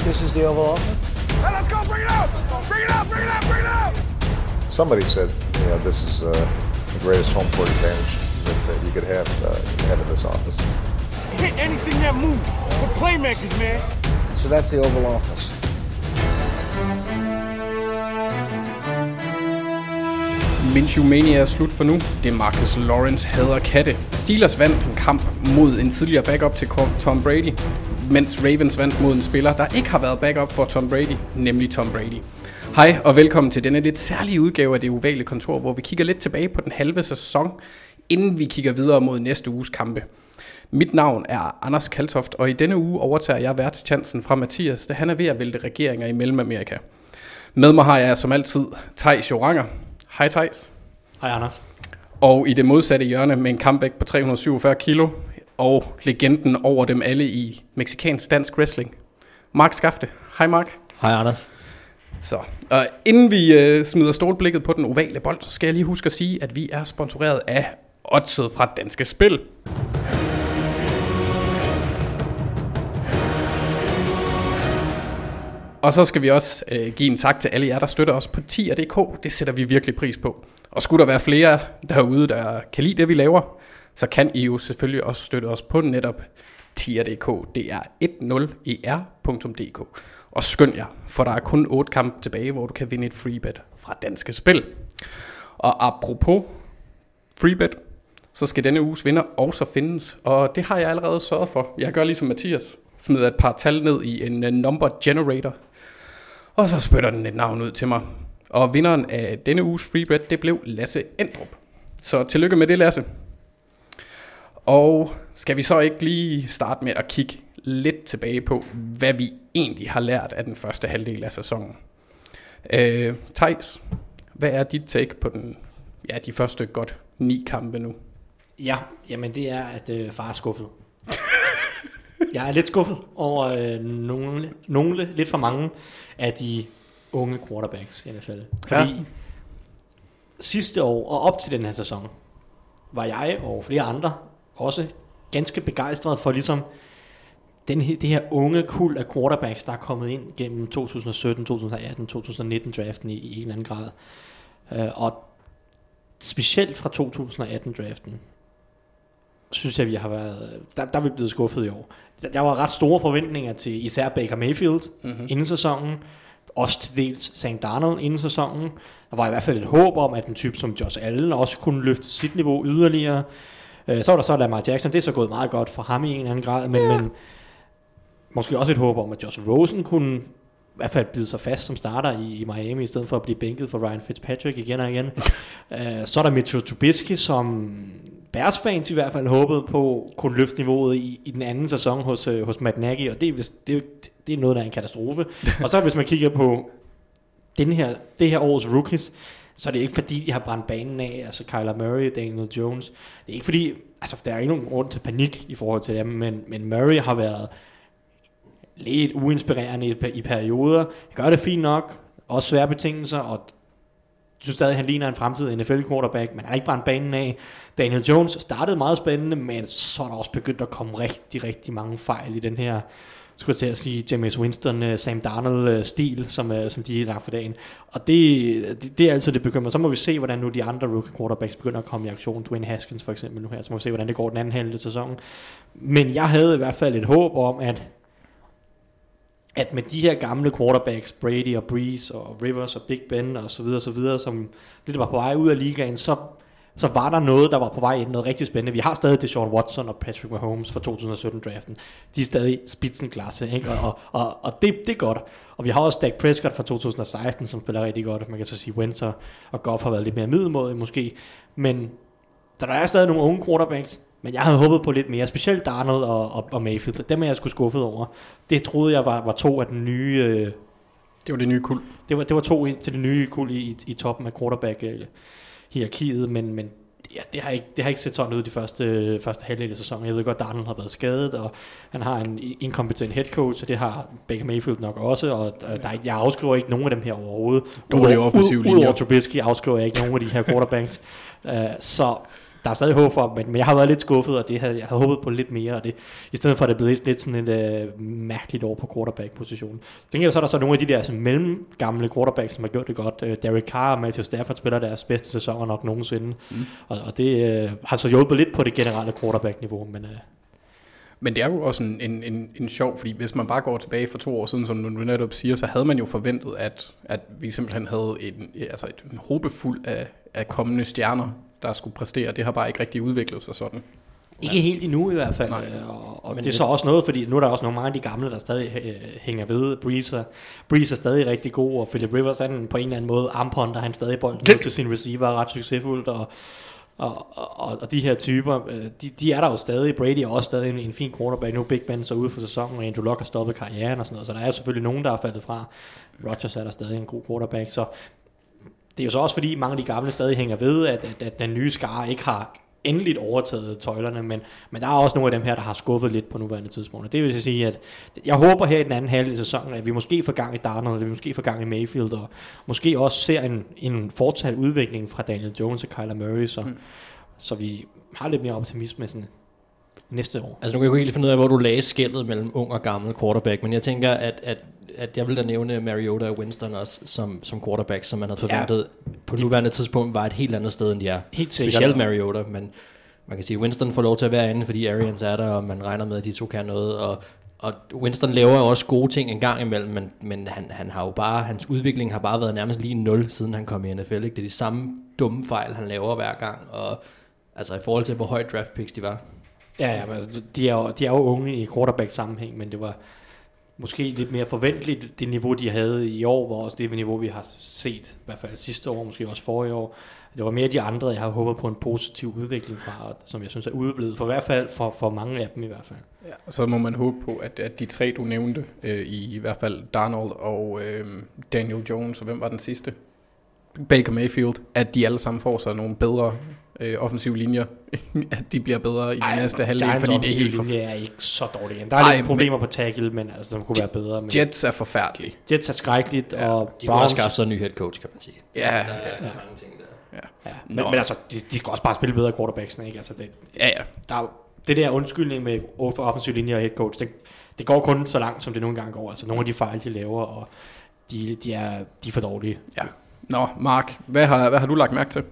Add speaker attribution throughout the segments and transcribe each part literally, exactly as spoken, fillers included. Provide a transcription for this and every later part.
Speaker 1: This is the Oval Office.
Speaker 2: Hey, let's go! Bring it out! Bring it out! Bring it out! Bring it out!
Speaker 3: Somebody said, you know, this is uh, the greatest home court advantage that, that you could have, uh, have in this office.
Speaker 2: Hit anything that moves. We're playmakers, man.
Speaker 1: So that's the Oval Office.
Speaker 4: Minshewmania er slut for nu. Det er Marcus Lawrence hader katte. Steelers vandt en kamp mod en tidligere backup til Tom Brady, mens Ravens vandt mod en spiller, der ikke har været backup for Tom Brady, nemlig Tom Brady. Hej og velkommen til denne lidt særlige udgave af Det Ovale Kontor, hvor vi kigger lidt tilbage på den halve sæson, inden vi kigger videre mod næste uges kampe. Mit navn er Anders Kaltoft, og i denne uge overtager jeg værtschancen fra Mathias, da han er ved at vælte regeringer i Mellemamerika. Med mig har jeg som altid Theis Joranger. Hej Theis.
Speaker 5: Hej Anders.
Speaker 4: Og i det modsatte hjørne med en kampvægt på tre hundrede syvogfyrre kilo, og legenden over dem alle i mexicansk dansk wrestling, Mark Skafte. Hej Mark.
Speaker 5: Hej Anders.
Speaker 4: Så, og inden vi øh, smider stålblikket på den ovale bold, så skal jeg lige huske at sige, at vi er sponsoreret af Oddset fra Danske Spil. Og så skal vi også øh, give en tak til alle jer, der støtter os på tier punktum d k. Det sætter vi virkelig pris på. Og skulle der være flere derude, der kan lide det, vi laver, så kan I jo selvfølgelig også støtte os på netop tier punktum d k. Det er ti er punktum d k. Og skynd jer, for der er kun otte kampe tilbage, hvor du kan vinde et freebet fra Danske Spil. Og apropos freebet, så skal denne uges vinder også findes. Og det har jeg allerede sørget for. Jeg gør ligesom Mathias. Smider et par tal ned i en number generator. Og så spytter den et navn ud til mig. Og vinderen af denne uges freebet, det blev Lasse Endrup. Så tillykke med det, Lasse. Og skal vi så ikke lige starte med at kigge lidt tilbage på, hvad vi egentlig har lært af den første halvdel af sæsonen. Øh, Theis, hvad er dit take på den, ja, de første godt ni kampe nu?
Speaker 5: Ja, jamen det er, at øh, far er skuffet. Jeg er lidt skuffet over øh, nogle, nogle, lidt for mange af de unge quarterbacks i hvert fald. Fordi ja. Sidste år og op til den her sæson, var jeg og flere andre også ganske begejstrede for ligesom den, det her unge kuld af quarterbacks, der er kommet ind gennem to tusind sytten, to tusind atten, to tusind nitten draften i, i en eller anden grad. Uh, og specielt fra to tusind atten draften, synes jeg, vi har været, der, der er vi blevet skuffet i år. Der var ret store forventninger til især Baker Mayfield mm-hmm. inden sæsonen, også til dels Sam Darnold inden sæsonen. Der var i hvert fald et håb om, at en type som Josh Allen også kunne løfte sit niveau yderligere. Uh, så var der så Lamar Jackson, det er så gået meget godt for ham i en eller anden grad, men, ja. men måske også et håb om, at Josh Rosen kunne i hvert fald bide sig fast som starter i, i Miami, i stedet for at blive bænket for Ryan Fitzpatrick igen og igen. uh, så er der Mitchell Trubisky, som Bears fans i hvert fald håbede på kunne løfte niveauet i, i den anden sæson hos, uh, hos Matt Nagy, og det er, det, det er noget, der er en katastrofe. Og så hvis man kigger på den her, det her års rookies, så er det ikke fordi, de har brændt banen af, altså Kyler Murray, Daniel Jones. Det er ikke fordi, altså der er ikke nogen grund til panik i forhold til dem, men, men Murray har været lidt uinspirerende i, i perioder. Han gør det fint nok, også svære betingelser, og jeg synes stadig, han ligner en fremtidig N F L quarterback, men han har ikke brændt banen af. Daniel Jones startede meget spændende, men så er der også begyndt at komme rigtig, rigtig mange fejl i den her, skulle jeg til at sige, Jameis Winston, Sam Darnold-stil, som, som de har lagt for dagen. Og det, det, det er altså det bekymrer. Så må vi se, hvordan nu de andre rookie quarterbacks begynder at komme i aktion. Dwayne Haskins for eksempel nu her, så må vi se, hvordan det går den anden halvdel af sæsonen. Men jeg havde i hvert fald et håb om, at at med de her gamle quarterbacks, Brady og Breeze og Rivers og Big Ben og så videre, så videre, som lidt var på vej ud af ligaen, så, så var der noget, der var på vej ind, noget rigtig spændende. Vi har stadig Deshaun Watson og Patrick Mahomes fra to tusind sytten draften. De er stadig spitzenklasse, ikke? Og, og, og, og det, det er godt. Og vi har også Dak Prescott fra to tusind seksten, som spiller rigtig godt. Man kan så sige, Wentz og Goff har været lidt mere middelmådige måske. Men der er stadig nogle unge quarterbacks, men jeg havde håbet på lidt mere, specielt Darnold og, og, og Mayfield. Dem er jeg sgu skuffet over. Det troede jeg var, var to af den nye... Øh,
Speaker 4: det var det nye kuld.
Speaker 5: Det var, det var to til det nye kuld i, i, i toppen af quarterback-hierarkiet, men, men ja, det, har ikke, det har ikke set sådan ud de første, første halvdel af sæsonen. Jeg ved godt, Darnold har været skadet, og han har en inkompetent head coach, og det har Baker Mayfield nok også, og der, jeg afskriver ikke nogen af dem her overhovedet.
Speaker 4: Dårlige offensive linjer.
Speaker 5: Udover Trubisky afskriver jeg ikke nogen af de her quarterbacks. uh, så der er stadig håb for, men, men jeg har været lidt skuffet, og det havde, jeg havde håbet på lidt mere, og det, i stedet for at det blev lidt, lidt sådan et øh, mærkeligt år på quarterback-positionen. Så tænker jeg, så er der så nogle af de der sådan, mellemgamle quarterbacks, som har gjort det godt. Øh, Derek Carr og Matthew Stafford spiller deres bedste sæsoner nok nogensinde, mm. og, og det øh, har så hjulpet lidt på det generelle quarterback-niveau, men... Øh,
Speaker 4: Men det er jo også en, en, en, en sjov, fordi hvis man bare går tilbage for to år siden, som du netop siger, så havde man jo forventet, at, at vi simpelthen havde en, altså et, en håbe fuld af, af kommende stjerner, der skulle præstere. Det har bare ikke rigtig udviklet sig sådan.
Speaker 5: Ikke helt endnu i hvert fald,
Speaker 4: Nej.
Speaker 5: og, og det er så også noget, fordi nu er der også nogle mange af de gamle, der stadig øh, hænger ved. Breeze er, Breeze er stadig rigtig god, og Philip Rivers er på en eller anden måde armpånd, han stadig bolden ud til sin receiver, er ret succesfuldt, og Og, og, og de her typer, de, de er der jo stadig. Brady er også stadig en, en fin quarterback. Nu er Big Ben så ude for sæsonen, og Andrew Luck har stoppet karrieren og sådan noget. Så der er selvfølgelig nogen, der er faldet fra. Rodgers er der stadig en god quarterback. Så det er jo så også fordi, mange af de gamle stadig hænger ved, at, at, at den nye skare ikke har endeligt overtaget tøjlerne, men, men der er også nogle af dem her, der har skuffet lidt på nuværende tidspunkt. Det vil sige, at jeg håber her i den anden halvdel af sæsonen, at vi måske får gang i Darnold, at vi måske får gang i Mayfield, og måske også ser en, en fortsat udvikling fra Daniel Jones og Kyler Murray, så, mm. så vi har lidt mere optimisme sådan næste år.
Speaker 6: Altså nu kan jeg jo ikke finde ud af, hvor du lagde skellet mellem ung og gammel quarterback, men jeg tænker, at, at, at jeg vil da nævne Mariota og Winston også som, som quarterback, som man havde forventet ja. på nuværende tidspunkt var et helt andet sted, end de er.
Speaker 5: Helt sikkert.
Speaker 6: Specielt Mariota, men man kan sige, at Winston får lov til at være inde, fordi Arians er der, og man regner med, at de to kan noget, og, og Winston laver jo også gode ting en gang imellem, men, men han, han har jo bare, hans udvikling har bare været nærmest lige nul, siden han kom i N F L. Ikke? Det er de samme dumme fejl, han laver hver gang, og altså i forhold til, hvor højt draft picks de var.
Speaker 5: Ja, ja, men altså, de, er jo, de er jo unge i quarterback-sammenhæng, men det var måske lidt mere forventeligt, det niveau, de havde i år, var også det niveau, vi har set, i hvert fald sidste år, måske også forrige år. Det var mere de andre, jeg har håbet på en positiv udvikling fra, som jeg synes er udeblevet, for i hvert fald for, for mange af dem i hvert fald.
Speaker 4: Ja, og så må man håbe på, at, at de tre, du nævnte, øh, i, i hvert fald Darnold og øh, Daniel Jones, og hvem var den sidste? Baker Mayfield, at de alle sammen får sig nogle bedre øh, offensive linjer, at de bliver bedre i de næste halvdel, fordi det er helt for...
Speaker 5: linje er ikke så dårligt. Der er Ej, lidt problemer men... på tackle, men altså, det kunne være bedre. Men...
Speaker 4: Jets er forfærdelige.
Speaker 5: Jets er skrækkeligt, ja, og
Speaker 6: de kunne også skaffe sig en ny head coach, kan man sige.
Speaker 4: Ja,
Speaker 6: altså, der er,
Speaker 4: ja.
Speaker 6: der er mange ting der.
Speaker 5: Ja. Ja. Men, men altså, de, de skal også bare spille bedre quarterbacks, ikke? Altså, det,
Speaker 4: ja, ja.
Speaker 5: Der, det der undskyldning med offensiv linje og head coach, det, det går kun så langt, som det nogle gange går. Altså, nogle af de fejl, de laver, og de, de, er, de er for dårlige.
Speaker 4: Ja. Nå, Mark, hvad har, hvad har du lagt mærke til?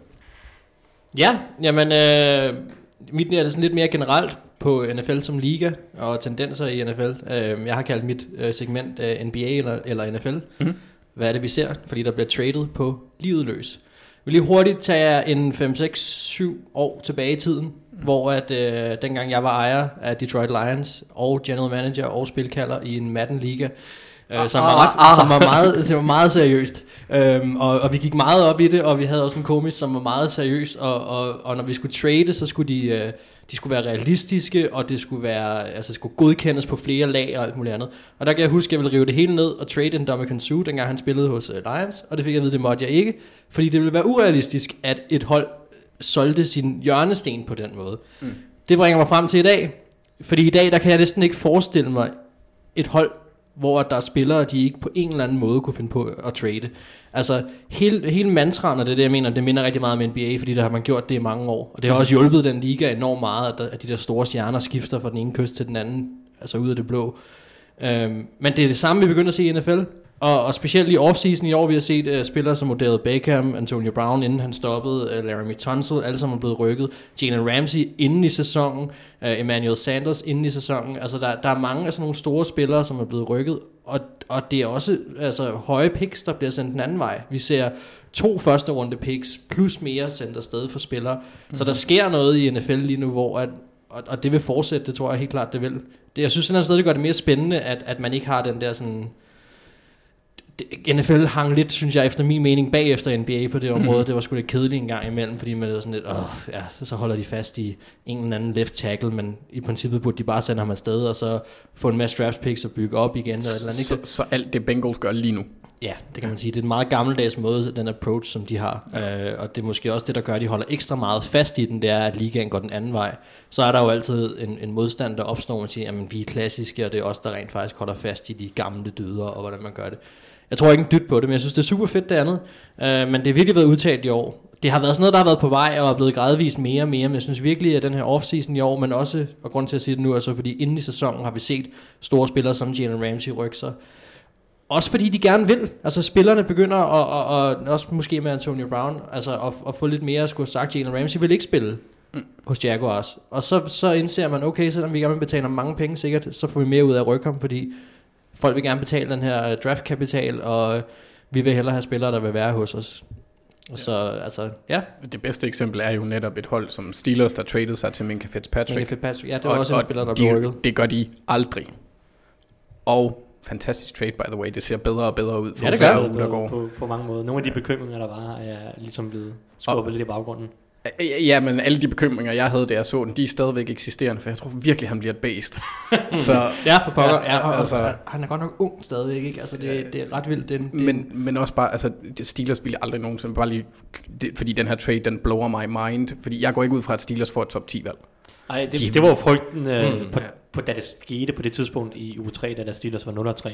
Speaker 6: Ja, jamen, øh, mit er det sådan lidt mere generelt på N F L som liga og tendenser i N F L. Øh, jeg har kaldt mit øh, segment øh, N B A eller, eller N F L. Mm-hmm. Hvad er det, vi ser? Fordi der bliver traded på livet løs. Vi vil lige hurtigt tage en fem, seks, syv år tilbage i tiden, mm. hvor at, øh, dengang jeg var ejer af Detroit Lions og general manager og spilkalder i en Madden-liga, Uh, som, var ret, som, var meget, som var meget seriøst, um, og, og vi gik meget op i det, og vi havde også en komis, som var meget seriøs, og, og, og når vi skulle trade, så skulle de, uh, de skulle være realistiske, og det skulle være, altså det skulle godkendes på flere lag og alt muligt andet. Og der kan jeg huske, at jeg ville rive det hele ned og trade en Ndamukong Suh, dengang han spillede hos uh, Lions, og det fik jeg at vide, det måtte jeg ikke, fordi det ville være urealistisk, at et hold solgte sin hjørnesten på den måde. Mm. Det bringer mig frem til i dag, fordi i dag, der kan jeg næsten ikke forestille mig et hold, hvor der er spillere, de ikke på en eller anden måde kunne finde på at trade. Altså, hele, hele mantraen, og det er det, jeg mener, det minder rigtig meget om N B A, fordi der har man gjort det i mange år. Og det har også hjulpet den liga enormt meget, at, der, at de der store stjerner skifter fra den ene kyst til den anden, altså ud af det blå. Øhm, men det er det samme, vi begynder at se i N F L. Og, og specielt i offseason i år, vi har set uh, spillere som Odell Beckham, Antonio Brown, inden han stoppede, uh, Laramie Tunsil, alle sammen er blevet rykket, Jalen Ramsey inden i sæsonen, uh, Emmanuel Sanders inden i sæsonen. Altså der, der er mange af sådan nogle store spillere, som er blevet rykket, og, og det er også altså, høje picks, der bliver sendt den anden vej. Vi ser to første runde picks, plus mere sendt afsted for spillere. Mm-hmm. Så der sker noget i N F L lige nu, hvor at, og, og det vil fortsætte, det tror jeg helt klart, det vil. Det, jeg synes, at det gør det mere spændende, at, at man ikke har den der sådan... N F L hang lidt, synes jeg, efter min mening, bagefter N B A på det område. Mm. Det var sgu lidt kedeligt en gang imellem, fordi man var sådan lidt, åh, ja, så, så holder de fast i en eller anden left tackle, men i princippet burde de bare sende ham afsted, og så få en masse draft picks og bygge op igen. Eller eller andet,
Speaker 4: så, så alt det Bengals gør lige nu?
Speaker 6: Ja, det kan man sige. Det er en meget gammeldags måde, den approach, som de har. Ja. Øh, og det er måske også det, der gør, at de holder ekstra meget fast i den, det er, at ligaen går den anden vej. Så er der jo altid en, en modstand, der opstår, man siger, at vi er klassiske, og det er os, der rent faktisk holder fast i de gamle dyder, og hvordan man gør det. Jeg tror ikke en dyt på det, men jeg synes, det er super fedt det andet. Uh, men det er virkelig været udtalt i år. det har været sådan noget, der har været på vej og er blevet gradvist mere og mere, men jeg synes virkelig, at den her offseason i år, men også, og grund til at sige det nu, er så fordi inden i sæsonen har vi set store spillere som Jalen Ramsey rykke sig. Også fordi de gerne vil. Altså spillerne begynder, og, og, og også måske med Antonio Brown, altså at, at få lidt mere at skulle have sagt, Jalen Ramsey vil ikke spille mm. hos Jaguars. Og så, så indser man, okay, selvom vi gerne vil betale mange penge sikkert, så får vi mere ud af at rykke ham, fordi folk vil gerne betale den her draftkapital, og vi vil hellere have spillere, der vil være hos os. Og så, altså, ja.
Speaker 4: Det bedste eksempel er jo netop et hold som Steelers, der traded sig til Minka Fitzpatrick.
Speaker 6: Minka Fitzpatrick, ja, det var
Speaker 4: og,
Speaker 6: også en spiller, der
Speaker 4: de,
Speaker 6: blev rykket.
Speaker 4: Det gør de aldrig. Og fantastisk trade, by the way. Det ser bedre og bedre ud.
Speaker 5: Ja, det gør det på, på, på mange måder. Nogle af de bekymringer, der var, er ligesom blevet skubbet lidt i baggrunden.
Speaker 4: Ja, men alle de bekymringer, jeg havde, da jeg så den, de er stadigvæk eksisterende, for jeg tror virkelig, han bliver et based. Så,
Speaker 6: ja, for pokker.
Speaker 4: Ja,
Speaker 6: ja,
Speaker 4: altså,
Speaker 6: han er godt nok ung stadigvæk, ikke? Altså, det, det er ret vildt. Det, det,
Speaker 4: men, men også bare, altså, Steelers ville aldrig nogensinde, bare lige, det, fordi den her trade, den blower my mind, fordi jeg går ikke ud fra, at Steelers får et top ti valg.
Speaker 5: Nej, det, de, det var jo frygten, øh, mm, på, ja. på, da det skete på det tidspunkt i uge tre, da der Steelers var nul og tre.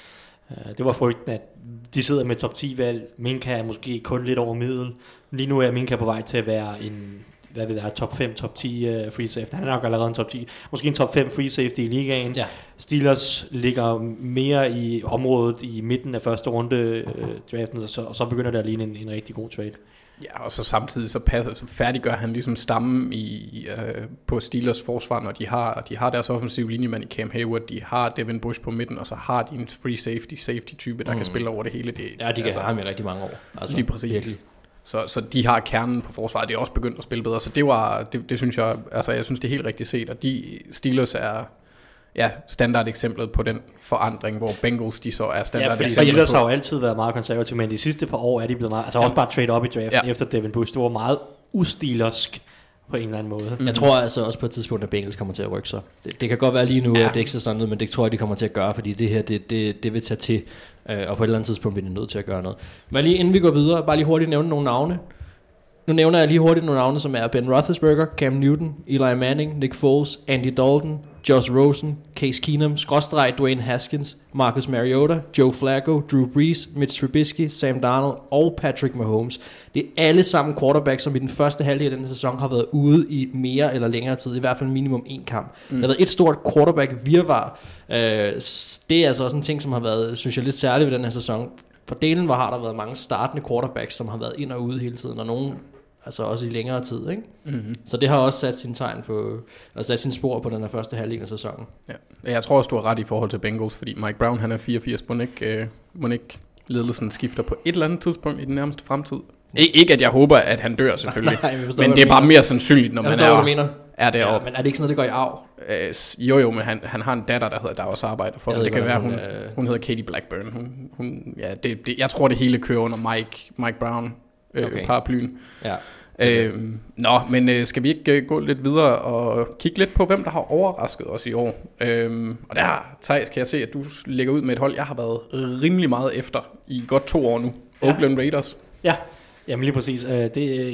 Speaker 5: Uh, det var frygten, at de sidder med top ti valg. Minka er måske kun lidt over middel. Lige nu er Minka på vej til at være en, hvad ved jeg, top fem, top ti uh, free safety. Han er nok allerede en top ti. Måske en top fem free safety i ligaen. Ja. Steelers ligger mere i området i midten af første runde uh, draften, og så, og så begynder der at ligne en, en rigtig god trade.
Speaker 4: Ja, og så samtidig så, passer, så færdiggør han ligesom stammen i, øh, på Steelers forsvar, når de har, de har deres offensive linjemand i Cam Hayward, de har Devin Bush på midten, og så har de en free safety, safety type, der mm. kan spille over det hele. Det,
Speaker 6: ja, de kan altså, have ham i rigtig mange år.
Speaker 4: Altså, lige præcis. Så, så de har kernen på forsvaret, det er også begyndt at spille bedre, så det var, det, det synes jeg, altså jeg synes det er helt rigtigt set, og de Steelers er ja, standardeksemplet på den forandring, hvor Bengals de så er standardeksemplet.
Speaker 5: Ja, Steelers har jo altid været meget konservative, men de sidste par år er de blevet meget, altså ja. også bare trade op i draften ja. efter Devin Bush. Det var meget ustilersk på en eller anden måde.
Speaker 6: Mm. Jeg tror altså også på et tidspunkt, at Bengals kommer til at rykke sig. Det, det kan godt være lige nu, ja. at det ikke er sådan noget, men det tror jeg, de kommer til at gøre, fordi det her, det, det, det vil tage til, øh, og på et eller andet tidspunkt bliver de nødt til at gøre noget. Men lige inden vi går videre, bare lige hurtigt nævne nogle navne. Nu nævner jeg lige hurtigt nogle navne, som er Ben Roethlisberger, Cam Newton, Eli Manning, Nick Foles, Andy Dalton, Josh Rosen, Case Keenum, skråstreg Dwayne Haskins, Marcus Mariota, Joe Flacco, Drew Brees, Mitch Trubisky, Sam Darnold og Patrick Mahomes. Det er alle sammen quarterbacks, som i den første halvdel af denne sæson har været ude i mere eller længere tid, i hvert fald minimum en kamp. Mm. Der har været et stort quarterback-virvar. Øh, det er altså også en ting, som har været, synes jeg, lidt særligt ved den her sæson. For delen var, har der været mange startende quarterbacks, som har været ind og ude hele tiden, og nogen altså også i længere tid, ikke? Mm-hmm. Så det har også sat sin tegn på, altså sat sin spor på den her første halvdel af sæsonen. Ja.
Speaker 4: Jeg tror også, du har ret i forhold til Bengals, fordi Mike Brown, han er fireogfirs, må ikke, øh, må ikke ledelsen skifter på et eller andet tidspunkt i den nærmeste fremtid. Ik- ikke at jeg håber, at han dør selvfølgelig, nej, nej, forstår, men det er bare mener. mere sandsynligt, når jeg man forstår, er, mener. er deroppe.
Speaker 6: Ja, men er det ikke sådan, at det går i arv?
Speaker 4: Øh, jo jo, men han, han har en datter, der, hedder, der også arbejder for det. Det kan være, hun, øh... hun hedder Katie Blackburn. Hun, hun, ja, det, det, jeg tror, det hele kører under Mike, Mike Brown, øh, okay. paraplyen. Ja. Okay. Øhm, nå, men øh, skal vi ikke øh, gå lidt videre og kigge lidt på, hvem der har overrasket os i år? Øhm, og der, Theis, kan jeg se, at du lægger ud med et hold, jeg har været rimelig meget efter i godt to år nu. Ja. Oakland Raiders.
Speaker 5: Ja, jamen lige præcis. Øh, det,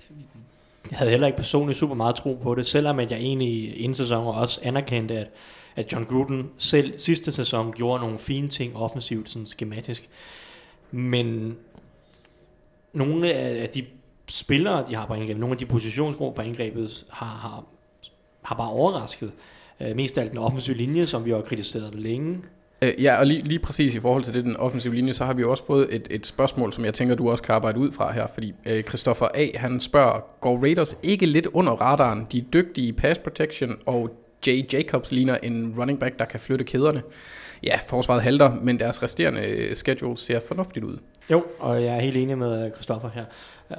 Speaker 5: jeg havde heller ikke personligt super meget tro på det, selvom jeg egentlig inden sæsonen også anerkendte, at, at John Gruden selv sidste sæson gjorde nogle fine ting offensivt, sådan skematisk. Men nogle af de spillere, de har på angrebet, nogle af de positionsgrupper på angrebet, har, har, har bare overrasket. Øh, mest af alt den offensive linje, som vi har kritiseret længe.
Speaker 4: Øh, ja, og lige, lige præcis i forhold til det, den offensive linje, så har vi også fået et, et spørgsmål, som jeg tænker, du også kan arbejde ud fra her, fordi øh, Christoffer A., han spørger, går Raiders ikke lidt under radaren? De er dygtige i pass protection, og Jay Jacobs ligner en running back, der kan flytte kæderne. Ja, forsvaret halter, men deres resterende schedule ser fornuftigt ud.
Speaker 5: Jo, og jeg er helt enig med Christoffer her. Uh,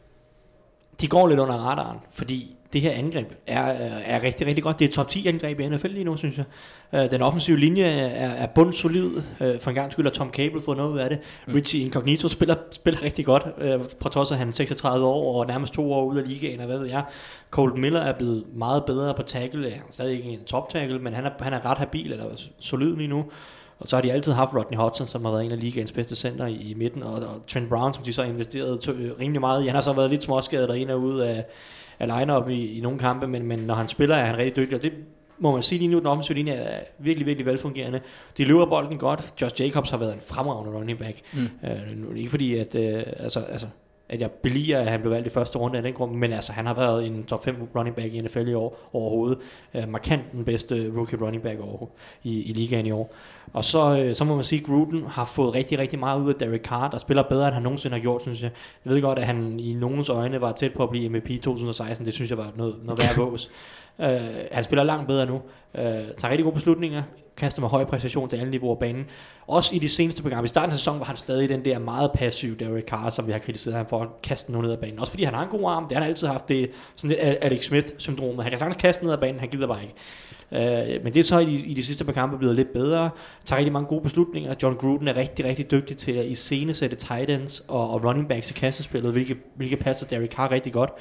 Speaker 5: de går lidt under radaren, fordi det her angreb er, er rigtig, rigtig godt. Det er top ti angreb i N F L lige nu, synes jeg. Uh, den offensive linje er, er bundsolid. Uh, for en gang skyld har Tom Cable fået noget ud af det. Mm. Richie Incognito spiller, spiller rigtig godt, uh, på trods af han seksogtredive år og nærmest to år ude af ligaen, og hvad ved jeg. Colton Miller er blevet meget bedre på tackle. Han er stadig ikke en top tackle, men han er, han er ret habil, eller solid lige nu. Og så har de altid haft Rodney Hudson, som har været en af ligaens bedste center i, i midten, og, og Trent Brown, som de så investerede to, rimelig meget i. Han har så været lidt småskadet der ind og ud af, af line-up i, i nogle kampe, men, men når han spiller, er han rigtig dygtig, og det må man sige lige nu, den offensive linje er virkelig, virkelig velfungerende. De løber bolden godt. Josh Jacobs har været en fremragende running back. Mm. Uh, ikke fordi, at uh, altså, altså, at jeg beliger, at han blev valgt i første runde af den grund, men altså, han har været en top fem running back i N F L i år overhovedet. Uh, markant den bedste rookie running back over, i, i ligaen i år. Og så, uh, så må man sige, at Gruden har fået rigtig, rigtig meget ud af Derek Carr, der spiller bedre, end han nogensinde har gjort, synes jeg. Jeg ved godt, at han i nogens øjne var tæt på at blive M V P to tusind og seksten, det synes jeg var noget, noget værd vås. Uh, han spiller langt bedre nu, uh, tager rigtig gode beslutninger, kaster med høj præcision til alle niveauer af banen. Også i de seneste programmer. I starten af sæsonen var han stadig den der meget passiv Derek Carr, som vi har kritiseret ham for at kaste noget ned ad banen. Også fordi han har en god arm, det har han altid haft, det sådan lidt Alex Smith-syndromet. Han kan sagtens kaste ned ad banen, han gider bare ikke. Uh, men det er så i de, i de sidste par kampe blevet lidt bedre, tager rigtig mange gode beslutninger. John Gruden er rigtig, rigtig dygtig til at iscenesætte tight ends og, og running backs i kastespillet, hvilket, hvilket passer Derek Carr rigtig godt.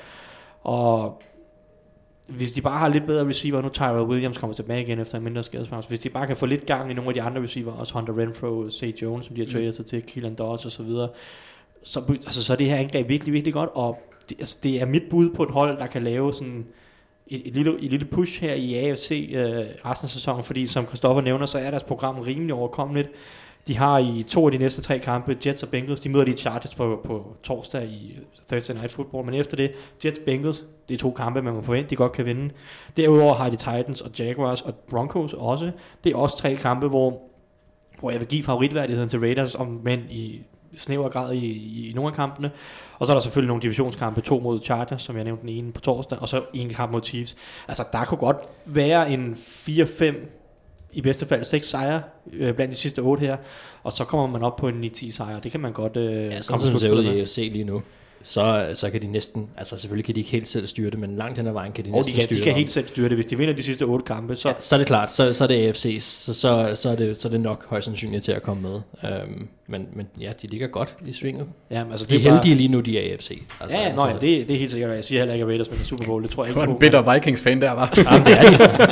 Speaker 5: Og hvis de bare har lidt bedre receiver, nu Tyrell Williams kommer tilbage igen efter en mindre skadespause, hvis de bare kan få lidt gang i nogle af de andre receiver, også Hunter Renfrow, Zay Jones, som de har tradet sig til, Keelan Dodge og så videre, så, altså, så er det her angreb virkelig, virkelig godt, og det, altså, det er mit bud på et hold, der kan lave sådan et, et, lille, et lille push her i A F C øh, resten af sæsonen, fordi som Christoffer nævner, så er deres program rimelig overkommeligt. De har i to af de næste tre kampe, Jets og Bengals, de møder de Chargers på, på torsdag i Thursday Night Football, men efter det, Jets Bengals, det er to kampe, man må forvente, de godt kan vinde. Derudover har de Titans og Jaguars og Broncos også. Det er også tre kampe, hvor, hvor jeg vil give favoritværdigheden til Raiders, om men i snæver grad i, i, i nogle af kampene. Og så er der selvfølgelig nogle divisionskampe, to mod Chargers, som jeg nævnte den ene på torsdag, og så en kamp mod Chiefs. Altså, der kunne godt være en fire fem, i bedste fald seks sejre øh, blandt de sidste otte her, og så kommer man op på en ni ti sejre. Det kan man godt øh,
Speaker 6: ja, sådan som det ser ud i A F C lige nu, så, så kan de næsten, altså selvfølgelig kan de ikke helt selv styre det, men langt hen ad vejen kan de
Speaker 5: og
Speaker 6: næsten
Speaker 5: de kan,
Speaker 6: styre
Speaker 5: de kan helt selv styre det. Hvis de vinder de sidste otte kampe, så...
Speaker 6: Ja, så er det klart, så, så er det A F C, så, så, så, er det, så er det nok højst sandsynligt til at komme med. Um, men, men ja, de ligger godt i svinget.
Speaker 5: Ja, altså,
Speaker 6: de er heldige bare... lige nu, de er A F C. Altså,
Speaker 5: ja, ja nøj, det, det er helt sikkert, jeg siger heller ikke, at Raiders vinder Super Bowl, det tror jeg ikke på.
Speaker 4: Det var en bitter Vikings-fan der, var.
Speaker 5: Jamen, det er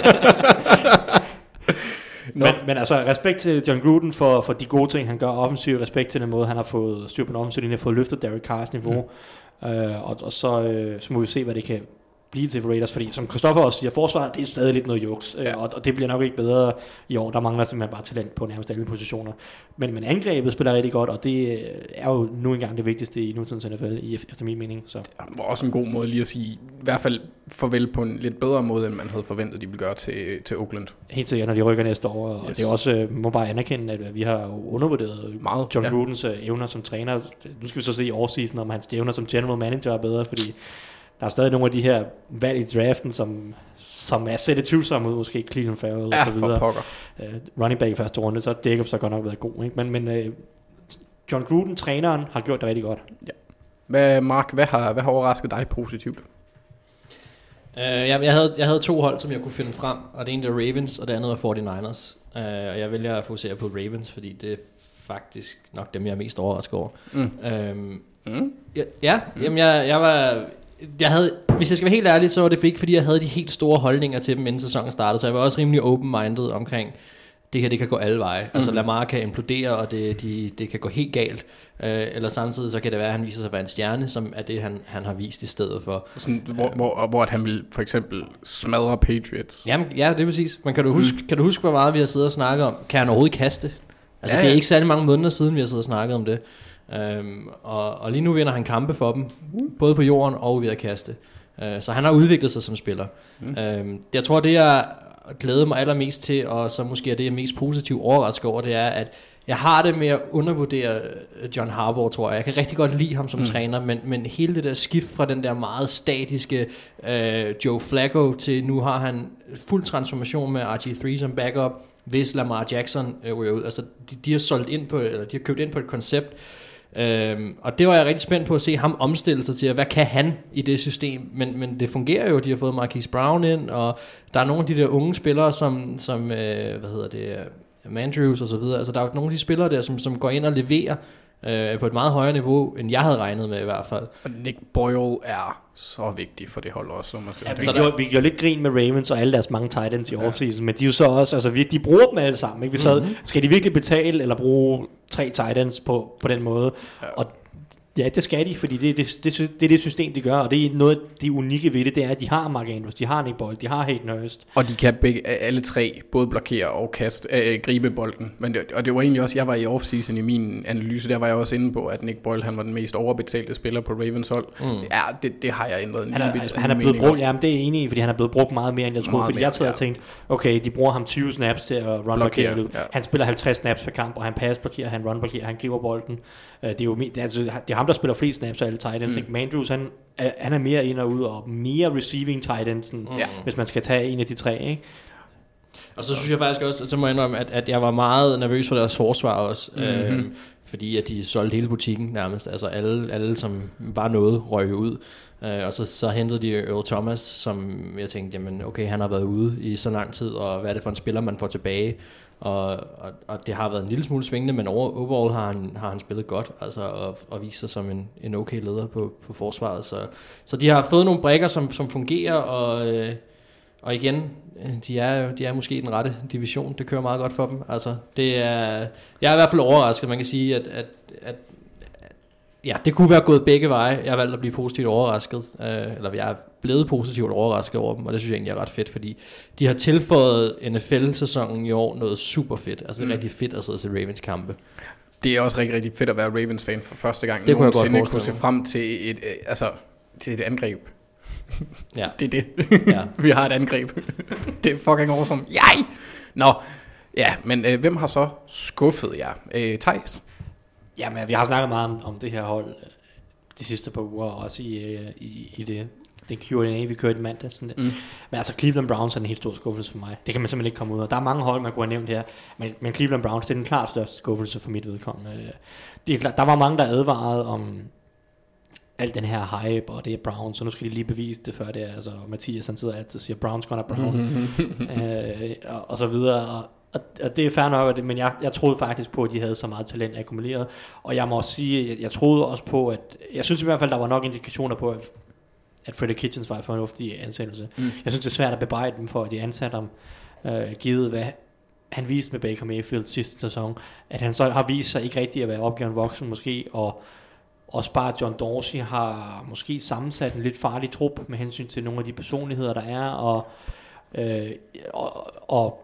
Speaker 5: de. Men, men altså respekt til John Gruden for, for de gode ting han gør offensivt, respekt til den måde han har fået styr på den offensiv linje, fået løftet Derek Carrs niveau, mm. øh, og, og så, øh, så må vi se hvad det kan blive til Raiders, fordi som Christoffer også siger, forsvaret det er stadig lidt noget juks, ja. øh, og, og det bliver nok ikke bedre i år, der mangler simpelthen bare talent på nærmest alle positioner, men, men angrebet spiller rigtig godt, og det er jo nu engang det vigtigste i nutidens N F L, i, efter min mening. Så.
Speaker 4: Det var også en god måde lige at sige, i hvert fald farvel på en lidt bedre måde, end man havde forventet, de ville gøre til, til Oakland.
Speaker 5: Helt sikkert, når de rykker næste år, og yes. det er også, må bare anerkende, at vi har undervurderet meget John ja. Grudens evner som træner. Nu skal vi så se i årsseason, om hans evner som general manager er bedre, fordi der er stadig nogle af de her valg i draften, som, som er sætte tvivlsomme ud, måske Cleveland Farrell
Speaker 4: ja,
Speaker 5: og så videre.
Speaker 4: Uh,
Speaker 5: running back i første runde, så har Jacobs så godt nok været god, ikke? Men, men uh, John Gruden, træneren, har gjort det rigtig godt.
Speaker 4: Ja. Hvad, Mark, hvad har, hvad har overrasket dig positivt?
Speaker 6: Uh, jeg, jeg, havde, jeg havde to hold, som jeg kunne finde frem, og det ene var Ravens, og det andet var forty-niners. Uh, og jeg vælger at fokusere på Ravens, fordi det er faktisk nok dem, jeg er mest overrasket over. Mm. Um, mm. Ja, ja mm. Jamen jeg, jeg var... Jeg havde, hvis jeg skal være helt ærlig, så var det ikke fordi jeg havde de helt store holdninger til dem inden sæsonen startede, så jeg var også rimelig open-minded omkring det her, det kan gå alle veje. Mm-hmm. Altså Lamar kan implodere, og det, de, det kan gå helt galt. Øh, eller samtidig så kan det være, at han viser sig at være en stjerne, som er det, han, han har vist i stedet for.
Speaker 4: Sådan, hvor, øh, hvor, hvor at han vil for eksempel smadre Patriots.
Speaker 6: Jamen, ja, det er præcis. Men kan du, huske, mm. kan du huske, hvor meget vi har siddet og snakket om? Kan han overhovedet kaste? Altså ja, ja. Det er ikke særlig mange måneder siden, vi har siddet og snakket om det. Um, og, og lige nu vinder han kampe for dem, både på jorden og ved at kaste. uh, Så han har udviklet sig som spiller. mm. um, Jeg tror det jeg glæder mig allermest til, og så måske er det jeg mest positivt overrasket over, det er at jeg har det med at undervurdere John Harbaugh, tror jeg. Jeg kan rigtig godt lide ham som mm. træner, men, men hele det der skift fra den der meget statiske uh, Joe Flacco til nu har han fuld transformation med R G tre som backup, hvis Lamar Jackson uh, ryger ud. Altså de, de har solgt ind på, eller de har købt ind på et koncept. Øhm, og det var jeg rigtig spændt på at se ham omstille sig til, hvad kan han i det system, men, men det fungerer jo. De har fået Marquise Brown ind, og der er nogle af de der unge spillere som, som øh, hvad hedder det, Mandrews og så videre. Altså der er jo nogle af de spillere der som, som går ind og leverer øh, på et meget højere niveau end jeg havde regnet med i hvert fald.
Speaker 4: Og Nick Boyle er så vigtig for det hold også.
Speaker 5: Ja, vi, gjorde, vi gjorde lidt grin med Ravens og alle deres mange tight ends i ja. offseason, men de er jo så også, altså vi, de bruger dem alle sammen, ikke? Vi sad, mm-hmm. skal de virkelig betale eller bruge tre tight ends på, på den måde? Ja. Og Ja, det skal de, fordi det er det, det, det, det, det system, de gør, og det er noget af det unikke ved det, det er, at de har Mark Andrews, de har Nick Boyle, de har Hayden Hurst.
Speaker 4: Og de kan begge, alle tre både blokere og kaste, øh, gribe bolden. Men det, og det var egentlig også, jeg var i offseason i min analyse, der var jeg også inde på, at Nick Boyle, han var den mest overbetalte spiller på Ravens hold. Mm. Det, er, det, det har jeg ændret en
Speaker 5: han er,
Speaker 4: lille smule
Speaker 5: han er blevet
Speaker 4: mening
Speaker 5: brugt, jamen det er jeg enig i, fordi han er blevet brugt meget mere, end jeg troede, fordi mere, jeg havde ja. tænkt, okay, de bruger ham tyve snaps til at run blokere ud. Ja. Han spiller halvtreds snaps per kamp, og han pass blokerer, han run blokerer, han griber bolden. Det er jo det er, altså, det er ham, der spiller flest snaps af alle tight ends. Mm. Andrews, han er, han er mere ind og ud, og mere receiving tight ends, mm. hvis man skal tage en af de tre, ikke?
Speaker 6: Og så synes jeg faktisk også, at så må jeg indrømme, at, at jeg var meget nervøs for deres forsvar også. Mm-hmm. Øh, fordi at de solgte hele butikken nærmest. Altså alle, alle som var noget, røg ud. Uh, og så, så hentede de Earl Thomas, som jeg tænkte, jamen okay, han har været ude i så lang tid, og hvad er det for en spiller, man får tilbage? Og, og, og det har været en lille smule svingende, men over, overall har han, har han spillet godt, altså, og, og vist sig som en, en okay leder på, på forsvaret. Så, så de har fået nogle brækker, som, som fungerer, og, øh, og igen, de er, de er måske i den rette division. Det kører meget godt for dem. Altså, det er, jeg er i hvert fald overrasket. Man kan sige, at, at, at ja, det kunne være gået begge veje. Jeg har valgt at blive positivt overrasket, øh, eller jeg er blevet positivt overrasket over dem, og det synes jeg egentlig er ret fedt, fordi de har tilføjet N F L-sæsonen i år noget super fedt. Altså det er mm. rigtig fedt at sidde til Ravens kampe. Det
Speaker 4: er også rigtig, rigtig fedt at være Ravens-fan for første gang.
Speaker 6: Det kunne jeg godt
Speaker 4: kunne se frem til et, øh, altså, til et angreb.
Speaker 6: Ja.
Speaker 4: Det er det. Ja. Vi har et angreb. Det er fucking awesome. Yay! Nå, ja, men øh, hvem har så skuffet jer? Øh, Thijs?
Speaker 5: Jamen, vi har snakket meget om, om det her hold de sidste par uger, også i, i, i det, det Q and A, vi kørte i mandag. Sådan mm. Men altså, Cleveland Browns er en helt stor skuffelse for mig. Det kan man simpelthen ikke komme ud af. Der er mange hold, man kunne have nævnt her, men, men Cleveland Browns, det er den klart største skuffelse for mit vedkommende. Det er klart, der var mange, der advarede om alt den her hype, og det er Browns, så nu skal de lige bevise det før det er. Altså, Mathias, han sidder altid og siger, Browns gonna Brown, øh, og, og så videre, og Og, og det er fair nok, det, men jeg, jeg troede faktisk på, at de havde så meget talent akkumuleret. Og jeg må også sige, jeg, jeg troede også på, at jeg synes i hvert fald, der var nok indikationer på, at, at Freddie Kitchens var en fornuftig ansættelse. Mm. Jeg synes, det er svært at bebrejde dem for, at de ansatte ham, øh, givet hvad han viste med Baker Mayfield sidste sæson, at han så har vist sig ikke rigtig at være opgaven voksen måske, og også bare John Dorsey har måske sammensat en lidt farlig trup med hensyn til nogle af de personligheder, der er, og, øh, og, og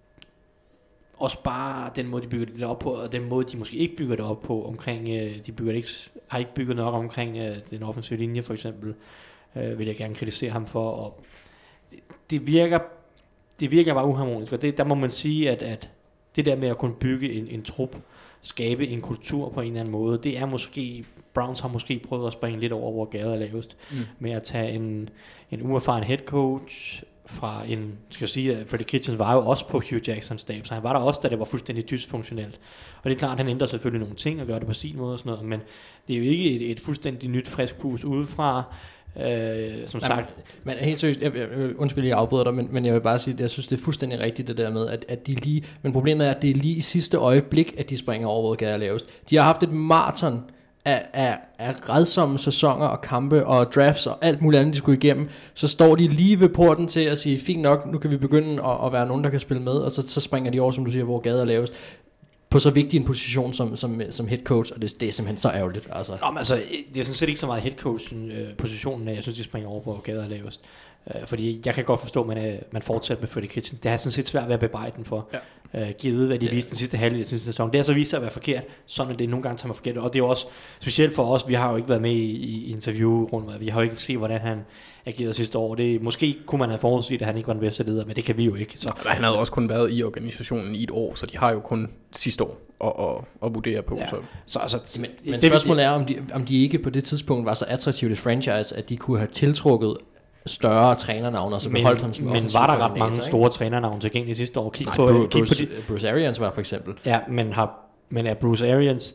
Speaker 5: også bare den måde, de bygger det op på, og den måde, de måske ikke bygger det op på, omkring, øh, de bygger det ikke, har ikke bygget nok omkring øh, den offensive linje, for eksempel, øh, vil jeg gerne kritisere ham for, og det, det virker, det virker bare uharmonisk, og det, der må man sige, at, at det der med at kunne bygge en, en trup, skabe en kultur på en eller anden måde, det er måske, Browns har måske prøvet at springe lidt over, hvor gader er lavest, mm. med at tage en, en uerfaren head coach, fra en, skal jeg sige, at Freddie Kitchens var jo også på Hugh Jacksons stab, så han var der også, da det var fuldstændig dysfunktionelt. Og det er klart, at han ændrer selvfølgelig nogle ting og gør det på sin måde og sådan noget, men det er jo ikke et, et fuldstændig nyt, frisk pus udefra, øh, som
Speaker 6: Nej,
Speaker 5: sagt.
Speaker 6: Men, men helt seriøst, jeg, jeg, undskyld, jeg afbryder dig, men, men jeg vil bare sige, at jeg synes, det er fuldstændig rigtigt det der med, at, at de lige, men problemet er, at det er lige i sidste øjeblik, at de springer over, hvor gader er lavest. De har haft et maraton af, af, af redsomme sæsoner og kampe og drafts og alt muligt andet, de skulle igennem, så står de lige ved porten til at sige, fint nok, nu kan vi begynde at, at være nogen, der kan spille med, og så, så springer de over, som du siger, hvor gader er lavest, på så vigtig en position som, som, som head coach, og det, det er simpelthen så ærgerligt. Altså.
Speaker 5: Nå, men altså, det er sådan set ikke så meget head coachen øh, positionen, jeg synes, de springer over, hvor gader er lavest. Øh, fordi jeg kan godt forstå, at man, er, man fortsætter med Freddie Kitchens. Det har sådan set svært ved at bebrejde den for. Ja. Øh, givet, hvad de ja. viste den sidste halvdel af sidste sæson. Det har så vist sig at være forkert, sådan at det nogle gange tager mig forkert. Og det er også specielt for os, vi har jo ikke været med i, i interviewrundet. Vi har jo ikke set, hvordan han agerede sidste år. Det, måske kunne man have forudset, at han ikke var den bedste leder, men det kan vi jo ikke. Så.
Speaker 4: Ja, han havde også kun været i organisationen i et år, så de har jo kun sidste år at, at, at vurdere på. Ja. Så.
Speaker 6: Så, altså, men men det, spørgsmålet er, om de, om de ikke på det tidspunkt var så attraktivt et franchise, at de kunne have tiltrukket større trænernavne, og så beholdt ham som
Speaker 5: men var der ret mange store trænernavne tilgængelige sidste år? Kig
Speaker 6: Nej,
Speaker 5: på,
Speaker 6: Bruce,
Speaker 5: kig
Speaker 6: Bruce,
Speaker 5: på de,
Speaker 6: Bruce Arians var for eksempel.
Speaker 5: Ja, men, har, men er Bruce Arians,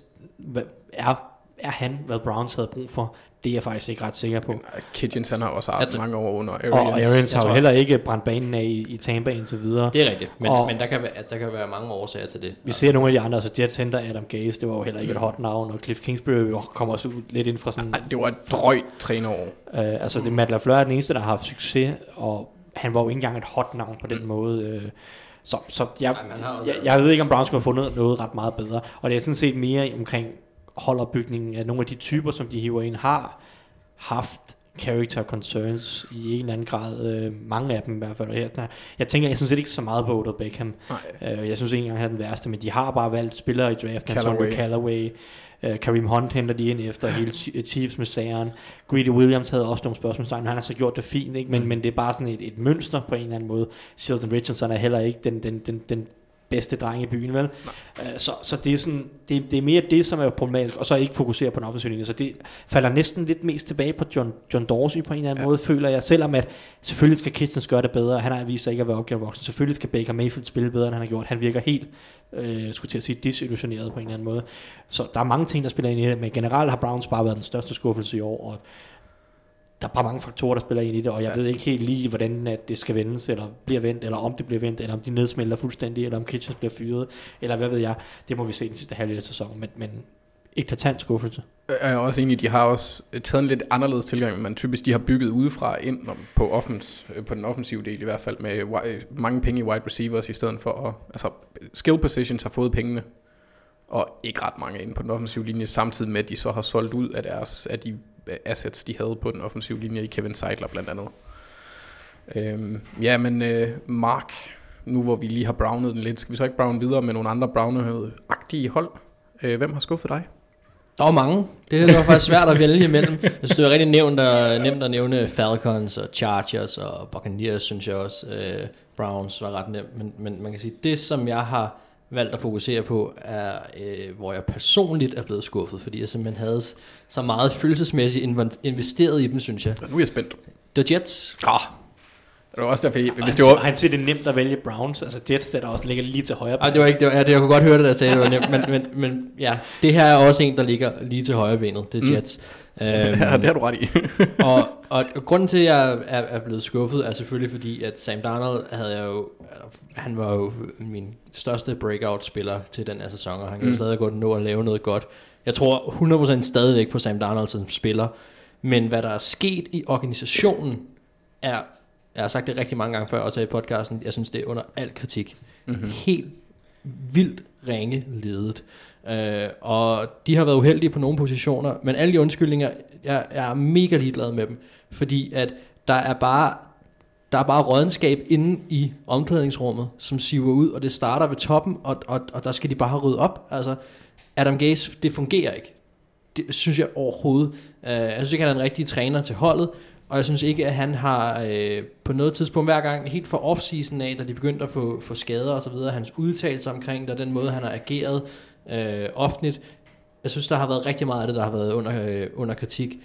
Speaker 5: er, er han, hvad Browns havde brug for? Det er jeg faktisk ikke ret sikker på.
Speaker 4: Kitchens, han har også haft
Speaker 6: ja,
Speaker 4: mange år under Arians.
Speaker 5: Og Arians har jo heller ikke brændt banen af i, i Tampa indtil videre.
Speaker 6: Det er rigtigt, men, men der, kan være, der kan være mange årsager til det.
Speaker 5: Vi ser nogle af de andre, så Jets henter Adam Gase, det var jo heller ikke et hot navn, og Cliff Kingsbury kommer også ud lidt ind fra sådan...
Speaker 4: Ej, det var et drøjt trænerår.
Speaker 5: Øh, altså, det Matt LaFleur er den eneste, der har haft succes, og han var jo ikke engang et hot navn på den mm. måde. Øh, så så jeg, Ej, jeg, jeg ved ikke, om Browns skulle have fundet noget ret meget bedre, og det er sådan set mere omkring holdopbygningen af nogle af de typer, som de hiver ind, har haft character concerns i en eller anden grad. Øh, mange af dem i hvert fald. Jeg, jeg tænker, jeg synes ikke så meget på Odell Beckham. Øh, jeg synes ikke engang, han er den værste, men de har bare valgt spillere i draften.
Speaker 4: Callaway.
Speaker 5: Callaway. Uh, Kareem Hunt henter de ind efter hele Chiefs med sejren. Greedy Williams havde også nogle spørgsmål, han har så gjort det fint, ikke? Men, mm. men det er bare sådan et, et mønster på en eller anden måde. Sheldon Richardson er heller ikke den, den, den, den bedste dreng i byen, vel? Uh, så, så det er sådan, det, det er mere det, som er problematisk, og så ikke fokusere på den offensive linje. Så det falder næsten lidt mest tilbage på John, John Dorsey på en eller anden ja. måde, føler jeg. Selvom at selvfølgelig skal Kitchens gøre det bedre, han har vist sig ikke at være opgavevoksen. Selvfølgelig skal Baker Mayfield spille bedre, end han har gjort. Han virker helt, øh, skulle til at sige, disillusioneret på en eller anden måde. Så der er mange ting, der spiller ind i det, men generelt har Browns bare været den største skuffelse i år, og der er bare mange faktorer, der spiller ind i det, og jeg ja. ved ikke helt lige, hvordan at det skal vendes, eller bliver vendt, eller om det bliver vendt, eller om de nedsmelter fuldstændig, eller om Kitchens bliver fyret, eller hvad ved jeg. Det må vi se den sidste halvdel af sæsonen, men, men eklatant skuffelse.
Speaker 4: Jeg er også enig, de har også taget en lidt anderledes tilgang, men typisk de har bygget udefra ind på, offens, på den offensive del i hvert fald, med mange penge i wide receivers, i stedet for at, altså skill positions har fået pengene, og ikke ret mange ind på den offensive linje, samtidig med at de så har solgt ud af deres, af de assets, de havde på den offensive linje, i Kevin Seidler blandt andet. Øhm, ja, men øh, Mark, nu hvor vi lige har brownet den lidt, skal vi så ikke browne videre med nogle andre brownede-agtige hold? Øh, hvem har skuffet dig?
Speaker 6: Der var mange. Det var faktisk svært at vælge imellem. Jeg synes, det var rigtig nemt at, nemt at nævne Falcons og Chargers og Buccaneers, synes jeg også. Øh, Browns var ret nemt, men, men man kan sige, det som jeg har valgt at fokusere på, er, øh, hvor jeg personligt er blevet skuffet, fordi jeg simpelthen havde så meget følelsesmæssigt investeret i dem, synes jeg.
Speaker 4: Ja, nu er jeg spændt.
Speaker 6: The Jets.
Speaker 4: Ah, det var også derfor, hvis
Speaker 5: han,
Speaker 4: det var...
Speaker 5: Han siger, det er nemt at vælge Browns, altså Jets, der også ligger lige til højre.
Speaker 6: Ej, det var ikke, det var, ja, det, jeg kunne godt høre det, der sagde, det var nemt, men, men, men ja, det her er også en, der ligger lige til højre benet, det er Jets. Mm. Øhm,
Speaker 4: ja, det har du ret i.
Speaker 6: og, og, og grunden til, at jeg er, er blevet skuffet, er selvfølgelig fordi, at Sam Darnold havde jeg jo, han var jo min største breakout-spiller til den her sæson, og han kan mm. jo stadig godt nå at lave noget godt. Jeg tror hundrede procent stadigvæk på Sam Darnold som spiller, men hvad der er sket i organisationen, er, jeg har sagt det rigtig mange gange før, også i podcasten, jeg synes, det er under al kritik. Mm-hmm. Helt vildt ringe ledet. Uh, og de har været uheldige på nogle positioner, men alle de undskyldninger, jeg, jeg er mega ligeglad med dem, fordi at der er bare der er bare rådenskab inde i omklædningsrummet, som siver ud, og det starter ved toppen, og, og, og der skal de bare have ryddet op. Altså, Adam Gase, det fungerer ikke. Det synes jeg overhovedet. Uh, jeg synes ikke, han er en rigtig træner til holdet, og jeg synes ikke, at han har øh, på noget tidspunkt hver gang, helt fra off-season af, da de begyndte at få, få skader og så videre, hans udtalelser omkring det, og den måde, han har ageret øh, offentligt. Jeg synes, der har været rigtig meget af det, der har været under, øh, under kritik.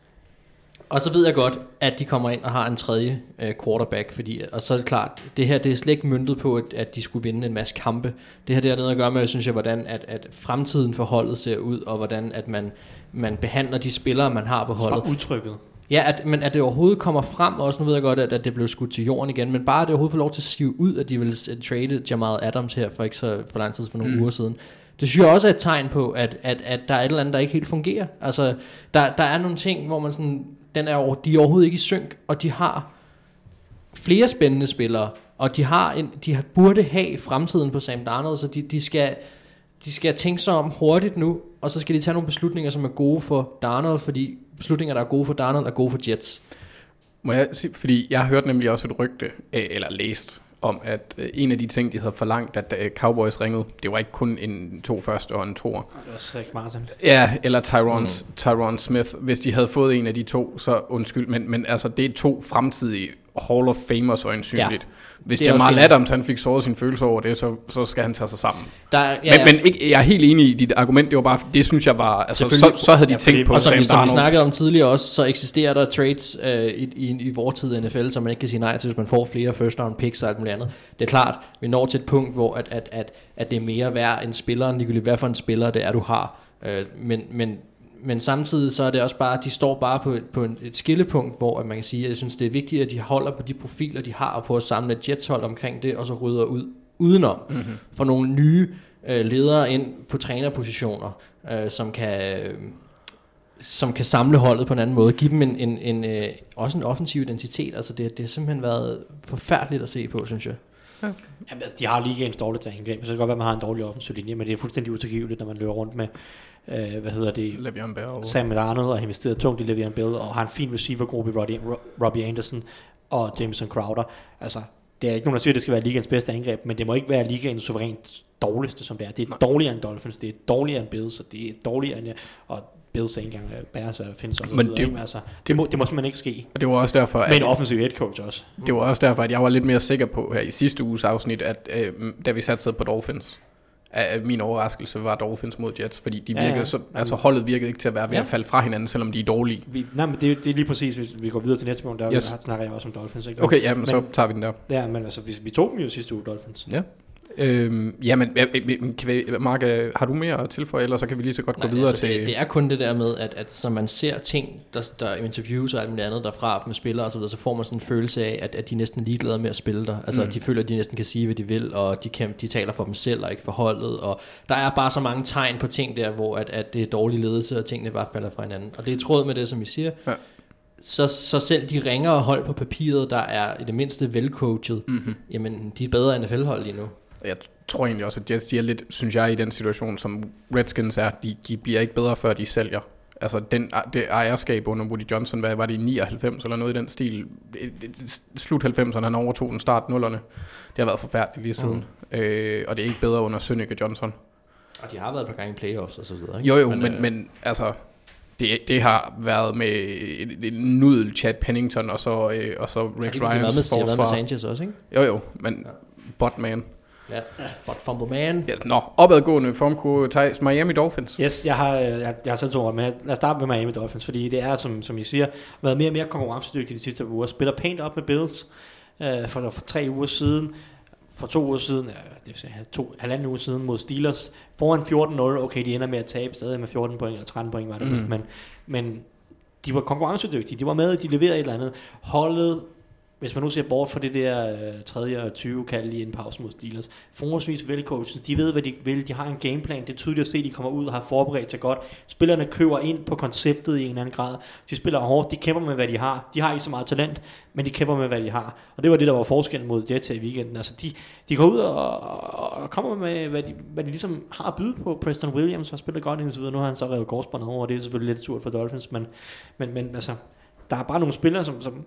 Speaker 6: Og så ved jeg godt, at de kommer ind og har en tredje øh, quarterback, fordi, og så er det klart, det her det er slet ikke møntet på, at, at de skulle vinde en masse kampe. Det her det har noget at gøre med, synes jeg, hvordan at, at fremtiden for holdet ser ud, og hvordan at man, man behandler de spillere, man har på holdet.
Speaker 5: Så udtrykket.
Speaker 6: Ja, at, men at det overhovedet kommer frem, også nu ved jeg godt, at, at det blev skudt til jorden igen, men bare at det overhovedet får lov til at sive ud, at de ville trade Jamal Adams her for ikke så for lang tid, for nogle mm. uger siden. Det synes jeg også er et tegn på, at, at, at der er et eller andet, der ikke helt fungerer. Altså, der, der er nogle ting, hvor man sådan, den er, de er overhovedet ikke i synk, og de har flere spændende spillere, og de, har en, de burde have fremtiden på Sam Darnold, så de, de, skal, de skal tænke sig om hurtigt nu, og så skal de tage nogle beslutninger, som er gode for Darnold, fordi beslutninger, der er gode for Darnold, er gode for Jets.
Speaker 4: Må jeg sige, fordi jeg har hørt nemlig også et rygte, eller læst, om at en af de ting, de havde forlangt, at Cowboys ringede, det var ikke kun en to første og en toer.
Speaker 5: Det var Zach Martin. Ja,
Speaker 4: eller Tyron, mm. Tyron Smith. Hvis de havde fået en af de to, så undskyld, men, men altså det er to fremtidige Hall of Famers øjensynligt. Ja. Hvis Jamal Adams han fik såret sin følelse over det, så, så skal han tage sig sammen. Der, ja, men ja. men ikke, jeg er helt enig i dit argument, det var bare, det synes jeg var, altså så, så havde de ja, tænkt på.
Speaker 6: Og som, som vi snakkede om tidligere også, så eksisterer der trades øh, i, i, i vores tid i N F L, som man ikke kan sige nej til, hvis man får flere first round picks og alt muligt andet. Det er klart, vi når til et punkt, hvor at, at, at, at det er mere værd end spilleren, ligegyldigt hvad for en spiller det er, du har. Øh, men, men Men samtidig så er det også bare, de står bare på et, på et skillepunkt, hvor man kan sige, at jeg synes, det er vigtigt, at de holder på de profiler, de har, og på at samle et Jets-hold omkring det, og så rydder ud udenom. Mm-hmm. For nogle nye øh, ledere ind på trænerpositioner, øh, som kan... Øh, som kan samle holdet på en anden måde, give dem en, en, en, øh, også en offensiv identitet. Altså det, det har simpelthen været forfærdeligt at se på, synes jeg.
Speaker 5: Ja. Jamen, altså, de har ligaens dårligste angreb, så det kan godt være, at man har en dårlig offensiv linje, men det er fuldstændig utilgiveligt, når man løber rundt med, øh, hvad hedder det,
Speaker 4: Le'Veon Bell.
Speaker 5: Sam Darnold, og har investeret tungt i Le'Veon Bell, og har en fin receivergruppe i Robbie, Robbie Anderson og Jameson Crowder. Altså, det er ikke nogen, der siger, at det skal være ligaens bedste angreb, men det må ikke være ligaens suverænt dårligste, som det er. Det er Nej. dårligere end Dolphins, det er dårligere end Bills, og det er dårligere end, og Bills er ikke engang Bears findes også.
Speaker 4: Men
Speaker 5: det,
Speaker 4: det,
Speaker 5: altså, det, må, det må simpelthen ikke ske.
Speaker 4: Og det var også derfor,
Speaker 5: med en offensiv head coach også.
Speaker 4: Det var også derfor, at jeg var lidt mere sikker på her i sidste uges afsnit, at øh, da vi satte på Dolphins, at min overraskelse var Dolphins mod Jets, fordi de virkede ja, ja. Så, altså holdet virkede ikke til at være ved ja. at falde fra hinanden, selvom de er dårlige. Vi,
Speaker 5: nej, men det, det er lige præcis, hvis vi går videre til næste punkt, der yes. snakker jeg også om Dolphins. Ikke?
Speaker 4: Okay, ja, men, men så tager vi den der.
Speaker 5: Ja, men altså, vi, vi tog dem jo sidste uge, Dolphins.
Speaker 4: Ja. Øhm, jamen, Mark, har du mere at tilføje, eller så kan vi lige så godt
Speaker 6: Nej,
Speaker 4: gå videre
Speaker 6: altså
Speaker 4: til...
Speaker 6: Det, det er kun det der med, at, at så man ser ting, der, der er interviews og alt muligt andet derfra med spillere og så videre, så får man sådan en følelse af, at, at de næsten ligeglade med at spille der. Altså, mm. de føler, at de næsten kan sige, hvad de vil, og de, kan, de taler for dem selv og ikke for holdet, og der er bare så mange tegn på ting der, hvor at, at det er dårlig ledelse, og tingene bare falder fra hinanden. Og det er tråd med det, som I siger. Ja. Så, så selv de ringere hold på papiret, der er i det mindste velcoachet, mm-hmm. jamen, de er bedre end N F L-hold lige nu.
Speaker 4: Jeg tror egentlig også, at Jets de er lidt, synes jeg, i den situation, som Redskins er, de, de bliver ikke bedre, før de sælger. Altså den, det ejerskab under Woody Johnson, hvad var det i nioghalvfems eller noget i den stil, slut halvfemserne, han overtog den start nullerne. Det har været forfærdeligt lige siden, mm. øh, og det er ikke bedre under Sønneke Johnson.
Speaker 6: Og de har været på gang i playoffs og så videre, ikke?
Speaker 4: Jo jo, men, men, øh... men altså, det, det har været med en nudel Chad Pennington, og så, øh, og så Rex Ryans
Speaker 6: forsvar. Det har været med Sanchez også, ikke?
Speaker 4: Jo jo, men ja. Botman.
Speaker 6: Ja, but fumble man.
Speaker 4: Ja, nå, opadgående formkurve, Thijs, Miami Dolphins.
Speaker 5: Yes, jeg har, jeg, jeg har selv to ord med. Lad os starte med Miami Dolphins, fordi det er, som, som I siger, været mere og mere konkurrencedygtigt de sidste uger. Spiller pænt op med Bills øh, for, for tre uger siden. For to uger siden, ja, det vil sige to, halvanden uge siden mod Steelers. Foran fjorten nul, okay, de ender med at tabe stadig med fjorten point, eller tretten point var det, mm. men, men de var konkurrencedygtige. De var med, de leverede et eller andet. Holdet, hvis man nu ser bort fra det der uh, tredje og tyve kald i en pause mod Steelers, forholdsvis velcoachet, de ved hvad de vil, de har en gameplan, det er tydeligt at se, at de kommer ud og har forberedt sig godt. Spillerne køber ind på konceptet i en eller anden grad, de spiller hårdt, de kæmper med hvad de har, de har ikke så meget talent, men de kæmper med hvad de har, og det var det der var forskellen mod Jets her i weekenden. Altså de, de går ud og, og, og kommer med hvad de, hvad de ligesom har at byde på. Preston Williams har spillet godt ind, så videre. Nu har han så revet korsbåndet over, og det er selvfølgelig lidt surt for Dolphins, men, men, men altså, der er bare nogle spillere som, som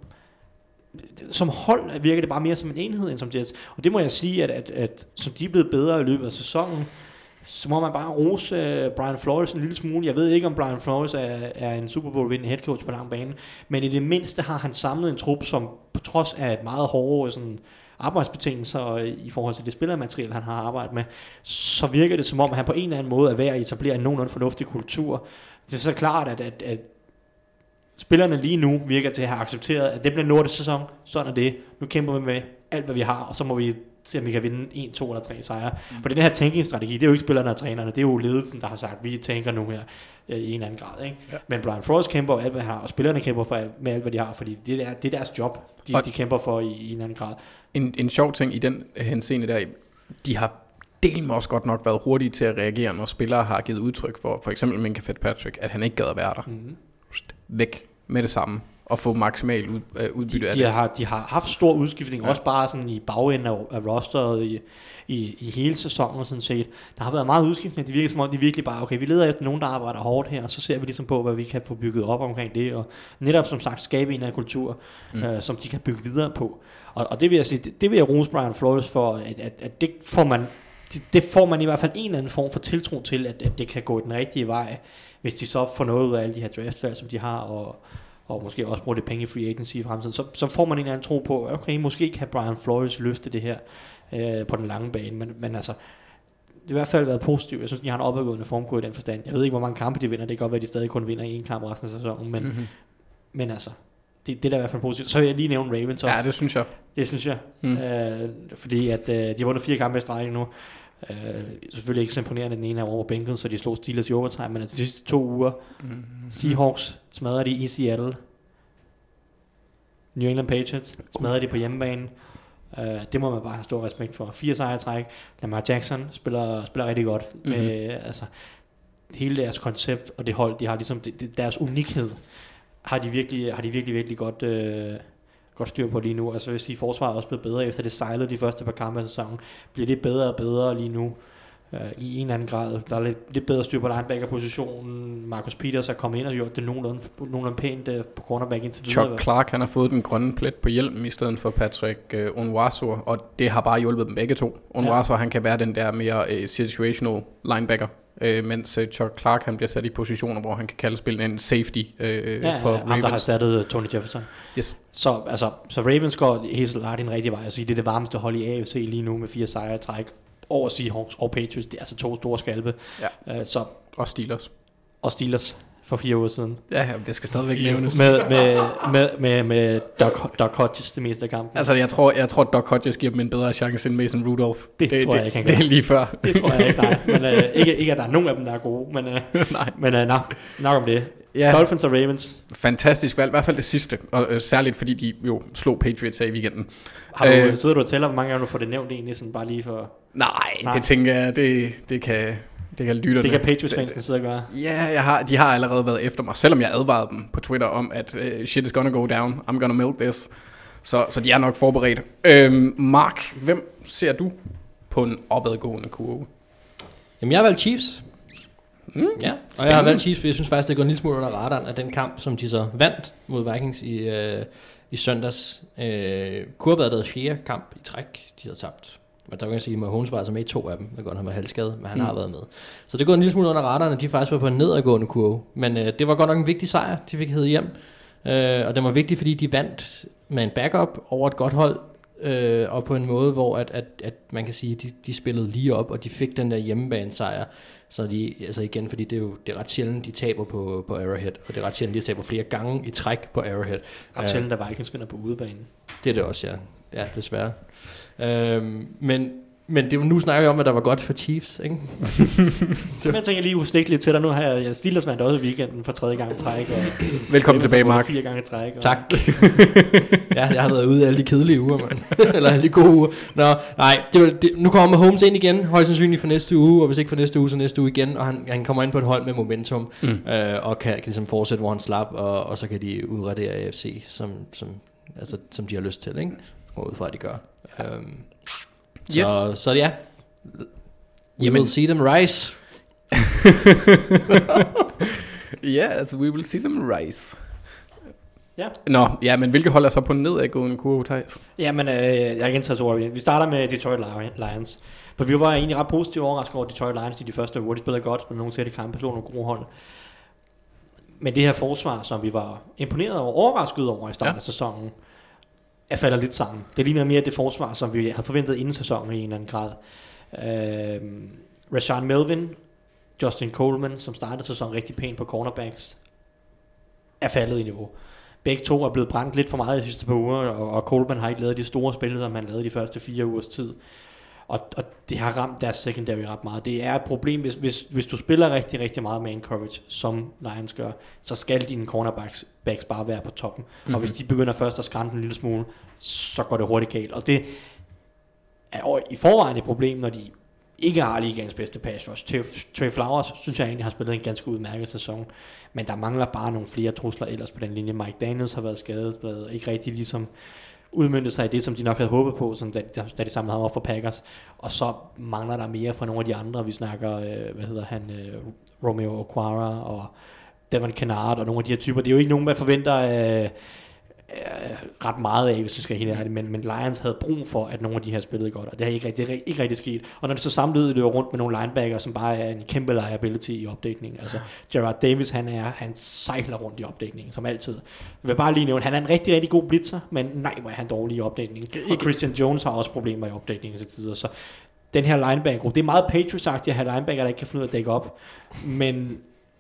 Speaker 5: som hold virker det bare mere som en enhed end som Jets. Og det må jeg sige, at, at, at som de er blevet bedre i løbet af sæsonen, så må man bare rose uh, Brian Flores en lille smule. Jeg ved ikke, om Brian Flores er, er en Super Bowl-vindende head coach på lang bane, men i det mindste har han samlet en trup, som på trods af meget hårde sådan, arbejdsbetingelser i forhold til det spillermateriale, han har arbejdet med, så virker det som om, at han på en eller anden måde er ved at etablere en nogenlunde fornuftig kultur. Det er så klart, at, at, at spillerne lige nu virker til at have accepteret, at det bliver nordisk sæson, sådan er det. Nu kæmper vi med alt, hvad vi har, og så må vi se, om vi kan vinde en, to eller tre sejre. Mm. For den her tanking-strategi, det er jo ikke spillerne og trænerne, det er jo ledelsen, der har sagt, vi tænker nu her i en eller anden grad. Ikke? Ja. Men Brian Flores kæmper alt, hvad han har, og spillerne kæmper for alt, med alt, hvad de har, fordi det er, det er deres job, de, de kæmper for i, i en eller anden grad.
Speaker 4: En, en sjov ting i den henseende der, de har delen også godt nok været hurtige til at reagere, når spillere har givet udtryk for, for eksempel Minka Fitzpatrick, at han ikke gad at være der. Mm-hmm. Væk med det samme og få maksimal ud, øh, udbytte
Speaker 5: de,
Speaker 4: af
Speaker 5: de
Speaker 4: det.
Speaker 5: Har, de har haft stor udskiftning, ja. Også bare sådan i bagenden af, af rosteret i, i, i hele sæsonen sådan set. Der har været meget udskiftning. Det virker som om, de virkelig bare, okay, vi leder efter nogen, der arbejder hårdt her, og så ser vi ligesom på, hvad vi kan få bygget op omkring det, og netop som sagt skabe en af kultur, mm. øh, som de kan bygge videre på. Og, og det vil jeg sige, det, det vil jeg rose Brian Flores for, at, at, at det får man, det, det får man i hvert fald en eller anden form for tiltro til, at, at det kan gå den rigtige vej, hvis de så får noget ud af alle de her draftvalg, som de har, og, og måske også bruger det penge i free agency i fremtiden, så, så får man en eller anden tro på, okay, måske kan Brian Flores løfte det her øh, på den lange bane, men, men altså, det har i hvert fald været positivt. Jeg synes, de har en opadgående formkurve i den forstand. Jeg ved ikke, hvor mange kampe de vinder, det kan godt være, at de stadig kun vinder en kamp resten af sæsonen, men, mm-hmm. men altså, det, det er da i hvert fald positivt. Så vil jeg lige nævne Ravens også.
Speaker 4: Ja, det synes jeg.
Speaker 5: Det synes jeg, mm. øh, fordi at øh, de har vundet fire kampe i streg nu. Uh, selvfølgelig ikke så imponerende, den ene er over bænken, så de slog Steelers i overtime, men altså de sidste to uger mm-hmm. Seahawks smadrede de i Seattle, New England Patriots smadrede de på hjemmebane. Uh, det må man bare have stor respekt for. Fire sejre træk. Lamar Jackson spiller, spiller rigtig godt med, mm-hmm. altså, hele deres koncept og det hold, de har ligesom det, det, deres unikhed har de virkelig, har de virkelig, virkelig godt uh, godt styr på lige nu. Altså hvis de forsvaret er også blevet bedre efter det sejlede de første par kampe af sæsonen, bliver det bedre og bedre lige nu uh, i en eller anden grad. Der er lidt, lidt bedre styr på linebacker-positionen. Marcus Peters er kommet ind og gjort det nogenlunde, nogenlunde pænt uh, på cornerback indtil videre.
Speaker 4: Chuck Clark, han har fået den grønne plet på hjelmen i stedet for Patrick uh, Onwuasu, og det har bare hjulpet dem begge to. Onwuasu, ja. Han kan være den der mere uh, situational linebacker, uh, mens uh, Chuck Clark, han bliver sat i positioner, hvor han kan kalde spillet en safety uh,
Speaker 5: ja,
Speaker 4: for
Speaker 5: ja,
Speaker 4: Ravens.
Speaker 5: Ham, der har erstattet Tony Jefferson.
Speaker 4: Yes.
Speaker 5: Så, altså, så Ravens går helt klart i den rigtige vej. Altså, det er det varmeste hold i A F C lige nu med fire sejre i træk over Seahawks og Patriots. Det er altså to store skalpe.
Speaker 4: Ja.
Speaker 5: Uh, så,
Speaker 4: og Steelers.
Speaker 5: Og Steelers for fire uger siden.
Speaker 4: Ja, det skal stadigvæk nævnes.
Speaker 5: Med, med, med, med, med Doc, Doc Hodges det meste af kampen.
Speaker 4: Altså, jeg tror, jeg tror Doc Hodges giver dem en bedre chance end Mason Rudolph.
Speaker 5: Det, det tror jeg ikke, han
Speaker 4: Det er lige før.
Speaker 5: Det tror jeg ikke, nej. Men uh, ikke, ikke, at der er nogen af dem, der er gode. Men, uh,
Speaker 4: nej.
Speaker 5: men uh, nok, nok om det.
Speaker 4: Ja.
Speaker 5: Dolphins og Ravens.
Speaker 4: Fantastisk valg, i hvert fald det sidste. Og øh, særligt fordi de jo slog Patriots af i weekenden.
Speaker 5: Har du,
Speaker 4: øh,
Speaker 5: sidder du og tæller, hvor mange gange du får det nævnt egentlig, sådan bare lige for...
Speaker 4: Nej, nej. det tænker jeg, det, det kan... Det kan lytterne.
Speaker 5: Det kan Patriots-fansene sidde og gøre.
Speaker 4: Ja, jeg har, de har allerede været efter mig, selvom jeg advarede dem på Twitter om, at uh, shit is gonna go down, I'm gonna milk this. Så, så de er nok forberedt. Øhm, Mark, hvem ser du på en opadgående kurve?
Speaker 6: Jamen, jeg har valgt Chiefs.
Speaker 4: Mm,
Speaker 6: ja, og spændende. Jeg har valgt Chiefs, for jeg synes faktisk, det går en lille smule under radaren, at den kamp, som de så vandt mod Vikings i, øh, i søndags, øh, kunne have været deres fjerde kamp i træk, de havde tabt. Men der kan jeg sige, at Mahomes var altså med i to af dem. Det godt, han var halvskadet, men han mm. har været med. Så det går en lille smule under radaren, at de faktisk var på en nedadgående kurve. Men øh, det var godt nok en vigtig sejr, de fik hed hjem. Øh, og det var vigtigt, fordi de vandt med en backup over et godt hold. Øh, og på en måde, hvor at, at, at man kan sige, at de, de spillede lige op, og de fik den der hjemmebane sejr. Så de, altså igen, fordi det er jo det er ret sjældent, de taber på, på Arrowhead. Og det er ret sjældent, de taber flere gange i træk på Arrowhead.
Speaker 5: Ret sjældent, at Vikings vinder på udebanen.
Speaker 6: Det er det også, ja. Ja, desværre. Øhm, men, men det, nu snakker vi om, at der var godt for Chiefs, ikke?
Speaker 5: det jeg tænker lige ustikkeligt til dig. Nu har jeg Steelers vandt også i weekenden for tredje gang i træk. Og
Speaker 4: velkommen tilbage, Mark.
Speaker 5: Fire gange i træk. Og
Speaker 6: tak. Ja, jeg har været ude af alle de kedelige uger, man. Eller alle de gode uger. Nå, nej, det, det, nu kommer Mahomes ind igen, højst sandsynligt for næste uge, og hvis ikke for næste uge, så næste uge igen, og han, han kommer ind på et hold med momentum, mm. øh, og kan, kan ligesom fortsætte, hvor han slap, og, og så kan de udradere A F C, som, som, altså, som de har lyst til, ikke? Gå ud fra, at de gør. Um, så, yes. så ja, we Jamen. will see them rise.
Speaker 4: Yes, we will see them rise.
Speaker 5: Ja.
Speaker 4: Nå, ja, men hvilke hold er så på nedadgående kurve, Thijs?
Speaker 5: Jamen, øh, jeg kan tage så Vi starter med Detroit Lions. For vi var egentlig ret positivt overrasket over Detroit Lions i de første uger. De spillede godt, men nogle sætte kampe, slog nogle gode hold. Men det her forsvar, som vi var imponeret over, overrasket over i starten ja. af sæsonen, er falder lidt sammen. Det ligner mere det forsvar, som vi havde forventet inden sæsonen i en eller anden grad. Øh, Rashaan Melvin, Justin Coleman, som startede sæsonen rigtig pænt på cornerbacks, er faldet i niveau. Begge to er blevet brændt lidt for meget de sidste par uger, og, og Coleman har ikke lavet de store spil, som han lavede de første fire ugers tid. Og, og det har ramt deres secondary ret meget. Det er et problem, hvis, hvis, hvis du spiller rigtig, rigtig meget man coverage, som Lions gør, så skal dine cornerbacks backs bare være på toppen. Mm-hmm. Og hvis de begynder først at skrænte en lille smule, så går det hurtigt galt. Og det er i forvejen et problem, når de ikke har ligaens bedste pass rush. Trey Flowers synes jeg egentlig har spillet en ganske udmærket sæson, men der mangler bare nogle flere trusler ellers på den linje. Mike Daniels har været skadet, blevet ikke rigtig ligesom udmøntet sig i det, som de nok havde håbet på, som da, da de samlede ham op for Packers. Og så mangler der mere fra nogle af de andre. Vi snakker, øh, hvad hedder han, øh, Romeo Okwara og Devon Kennard og nogle af de her typer. Det er jo ikke nogen, man forventer øh, øh, ret meget af, hvis jeg skal helt ærligt, men, men Lions havde brug for, at nogle af de her spillede godt, og det har ikke rigtig, ikke, ikke rigtig sket. Og når det så samtidig løber rundt med nogle linebacker, som bare er en kæmpe liability i opdækningen. Altså, Gerard Davis, han er, han sejler rundt i opdækningen, som altid. Jeg vil bare lige nævne, han er en rigtig, rigtig god blitzer, men nej, hvor er han dårlig i opdækningen. Og Christian Jones har også problemer i opdækningen til tider, så den her linebacker, det er meget Patriots-agtigt at have linebacker, der ikke kan finde ud af at dække op, men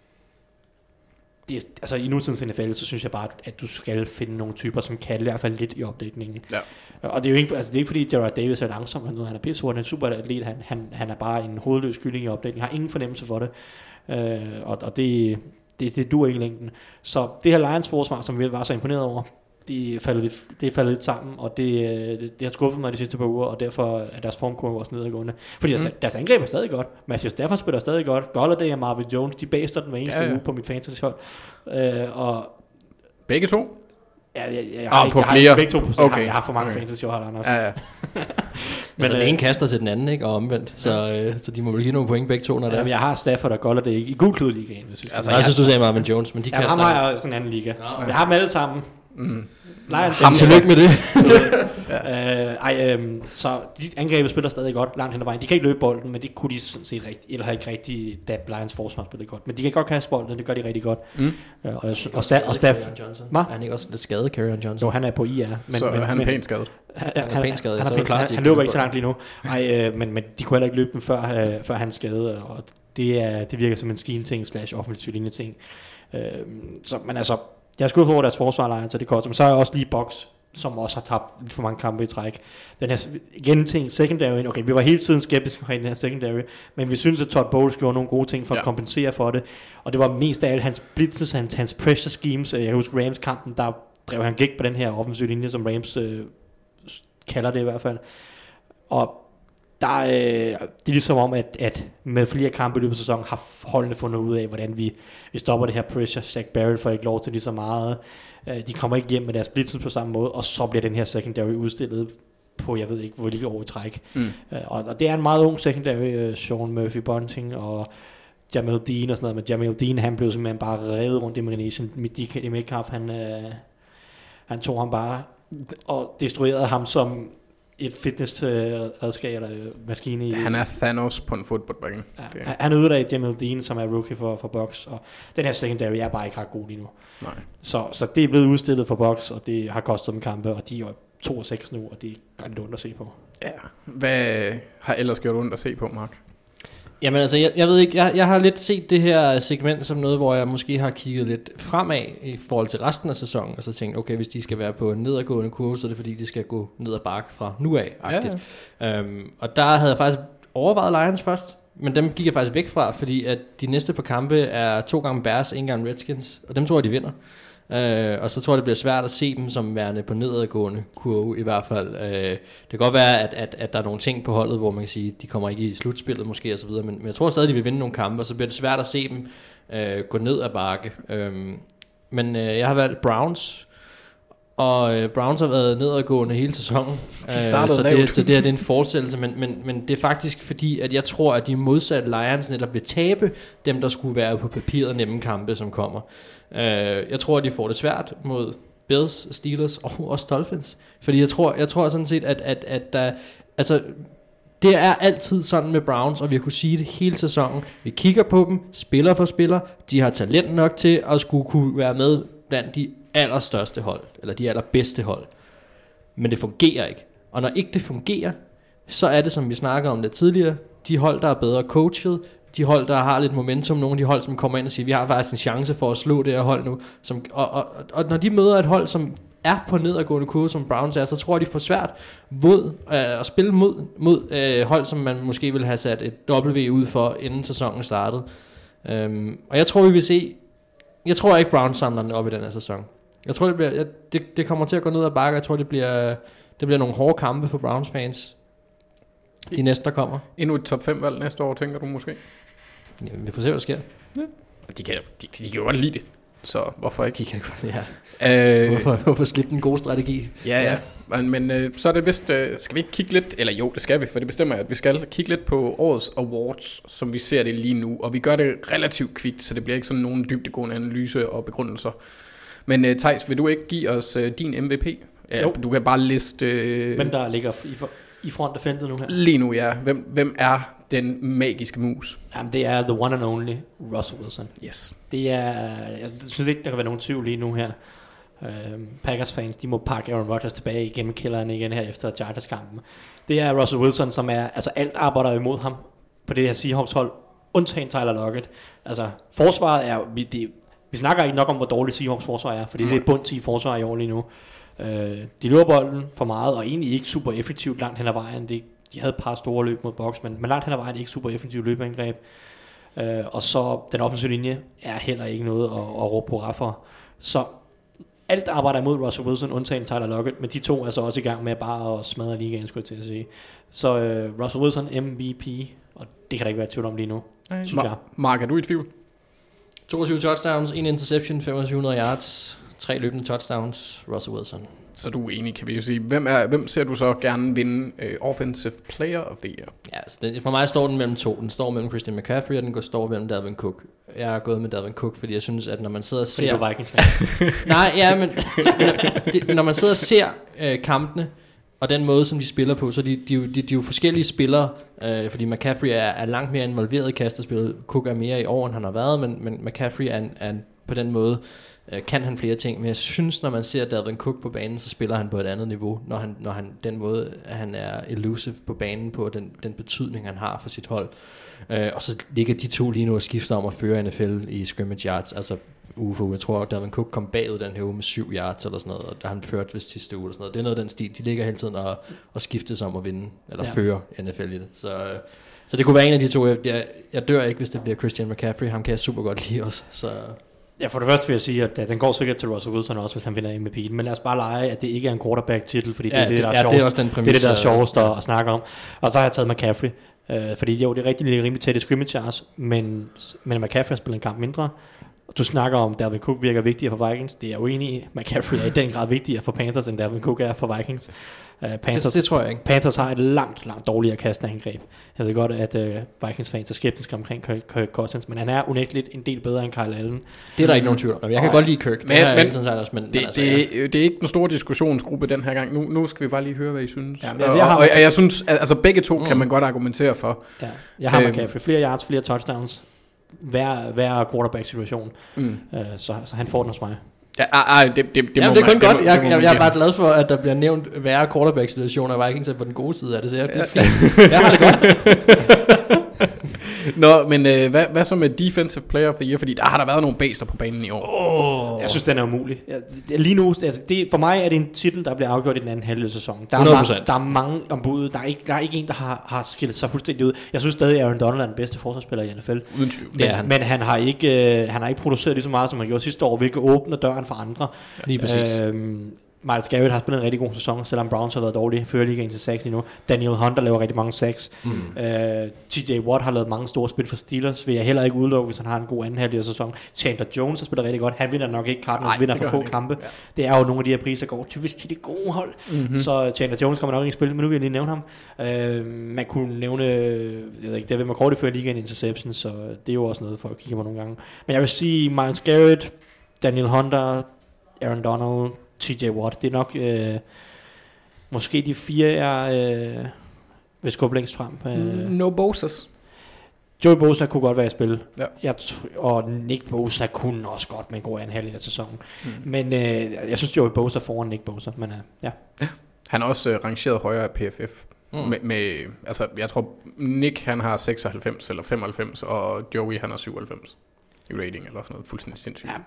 Speaker 5: det, altså i nutidens N F L, så synes jeg bare, at du skal finde nogle typer, som kan i hvert fald lidt i opdækningen. Ja. Og det er jo ikke, altså det er ikke fordi Gerard Davis er langsom, eller noget, han er pissehurtig, han er super atlet, han, han, han er bare en hovedløs kylling i opdækningen, har ingen fornemmelse for det, øh, og, og det, det, det duer ikke i længden. Så det her Lions forsvar, som vi var så imponeret over, det falder lidt, det falder lidt sammen, og det, det, det har skuffet mig de sidste par uger, og derfor er deres formkurve også nedadgående. Fordi mm. deres, deres angreb er stadig godt. Matthew Stafford spiller stadig godt. Golladay og Marvin Jones, de baster den hver eneste ja, ja. uge på mit fantasyhold. Øh, og
Speaker 4: begge to?
Speaker 5: Ja, jeg, jeg, jeg,
Speaker 4: Ah,
Speaker 5: har,
Speaker 4: på
Speaker 5: jeg,
Speaker 4: flere.
Speaker 5: har, begge to, okay. jeg, har, jeg har for mange
Speaker 4: Okay.
Speaker 5: fantasy-hold, Anders.
Speaker 4: Ja, ja.
Speaker 6: Men altså,
Speaker 5: øh,
Speaker 6: den ene kaster til den anden, ikke? Og omvendt. Så, øh, så de må vel give nogle point begge to, når det er.
Speaker 5: Jamen, jeg har Stafford og Golladay i, i gul klud ligaen, hvis vi skal.
Speaker 6: Altså, jeg, jeg synes, du sagde Marvin Jones, men de
Speaker 5: Ja,
Speaker 6: kaster...
Speaker 5: ham har jeg også en anden liga.
Speaker 6: okay.
Speaker 5: Jeg har dem alle sammen.
Speaker 4: Mm.
Speaker 5: Lions
Speaker 6: Ham tillykke med det.
Speaker 5: Ja. Øh, ej, øhm, så de angrebet spiller stadig godt langt hen ad vejen. De kan ikke løbe bolden, men det kunne de sådan set rigtigt, eller har ikke rigtig, da Lions forsvar spillede godt. Men de kan godt kaste bolden, det gør de rigtig godt.
Speaker 4: Mm.
Speaker 5: Øh, og, og, og, Staff, og Staff,
Speaker 6: Hvad? Er han ikke også lidt skadet, Carrion Johnson?
Speaker 5: jo, han er på I R. Men,
Speaker 4: Så
Speaker 5: men,
Speaker 4: han er
Speaker 5: men,
Speaker 4: pænt skadet.
Speaker 5: Han,
Speaker 6: Han er pænt skadet,
Speaker 5: han,
Speaker 6: så
Speaker 5: han,
Speaker 6: er det klart,
Speaker 5: han,
Speaker 6: de
Speaker 5: han
Speaker 6: ikke
Speaker 5: løber
Speaker 6: kan
Speaker 5: ikke så
Speaker 6: løbe
Speaker 5: langt lige nu. Ej, øh, men, men de kunne heller ikke løbe dem før, øh, før han skade, og det, er, det virker som en scheme-ting slash offensiv linje-ting. Øh, så, men altså, jeg er skuffet over deres forsvar, så det koster. Men så er jeg også lige Box, som også har tabt lidt for mange kampe i træk. Den her, igen ting, secondary, okay, vi var hele tiden skeptiske omkring den her secondary, men vi synes, at Todd Bowles gjorde nogle gode ting for ja. at kompensere for det, og det var mest af alt hans blitzes, hans, hans pressure schemes. Jeg kan huske Rams-kampen, der drev han gik på den her offensiv linje, som Rams øh, kalder det i hvert fald. Og der, øh, det er ligesom om, at, at med flere kampe i løbet af sæsonen, har holdene fundet ud af, hvordan vi, vi stopper det her pressure. Zach Barrett får ikke lov til lige så meget. De kommer ikke hjem med deres blitzes på samme måde, og så bliver den her secondary udstillet på, jeg ved ikke, hvor lige over i træk. Mm. Og, og det er en meget ung secondary, uh, Sean Murphy Bunting og Jamel Dean og sådan noget, men Jamel Dean, han blev simpelthen bare revet rundt i Marination. I Metcalf, han, uh, han tog ham bare og destruerede ham som et fitness-redskab eller maskine. I,
Speaker 4: Han er Thanos på en fodboldbane.
Speaker 5: Ja, han ødelagde Jamel Dean, som er rookie for, for Bucks, og den her secondary er bare ikke ret god lige nu.
Speaker 4: Nej.
Speaker 5: Så, så det er blevet udstillet for Bucks, og det har kostet dem kampe, og de er to og seks nu, og det er lidt ondt at se på.
Speaker 4: Ja. Hvad har ellers gjort ondt at se på, Mark?
Speaker 6: Jamen altså, jeg, jeg ved ikke, jeg, jeg har lidt set det her segment som noget, hvor jeg måske har kigget lidt fremad i forhold til resten af sæsonen, og så tænkt, okay, hvis de skal være på en nedadgående kurve, så er det fordi, de skal gå ned ad bakke fra nu af. Ja, ja. Øhm, og der havde jeg faktisk overvejet Lions først, men dem gik jeg faktisk væk fra, fordi at de næste par kampe er to gange Bears, en gang Redskins, og dem tror jeg, de vinder. Uh, og så tror jeg, det bliver svært at se dem som værende på nedadgående kurve i hvert fald. Uh, det kan godt være, at, at, at der er nogle ting på holdet, hvor man kan sige, de kommer ikke i slutspillet måske og så videre, men, men jeg tror stadig, de vil vinde nogle kampe, og så bliver det svært at se dem uh, gå ned ad bakke. Uh, men uh, jeg har valgt Browns, og uh, Browns har været nedadgående hele sæsonen, uh, så, det, så det her det er en fortsættelse, men, men, men det er faktisk fordi, at jeg tror, at de modsatte Lions netop vil tabe dem, der skulle være på papiret nemme kampe, som kommer. Uh, jeg tror, at de får det svært mod Bills, Steelers og også Dolphins, fordi jeg tror, jeg tror sådan set, at, at, at der, altså, det er altid sådan med Browns, og vi har kunne sige det hele sæsonen. Vi kigger på dem, spiller for spiller, de har talent nok til at skulle kunne være med blandt de allerstørste hold, eller de allerbedste hold. Men det fungerer ikke. Og når ikke det fungerer, så er det, som vi snakker om lidt tidligere, de hold, der er bedre coachet, de hold, der har lidt momentum, nogle af de hold, som kommer ind og siger, vi har faktisk en chance for at slå det her hold nu. Som, og, og, og når de møder et hold, som er på nedadgående kurve, som Browns er, så tror jeg, de får svært mod, øh, at spille mod, mod øh, hold, som man måske ville have sat et W ud for, inden sæsonen startede. Um, og jeg tror, vi vil se, jeg tror ikke, Browns samler den op i den her sæson. Jeg tror, det, bliver, jeg, det, det kommer til at gå ned ad bakke. Jeg tror, det bliver, det bliver nogle hårde kampe for Browns fans. De næste, der kommer.
Speaker 4: Endnu et top fem valg næste år, tænker du måske?
Speaker 6: Jamen, vi får se, hvad der sker.
Speaker 4: Ja. De kan, de, de kan jo godt lide det, så hvorfor ikke?
Speaker 6: De kan godt, ja. Øh, hvorfor, hvorfor slippe den gode strategi?
Speaker 4: Ja, ja. Men, men øh, så er det vist, øh, skal vi ikke kigge lidt, eller jo, det skal vi, for det bestemmer jeg, at vi skal kigge lidt på årets awards, som vi ser det lige nu, og vi gør det relativt kvikt, så det bliver ikke sådan nogen dybdegående analyse og begrundelser. Men øh, Theis, vil du ikke give os øh, din M V P? Ja,
Speaker 5: Jo.
Speaker 4: Du kan bare liste... Øh,
Speaker 5: Men der ligger i, for, i front af feltet nu her.
Speaker 4: Lige nu, ja. Hvem, hvem er den magiske mus?
Speaker 5: Jamen, det er the one and only Russell Wilson.
Speaker 4: Yes.
Speaker 5: Det er, jeg synes ikke, der kan være nogen tvivl lige nu her. Øhm, Packers fans, de må pakke Aaron Rodgers tilbage igennem kælderen igen her efter Chargers-kampen. Det er Russell Wilson, som er, altså alt arbejder imod ham på det her Seahawks-hold, undtagen Tyler Lockett. Altså, forsvaret er, vi, det, vi snakker ikke nok om, hvor dårligt Seahawks forsvar er, fordi det er et bundt i forsvar i år lige nu. Øh, de løber bolden for meget, og egentlig ikke super effektivt langt hen ad vejen. Det, de havde et par store løb mod boks, men, men langt hen ad vejen ikke super effektivt løbeangreb. Øh, og så den offensive linje er heller ikke noget at, at råbe på for. Så alt arbejder imod Russell Wilson, undtagen Tyler Lockett, men de to er så også i gang med bare at smadre ligaen, skulle jeg til at sige. Så øh, Russell Wilson M V P, og det kan der ikke være tvivl om lige nu, synes
Speaker 4: Ma-
Speaker 5: jeg.
Speaker 4: Mark, er du i tvivl?
Speaker 6: toogtyve touchdowns, en interception, femogtyve hundrede yards, tre løbende touchdowns, Russell Wilson.
Speaker 4: Så du er enig, kan vi jo sige. Hvem, er, hvem ser du så gerne vinde uh, Offensive Player of the Year?
Speaker 6: Ja, altså den, for mig står den mellem to. Den står mellem Christian McCaffrey, og den går står mellem Dalvin Cook. Jeg er gået med Dalvin Cook, fordi jeg synes, at når man sidder og ser...
Speaker 5: Fordi du er Vikings-fan.
Speaker 6: Nej, ja, men når, det, når man sidder og ser øh, kampene, og den måde, som de spiller på, så de, de, de, de er jo forskellige spillere, øh, fordi McCaffrey er, er langt mere involveret i kastespillet. Cook er mere i år, end han har været, men, men McCaffrey er, er på den måde... kan han flere ting, men jeg synes, når man ser Dalvin Cook på banen, så spiller han på et andet niveau, når han, når han den måde, at han er elusive på banen på, den, den betydning, han har for sit hold. Øh, og så ligger de to lige nu og skifter om at føre N F L i scrimmage yards, altså uge for uge. Jeg tror, at Dalvin Cook kom bagud den her uge med syv yards eller sådan noget, og der han ført vist sidste uge eller sådan noget. Det er noget af den stil. De ligger hele tiden og, og skiftes om at vinde, eller ja. føre N F L i det. Så, så det kunne være en af de to. Jeg, jeg dør ikke, hvis det bliver Christian McCaffrey. Ham kan jeg super godt lide også, så...
Speaker 5: Ja, for det første vil jeg sige, at den går sikkert til Russell Wilson også, hvis han vinder M V P'en. Men lad os bare lege, at det ikke er en quarterback-titel, fordi ja, det er det, der er, ja, det er, også den præmis, det, er det, der er sjovest at, at snakke om. Og så har jeg taget McCaffrey, øh, fordi jo, det er rigtig rimelig tæt i scrimmage yards, men, men McCaffrey har spillet en kamp mindre. Du snakker om, at Dalvin Cook virker vigtigere for Vikings. Det er jeg uenig i. McCaffrey er i den grad vigtigere for Panthers, end Dalvin Cook er for Vikings. Uh, Panthers,
Speaker 6: det, det tror jeg ikke.
Speaker 5: Panthers har et langt, langt dårligere kastangreb. Jeg ved godt, at uh, Vikings-fans er skeptiske omkring Kirk Cousins, men han er unægteligt en del bedre end Kyle Allen.
Speaker 6: Det er der ikke nogen tvivl om. Jeg kan og, godt lide Kirk. Det
Speaker 4: men, men,
Speaker 6: sagt også, men,
Speaker 4: det,
Speaker 6: men altså,
Speaker 4: det,
Speaker 6: ja.
Speaker 4: det er ikke en stor diskussionsgruppe den her gang. Nu, nu skal vi bare lige høre, hvad I synes. Ja,
Speaker 5: altså,
Speaker 4: og,
Speaker 5: jeg har
Speaker 4: og, og jeg synes, altså begge to mm. kan man godt argumentere for.
Speaker 5: Ja, jeg har McCaffrey. Flere yards, flere touchdowns. Hver, hver quarterback-situation. Mm. Uh, så, så han får den hos mig.
Speaker 4: Ja, ej, det, det, det,
Speaker 6: Jamen,
Speaker 4: må
Speaker 6: det er kun
Speaker 4: man,
Speaker 6: godt.
Speaker 4: Det,
Speaker 6: jeg,
Speaker 4: det
Speaker 6: jeg, jeg er bare glad for, at der bliver nævnt værre quarterback-situationer, og Vikings er på den gode side af det, så jeg, det er fint. Jeg har det godt.
Speaker 4: Nå, men øh, hvad, hvad så med Defensive Player of the Year? Fordi der har der været nogle bæster på banen i år.
Speaker 5: Oh. Jeg synes, den er umulig. Lige nu, altså, det, for mig er det en titel, der bliver afgjort i den anden halvdel af sæsonen. Der er, mange, der er mange ombud. Der er ikke, der er ikke en, der har, har skilt sig fuldstændig ud. Jeg synes stadig, at Aaron Donald er den bedste forsvarsspiller i N F L.
Speaker 4: Uden tvivl.
Speaker 5: Men, han. men han, har ikke, øh, han har ikke produceret lige så meget, som han gjorde sidste år, hvilket åbner døren for andre.
Speaker 6: Lige præcis.
Speaker 5: Øhm, Miles Garrett har spillet en rigtig god sæson, selvom Browns har været dårlige. Fører ligaen til seks lige nu. Daniel Hunter laver rigtig mange sacks. Mm. Øh, T J Watt har lavet mange store spil for Steelers. Vil jeg heller ikke udelukke, hvis han har en god anden halvdel af sæsonen. Chandler Jones har spillet rigtig godt. Han vinder nok ikke. Cardinals vinder for få kampe. Ja. Det er jo nogle af de her priser, der går typisk til de gode hold. Mm-hmm. Så Chandler Jones kommer nok ikke i spil, men nu vil jeg lige nævne ham. Øh, man kunne nævne, jeg ved ikke, David McCourty fører ligaen interception, så det er jo også noget, folk kigger på nogle gange. Men jeg vil sige Miles Garrett, Daniel Hunter, Aaron Donald, T J Watt, det er nok øh, måske de fire, jeg øh, vil skubbe længst frem. Øh.
Speaker 4: No Bosa's.
Speaker 5: Joey Bosa kunne godt være i spil.
Speaker 4: Ja.
Speaker 5: Jeg t- og Nick Bosa kunne også godt med en god anden halvdel af sæsonen. Mm. Men øh, jeg synes, Joey Bosa foran Nick Bosa. Men øh, ja.
Speaker 4: ja. Han er også øh, rangeret højere af P F F. Mm. Med, med, altså, jeg tror, Nick han har seksoghalvfems eller femoghalvfems, og Joey han har syvoghalvfems i rating eller sådan noget. Fuldstændig sindssygt. Ja.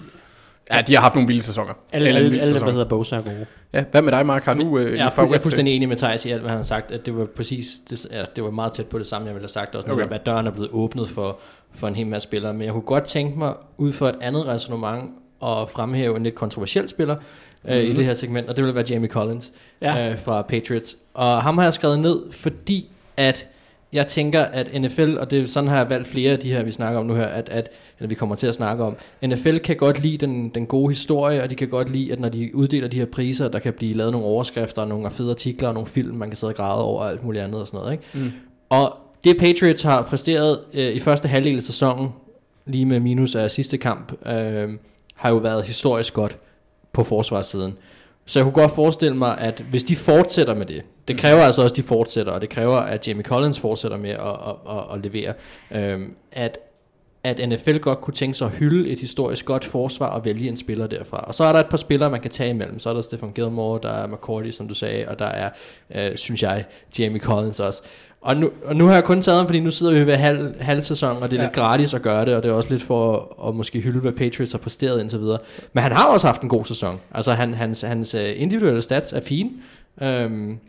Speaker 4: Ja, de har haft nogle vilde sæsoner.
Speaker 5: Alle, alle, alle, alle der hedder Bosa er gode.
Speaker 4: Ja, hvad med dig, Mark? Har du øh,
Speaker 6: jeg, er fu- jeg er fuldstændig enig med Theis i alt, hvad han har sagt. At det var præcis, det, ja, det var meget tæt på det samme, jeg ville have sagt. Også okay. At døren er blevet åbnet for, for en hel masse spillere. Men jeg kunne godt tænke mig, ud for et andet resonemang, at fremhæve en lidt kontroversiel spiller øh, mm-hmm. i det her segment. Og det vil være Jamie Collins ja. øh, fra Patriots. Og ham har jeg skrevet ned, fordi at jeg tænker, at N F L, og det sådan har jeg valgt flere af de her, vi snakker om nu her, at, at eller vi kommer til at snakke om, N F L kan godt lide den, den gode historie, og de kan godt lide, at når de uddeler de her priser, der kan blive lavet nogle overskrifter, nogle fede artikler, og nogle film, man kan sidde og græde over, og alt muligt andet og sådan noget. Ikke? Mm. Og det Patriots har præsteret øh, i første halvdel af sæsonen, lige med minus af sidste kamp, øh, har jo været historisk godt på forsvarssiden. Så jeg kunne godt forestille mig, at hvis de fortsætter med det, det kræver altså også, at de fortsætter, og det kræver, at Jamie Collins fortsætter med at, at, at, at levere, øhm, at, at N F L godt kunne tænke sig at hylde et historisk godt forsvar og vælge en spiller derfra. Og så er der et par spillere, man kan tage imellem. Så er der Stephen Gilmore, der er McCourty, som du sagde, og der er, øh, synes jeg, Jamie Collins også. Og nu, og nu har jeg kun taget ham, fordi nu sidder vi ved halv, halv sæson, og det er ja. lidt gratis at gøre det, og det er også lidt for at, at måske hylde, hvad Patriots har præsteret indtil videre. Men han har også haft en god sæson. Altså han, hans, hans individuelle stats er fine. Øhm,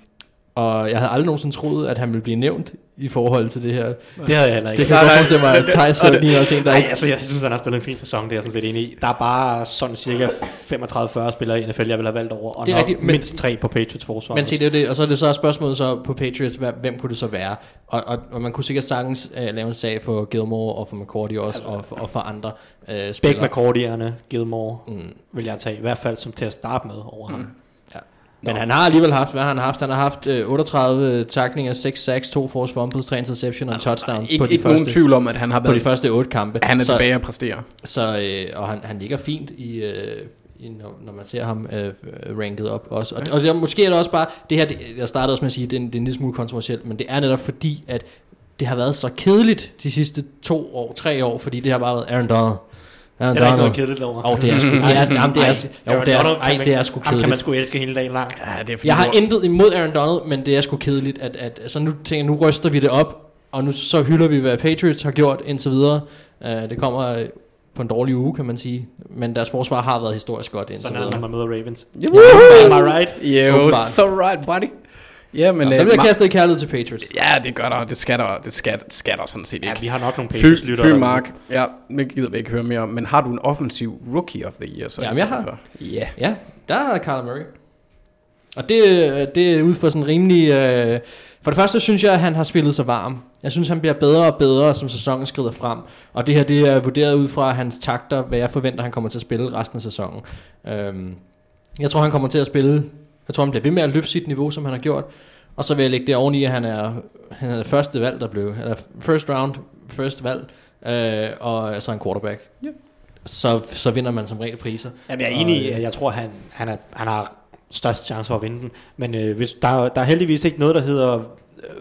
Speaker 6: Og jeg havde aldrig nogensinde troet, at han ville blive nævnt i forhold til det her.
Speaker 5: Det havde jeg heller ikke.
Speaker 6: Det kan jeg godt forestille mig, at Thijs lige også en, der
Speaker 5: Nej,
Speaker 6: ikke...
Speaker 5: altså jeg synes, han har spillet en fin sæson, det er jeg sådan set enig i. Der er bare sådan cirka femogtredive til fyrre spillere i N F L, jeg vil have valgt over, og
Speaker 6: det er rigtigt, men,
Speaker 5: mindst tre på Patriots forsvar.
Speaker 6: Men se, det er det, og så er det så spørgsmålet så på Patriots, hvem kunne det så være? Og, og, og man kunne sikkert sagtens uh, lave en sag for Gilmore og for McCourty også, altså, og, for, og for andre uh, spillere.
Speaker 5: Begge McCourty'erne, Gilmore,
Speaker 6: mm.
Speaker 5: vil jeg tage, i hvert fald som til at starte med over mm. ham.
Speaker 6: Men han har alligevel haft, hvad har han haft? Han har haft øh, otteogtredive tacklinger, seks sacks, to forced fumbles, tre interception og en touchdown.
Speaker 4: Ikke,
Speaker 6: på de
Speaker 4: ikke
Speaker 6: første,
Speaker 4: nogen tvivl om, at han har været...
Speaker 6: på de første otte kampe.
Speaker 4: Han er
Speaker 6: så,
Speaker 4: tilbage at præstere.
Speaker 6: Så, øh, og han, han ligger fint i, øh, i når, når man ser ham øh, ranket op også. Og, og det, måske er det også bare, det her, det, jeg startede også med at sige, det er, en, det er en lille smule kontroversielt, men det er netop fordi, at det har været så kedeligt de sidste to år, tre år, fordi det har bare været Aaron Donald.
Speaker 5: Ja, det er ikke noget kedeligt over.
Speaker 6: Åh, det er sgu, det er, jamen, det er, jo, det er, ej, det er sgu kedeligt.
Speaker 5: Kan man sgu elske hele dagen lang.
Speaker 4: Ja, det er
Speaker 6: jeg har intet imod Aaron Donald, men det er sgu kedeligt, at, at altså nu tænker jeg, nu ryster vi det op, og nu så hylder vi, hvad Patriots har gjort indtil videre. Uh, det kommer på en dårlig uge, kan man sige, men deres forsvar har været historisk godt indtil videre.
Speaker 5: Sådan er, når man møder Ravens.
Speaker 4: Yeah.
Speaker 5: Am I right?
Speaker 4: Yo, so right, buddy. Ja, men...
Speaker 6: Ja, der bliver kastet i kærlighed til Patriots.
Speaker 4: Ja, det gør der. Det skal der, det skal, skal der sådan set ikke.
Speaker 5: Ja, vi har nok nogle Patriots-lyttere.
Speaker 4: Fy, fy Mark. Ja, det gider vi ikke høre mere om. Men har du en offensiv rookie of the year? Så
Speaker 6: Jamen, jeg har.
Speaker 4: For? Yeah.
Speaker 6: Ja, der er Kyler Murray. Og det, det er ud fra sådan rimelig... Øh, for det første synes jeg, at han har spillet sig varm. Jeg synes, han bliver bedre og bedre, som sæsonen skrider frem. Og det her, det er vurderet ud fra hans takter, hvad jeg forventer, han kommer til at spille resten af sæsonen. Øhm, jeg tror, han kommer til at spille... Jeg tror, han bliver ved med at løfte sit niveau, som han har gjort. Og så vil jeg lægge det oveni, at han er, han er det første valg, der blev... Eller first round, first valg. Øh, og så en quarterback.
Speaker 4: Ja.
Speaker 6: Så, så vinder man som regel priser.
Speaker 5: Jamen, jeg er enig i, at jeg tror, han, han, er, han har størst chance for at vinde den. Men øh, hvis, der, der er heldigvis ikke noget, der hedder øh,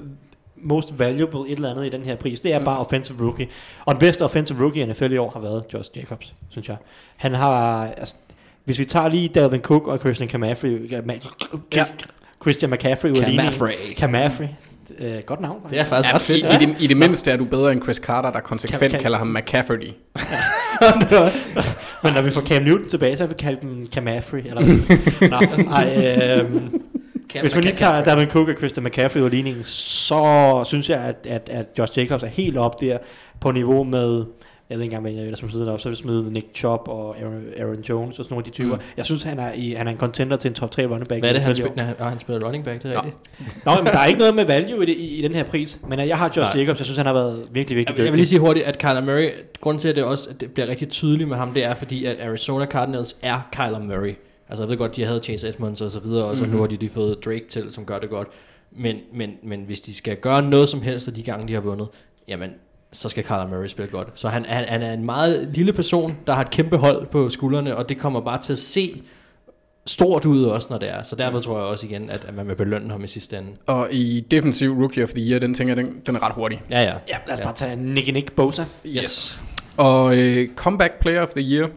Speaker 5: most valuable et eller andet i den her pris. Det er mm. bare offensive rookie. Og den bedste offensive rookie i N F L i år har været Josh Jacobs, synes jeg. Han har... Altså, hvis vi tager lige Dalvin Cook og Christian McCaffrey... Ja. Christian McCaffrey
Speaker 6: McCaffrey.
Speaker 5: McCaffrey. Uh, godt navn.
Speaker 6: Det er faktisk
Speaker 4: ja,
Speaker 6: ret fedt.
Speaker 4: I, ja. i, det, I det mindste er du bedre end Chris Carter, der konsekvent Cam, kalder ham McCaffrey.
Speaker 5: Men når vi får Cam Newton tilbage, så vil vi kalde dem Camaffrey. Eller Nå, ej, øhm, hvis vi lige tager Dalvin Cook og Christian McCaffrey ud af ligningen, så synes jeg, at, at, at Josh Jacobs er helt op der på niveau med... Jeg ved ikke engang, hvad jeg som sidder deroppe, så vil smide Nick Chubb og Aaron, Aaron Jones og sådan nogle af de typer. Mm. Jeg synes, han er, i, han er en contender til en top tre running back.
Speaker 6: Hvad er det, han spiller? Han, han spiller running back, det er rigtigt.
Speaker 5: Nå, men der er ikke noget med value i, det, i, i den her pris. Men jeg har Josh Jacobs, jeg synes, han har været virkelig, virkelig dygtig.
Speaker 6: Jeg vil lige sige hurtigt, at Kyler Murray, grunden til, at det også at det bliver rigtig tydeligt med ham, det er, fordi at Arizona Cardinals er Kyler Murray. Altså, jeg ved godt, de havde Chase Edmonds og så videre, og så mm-hmm. nu har de lige fået Drake til, som gør det godt. Men, men, men hvis de skal gøre noget som helst af de gange, de har vundet, jamen... så skal Kyler Murray spille godt. Så han, han, han er en meget lille person, der har et kæmpe hold på skuldrene, og det kommer bare til at se stort ud også, når det er. Så derfor tror jeg også igen, at, at man vil belønne ham i sidste ende.
Speaker 4: Og i defensive rookie of the year, den tænker jeg, den, den er ret hurtig.
Speaker 6: Ja, ja.
Speaker 5: Ja, lad os
Speaker 6: ja.
Speaker 5: bare tage Nick Nick Bosa.
Speaker 6: Yes. yes.
Speaker 4: Og øh, comeback player of the year.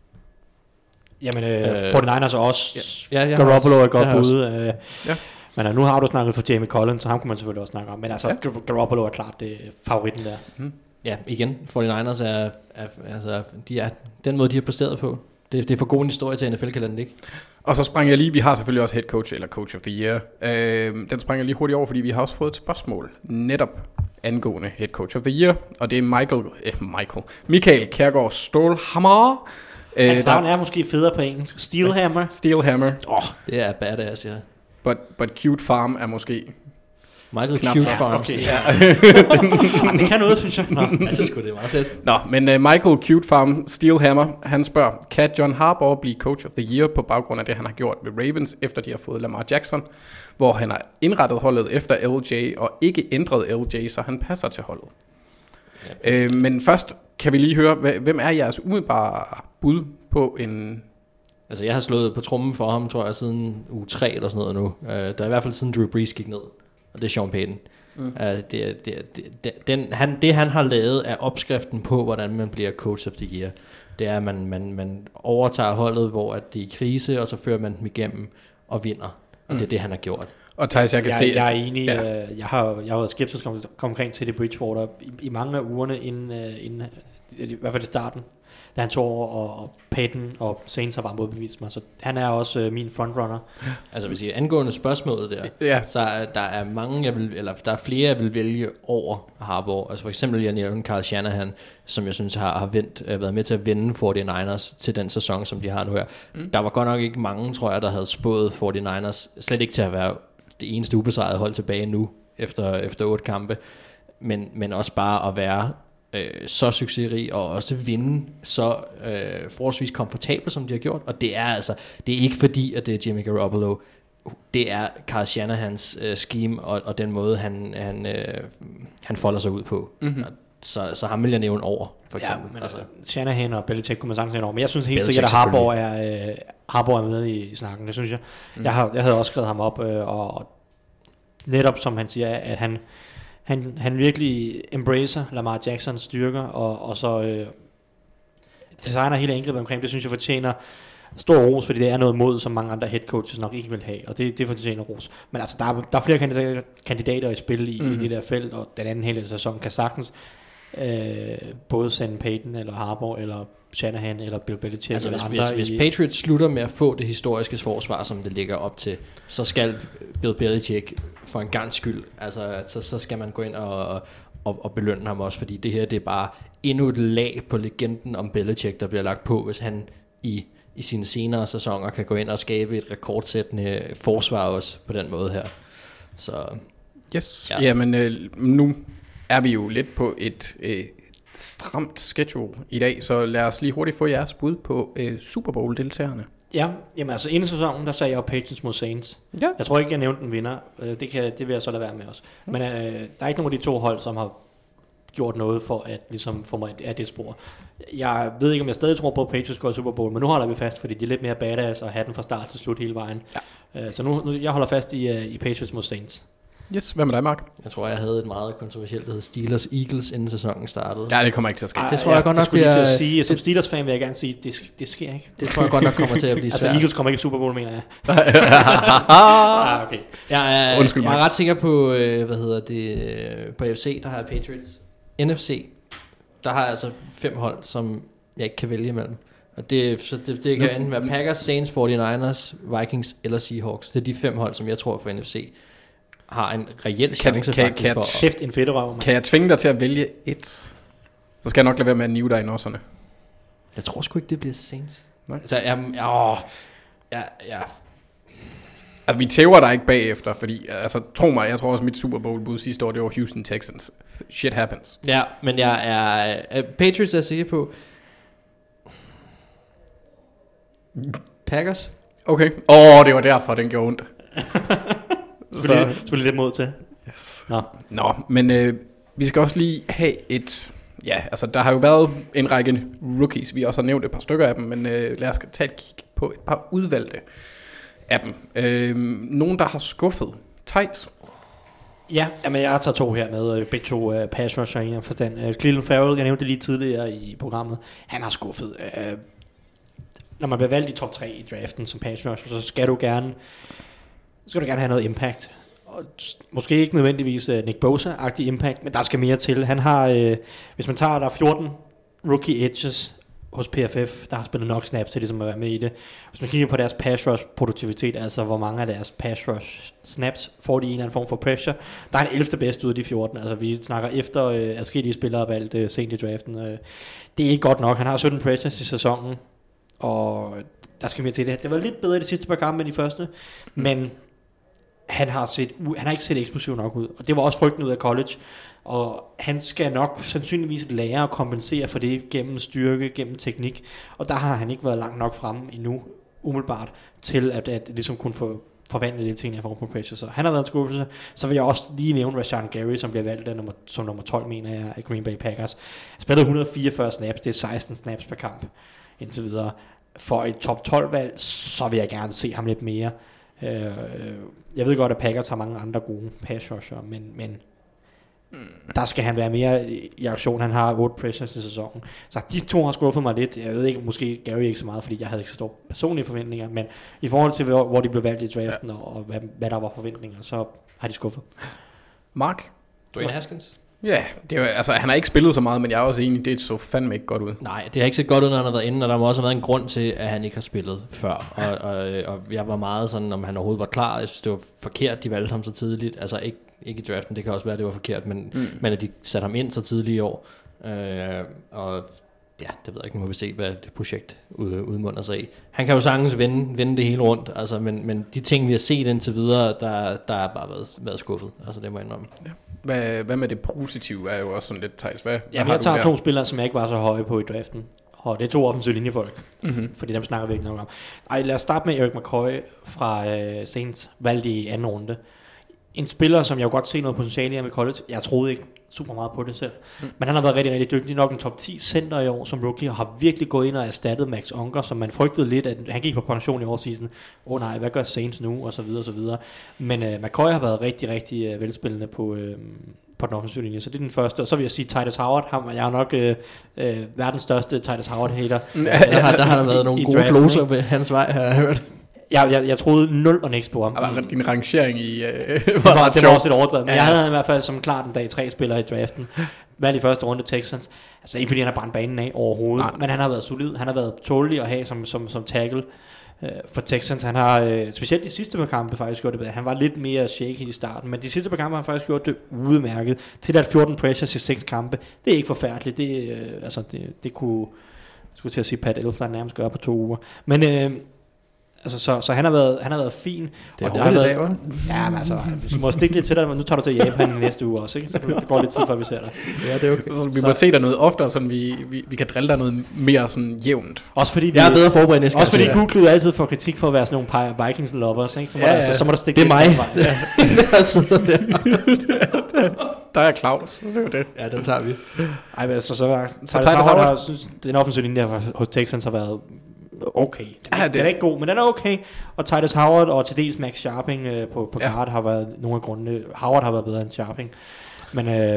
Speaker 5: Jamen, øh, øh, forty-niners er også.
Speaker 6: Ja, ja,
Speaker 5: Garoppolo er godt bud. Øh,
Speaker 6: ja.
Speaker 5: Men uh, nu har du snakket for Jamie Collins, så ham kunne man selvfølgelig også snakke om. Men altså, ja. Garoppolo er klart det favoritten der.
Speaker 6: Hmm. Ja, igen, forty-niners er, er, altså, de er den måde, de har præsteret på. Det, det er for god en historie til N F L-kalenderen, ikke?
Speaker 4: Og så sprang jeg lige, vi har selvfølgelig også head coach eller coach of the year. Øh, den sprang jeg lige hurtigt over, fordi vi har også fået et spørgsmål netop angående head coach of the year. Og det er Michael, eh, Michael, Michael Kjærgaard Stålhammer.
Speaker 5: Hans navn er måske federe på engelsk. Steelhammer.
Speaker 4: Steelhammer.
Speaker 6: Åh, oh, det er badass, ja.
Speaker 4: But, but Cute Farm er måske...
Speaker 6: Michael Knap Cute Farm.
Speaker 5: Okay, ja. Det kan noget, synes jeg. Nå.
Speaker 6: Jeg synes det er meget fedt.
Speaker 4: Nå, men uh, Michael Cute Farm Steelhammer, han spørger, kan John Harbaugh blive coach of the year på baggrund af det, han har gjort ved Ravens, efter de har fået Lamar Jackson, hvor han har indrettet holdet efter L J og ikke ændret L J, så han passer til holdet. Ja. Uh, men først kan vi lige høre, hvem er jeres umiddelbare bud på en...
Speaker 6: Altså, jeg har slået på trommen for ham, tror jeg, siden uge tre eller sådan noget nu. Uh, der er i hvert fald siden Drew Brees gik ned. Og det er Sean Payton. Mm. Uh, det, det, det, det, den, han, det han har lavet er opskriften på, hvordan man bliver coach of the year. Det er, at man, man, man overtager holdet, hvor at det er i krise, og så fører man dem igennem og vinder. Og mm. det er det, han har gjort.
Speaker 4: Og Thijs, jeg kan
Speaker 5: jeg,
Speaker 4: se...
Speaker 5: Jeg er enig. Ja. Jeg har jeg har været skeptisk om, omkring Teddy Bridgewater i, i mange af ugerne, inden, inden i hvert fald i starten, da han tog over, og, og Peyton og Saints har bare modbevist mig, så han er også øh, min frontrunner.
Speaker 6: Altså hvis I angående spørgsmålet der,
Speaker 4: ja.
Speaker 6: så er, der er mange, jeg vil, eller der er flere, jeg vil vælge over Harbaugh. Altså for eksempel, jeg nævnte Kyle Shanahan, som jeg synes har, har vendt, været med til at vinde forty-niners til den sæson, som de har nu her. Mm. Der var godt nok ikke mange, tror jeg, der havde spået forty-niners, slet ikke til at være det eneste ubesejrede hold tilbage nu, efter, efter otte kampe, men, men også bare at være øh, så succesrig, og også vinde så øh, forholdsvis komfortabelt, som de har gjort, og det er altså, det er ikke fordi, at det er Jimmy Garoppolo, det er Kyle Shanahans øh, scheme, og, og den måde, han, han, øh, han folder sig ud på. Mm-hmm. Så, så ham vil jeg nævne over, for eksempel.
Speaker 5: Ja, men
Speaker 6: altså,
Speaker 5: Shanahan og Belichick kunne man sagtens nævne over, men jeg synes helt
Speaker 6: Belichick
Speaker 5: sikkert, at Harbaugh er, øh, Harbaugh er med i, i snakken, det synes jeg. Mm. Jeg, har, jeg havde også skrevet ham op, øh, og, og netop som han siger, at han, han, han virkelig embracer Lamar Jacksons styrker, og, og så øh, designer hele angrebet omkring, det synes jeg fortjener stor ros, fordi det er noget mod, som mange andre head coaches nok ikke vil have, og det, det fortjener ros. Men altså, der er, der er flere kandidater, kandidater i spil i, mm-hmm. i det der felt, og den anden hele sæson kan sagtens øh, både sende Peyton, eller Harbaugh, eller Shanahan, eller Bill Belichick,
Speaker 6: altså,
Speaker 5: eller
Speaker 6: hvis,
Speaker 5: andre.
Speaker 6: Hvis,
Speaker 5: i,
Speaker 6: hvis Patriots slutter med at få det historiske forsvar, som det ligger op til, så skal Bill Belichick for en gang skyld, altså, så, så skal man gå ind og, og, og belønne ham også, fordi det her, det er bare endnu et lag på legenden om Belichick, der bliver lagt på, hvis han i i sine senere sæsoner kan gå ind og skabe et rekordsættende forsvar også på den måde her. Så
Speaker 4: yes.
Speaker 6: Ja.
Speaker 4: Jamen øh, nu er vi jo lidt på et øh, stramt schedule i dag, så lad os lige hurtigt få jeres bud på øh, Super Bowl deltagerne.
Speaker 5: Ja, jamen altså inden sæsonen, der sagde jeg jo Patriots mod Saints.
Speaker 4: Ja.
Speaker 5: Jeg tror ikke, jeg nævnte en vinder. Det, kan, det vil jeg så lade være med også. Men øh, der er ikke nogen af de to hold, som har gjort noget for at ligesom få mig af det spor. Jeg ved ikke, om jeg stadig tror på, at Patriots går i Super Bowl, men nu holder vi fast, fordi de er lidt mere badass og have den fra start til slut hele vejen. Ja. Uh, så nu, nu jeg holder fast i, uh, i Patriots mod Saints.
Speaker 4: Yes, hvad med dig, Mark?
Speaker 6: Jeg tror, jeg havde et meget kontroversielt, der hed Steelers Eagles, inden sæsonen startede.
Speaker 4: Ja, det kommer ikke til at ske.
Speaker 5: Ej,
Speaker 6: det tror
Speaker 5: jeg,
Speaker 6: jeg godt nok
Speaker 5: skulle lige til at
Speaker 6: bliver-
Speaker 5: sige, som Steelers-fan vil jeg gerne sige, det, det sker ikke.
Speaker 6: Det tror jeg godt nok kommer til at blive
Speaker 5: Altså
Speaker 6: svært.
Speaker 5: Eagles kommer ikke i Super Bowl, mener jeg. ah, okay.
Speaker 6: Jeg er,
Speaker 4: Undskyld
Speaker 6: jeg
Speaker 4: mig.
Speaker 6: er ret sikker på, øh, hvad hedder det, øh, på A F C, der har jeg Patriots. N F C, der har jeg altså fem hold, som jeg ikke kan vælge imellem. Og det, så det, det kan enten være Packers, Saints, forty-niners, Vikings eller Seahawks. Det er de fem hold, som jeg tror for N F C har en reel chance
Speaker 4: kan-
Speaker 6: faktisk
Speaker 4: kan-
Speaker 6: for.
Speaker 5: Kæft en fedterøv, mand.
Speaker 4: Kan jeg tvinge dig til at vælge et? Så skal jeg nok lade være med at nive dig i nosserne.
Speaker 6: Jeg tror sgu ikke, det bliver Saints.
Speaker 4: Nej.
Speaker 6: Altså, jeg, åh, ja, ja.
Speaker 4: Altså, vi tæver dig ikke bagefter, fordi, altså, tro mig, jeg tror også, mit Super Bowl-bud sidste år, det var Houston Texans. Shit happens.
Speaker 6: Ja, men jeg er... Uh, Patriots er jeg sikker på. Packers?
Speaker 4: Okay. Åh, oh, det var derfor, den gjorde ondt.
Speaker 5: Selvfølgelig, selvfølgelig lidt mod til.
Speaker 4: Yes.
Speaker 5: Nå.
Speaker 4: Nå, men øh, vi skal også lige have et... Ja, altså, der har jo været en række rookies. Vi har også nævnt et par stykker af dem, men øh, lad os tage et kig på et par udvalgte af dem. Øh, nogen, der har skuffet. Titans.
Speaker 5: Ja, jamen jeg tager to her med, øh, begge to uh, pass rusher i en forstand. Uh, Cleveland Farrell, jeg nævnte det lige tidligere i programmet, han har skuffet. Uh, når man bliver valgt i top tre i draften som pass rusher, så skal du gerne, skal du gerne have noget impact. Og måske ikke nødvendigvis uh, Nick Bosa-agtig impact, men der skal mere til. Han har, uh, hvis man tager, der er fjorten rookie edges hos P F F, der har spillet nok snaps til ligesom at være med i det. Hvis man kigger på deres pass rush produktivitet, altså hvor mange af deres pass rush snaps får de en eller anden form for pressure, der er en ellevte bedst ud af de fjorten. Altså vi snakker efter øh, adskillige spillere valgt øh, sent i draften. Øh, det er ikke godt nok. Han har sytten pressures i sæsonen, og der skal mere til det. Det var lidt bedre i de sidste par kampe end de første, men han har, set, han har ikke set eksplosiv nok ud, og det var også frygten ud af college. Og han skal nok sandsynligvis lære at kompensere for det gennem styrke, gennem teknik. Og der har han ikke været langt nok fremme endnu, umiddelbart, til at, at ligesom kunne få forvandlet det til en form for pressure. Så han har været en skuffelse. Så vil jeg også lige nævne Rashan Gary, som bliver valgt nummer, som nummer tolv, mener jeg, af Green Bay Packers. Han spillede et hundrede og fireogfyrre snaps, det er seksten snaps per kamp, indtil videre. For et top tolv-valg, så vil jeg gerne se ham lidt mere. Jeg ved godt, at Packers har mange andre gode pass rusher, men... men der skal han være mere i aktion. Han har otte pressures i sæsonen. Så de to har skuffet mig lidt. Jeg ved ikke, måske Gary ikke så meget, fordi jeg havde ikke så store personlige forventninger, men i forhold til, hvor de blev valgt i draften, ja. og hvad, hvad der var forventninger, så har de skuffet.
Speaker 4: Mark?
Speaker 6: Dwayne Haskins?
Speaker 4: Ja, det er, altså, han har ikke spillet så meget, men jeg er også enig, det så fandme ikke godt ud.
Speaker 6: Nej, det har ikke set godt ud, når han har været inde, og der må også have været en grund til, at han ikke har spillet før. Og, og, og jeg var meget sådan, om han overhovedet var klar. Jeg synes, det var forkert, de valgte ham så tidligt. Altså ikke, ikke i draften, det kan også være, det var forkert, men, mm. men at de satte ham ind så tidligt i år. Øh, og ja, det ved jeg ikke, nu må vi se, hvad det projekt ud, udmunder sig i. Han kan jo sagtens vende, vende det hele rundt, altså, men, men de ting, vi har set indtil videre, der, der er bare været, været skuffet. Altså, det må jeg indrømme. Ja. Hvad, hvad med det positive er jo også sådan lidt, Thijs. Hvad,
Speaker 5: ja,
Speaker 4: hvad
Speaker 5: jeg tager to spillere, som jeg ikke var så høje på i draften. Og det er to offensive linjefolk, mm-hmm. fordi dem snakker vi ikke nok om. Ej, lad os starte med Erik McCoy fra øh, Saints, valgt i anden runde. En spiller, som jeg jo godt se noget potentiale i med college. Jeg troede ikke super meget på det selv. Mm. Men han har været rigtig, rigtig dygtig. Nok en top ti center i år som rookie, og har virkelig gået ind og erstattet Max Unger, som man frygtede lidt, at han gik på pension i årsseason. Åh oh, nej, hvad gør Saints nu? Og så videre, og så videre. Men øh, McCoy har været rigtig, rigtig øh, velspillende på, øh, på den offensive linje. Så det er den første. Og så vil jeg sige Titus Howard. Ham, jeg er nok øh, øh, verdens største Titus Howard-hater.
Speaker 6: Mm. Ja, der, har, der har der været nogle gode gloser ved hans vej, har jeg hørt.
Speaker 5: Jeg, jeg, jeg troede nul og niks på ham.
Speaker 4: Ja, din rangering i... Øh,
Speaker 5: det var, det var også lidt overdrevet. Men ja, ja. Jeg havde i hvert fald som klart en dag tre spillere i draften. Valgt i første runde Texans. Altså ikke fordi han har brændt banen af overhovedet. Nej. Men han har været solid. Han har været tålelig at have som, som, som tackle øh, for Texans. Han har øh, specielt de sidste par kampe faktisk gjort det. Han var lidt mere shaky i starten. Men de sidste par kampe har han faktisk gjort det udmærket. Til at fjorten pressures i seks kampe. Det er ikke forfærdeligt. Det, øh, altså, det, det kunne... Jeg skulle til at sige Pat Elflein nærmest gøre på to uger. Men... Øh, Altså, så, så han har været han har været fin.
Speaker 6: Det er og det har været,
Speaker 5: ja, men altså, vi må stikke lidt til dig, men nu tager du til Japan i næste uge også, ikke? Så det går lidt tid før vi ser dig.
Speaker 4: Ja, det er okay. Så vi så. må se dig noget oftere, så vi, vi, vi kan drille dig noget mere sådan jævnt.
Speaker 5: Også fordi vi,
Speaker 6: jeg er bedre forberedt næste.
Speaker 5: Også fordi Google altid får kritik for at være sådan nogle Vikings lovers, ikke? Så må, ja, der, altså, så må du stikke
Speaker 6: det er mig. Det
Speaker 4: er der er Claus, det er jo det.
Speaker 6: Ja, den tager vi.
Speaker 5: Ej, men altså, så så tager synes den offensive linje hos Texans har været okay. Den er, ja, det. den er ikke god, men den er okay. Og Titus Howard og til dels Max Sharping øh, på, på guard ja. har været nogle af grundene. Howard har været bedre end Sharping. Men øh,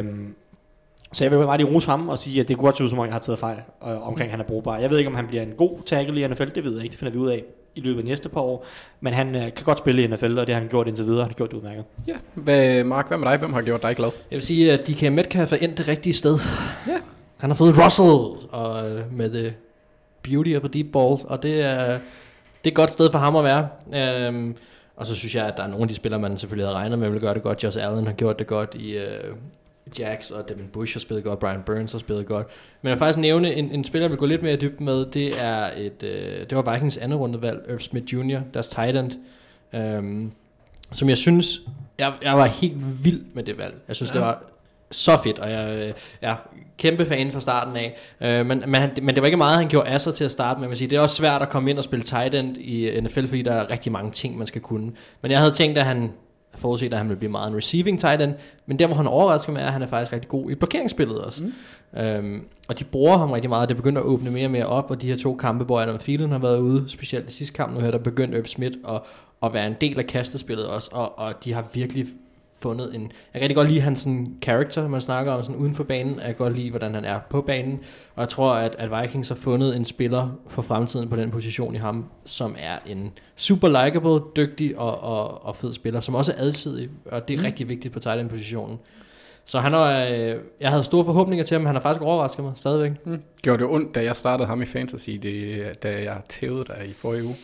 Speaker 5: så jeg vil bare lige rose ham og sige, at det kunne godt se ud, som om jeg har taget fejl øh, omkring, han er brugbar. Jeg ved ikke, om han bliver en god tackle i N F L. Det ved jeg ikke. Det finder vi ud af i løbet af næste par år. Men han øh, kan godt spille i N F L, og det har han gjort indtil videre. Han har gjort det udmærket.
Speaker 4: Ja. Hvad, Mark, hvad med dig? Hvem har gjort dig glad?
Speaker 6: Jeg vil sige, at D K Metcalf er endt det rigtige sted. Ja. Han har fået Russell og øh, med det beauty of a deep ball, og det er, det er et godt sted for ham at være. Øhm, og så synes jeg, at der er nogle af de spillere, man selvfølgelig havde regnet med, vil gøre det godt. Josh Allen har gjort det godt i uh, Jax, og Devin Bush har spillet godt, Brian Burns har spillet godt. Men jeg vil faktisk nævne en, en spiller, jeg vil gå lidt mere i dybden med, det er et, uh, det var Vikings andet rundevalg, Irv Smith junior, deres tight end, um, som jeg synes, jeg, jeg var helt vild med det valg. Jeg synes, ja. det var så fedt, og jeg er ja, kæmpe fan fra starten af. Øh, men, men, men det var ikke meget, han gjorde af sig til at starte med. Man sige. Det er også svært at komme ind og spille tight end i N F L, fordi der er rigtig mange ting, man skal kunne. Men jeg havde tænkt, at han forudset, at han ville blive meget en receiving tight end, men der, hvor han overrasker mig, er, at han er faktisk rigtig god i blokeringsspillet også. Mm. Øhm, og de bruger ham rigtig meget. Det begynder at åbne mere og mere op, og de her to kampe, hvor Adam Thielen har været ude, specielt i sidste kamp nu her, der begyndte Irv Smith at, at være en del af kastespillet også, og, og de har virkelig fundet en... Jeg kan rigtig godt lide hans sådan, character, man snakker om sådan uden for banen. Jeg kan godt lide, hvordan han er på banen. Og jeg tror, at, at Vikings har fundet en spiller for fremtiden på den position i ham, som er en super likable, dygtig og, og, og fed spiller, som også er altidig. Og det er mm. rigtig vigtigt på tight end positionen. Så han er, øh, jeg havde store forhåbninger til ham, men han har faktisk overrasket mig stadigvæk. Mm.
Speaker 4: Gjorde det ondt, da jeg startede ham i Fantasy, det, da jeg tævede dig i forrige uge?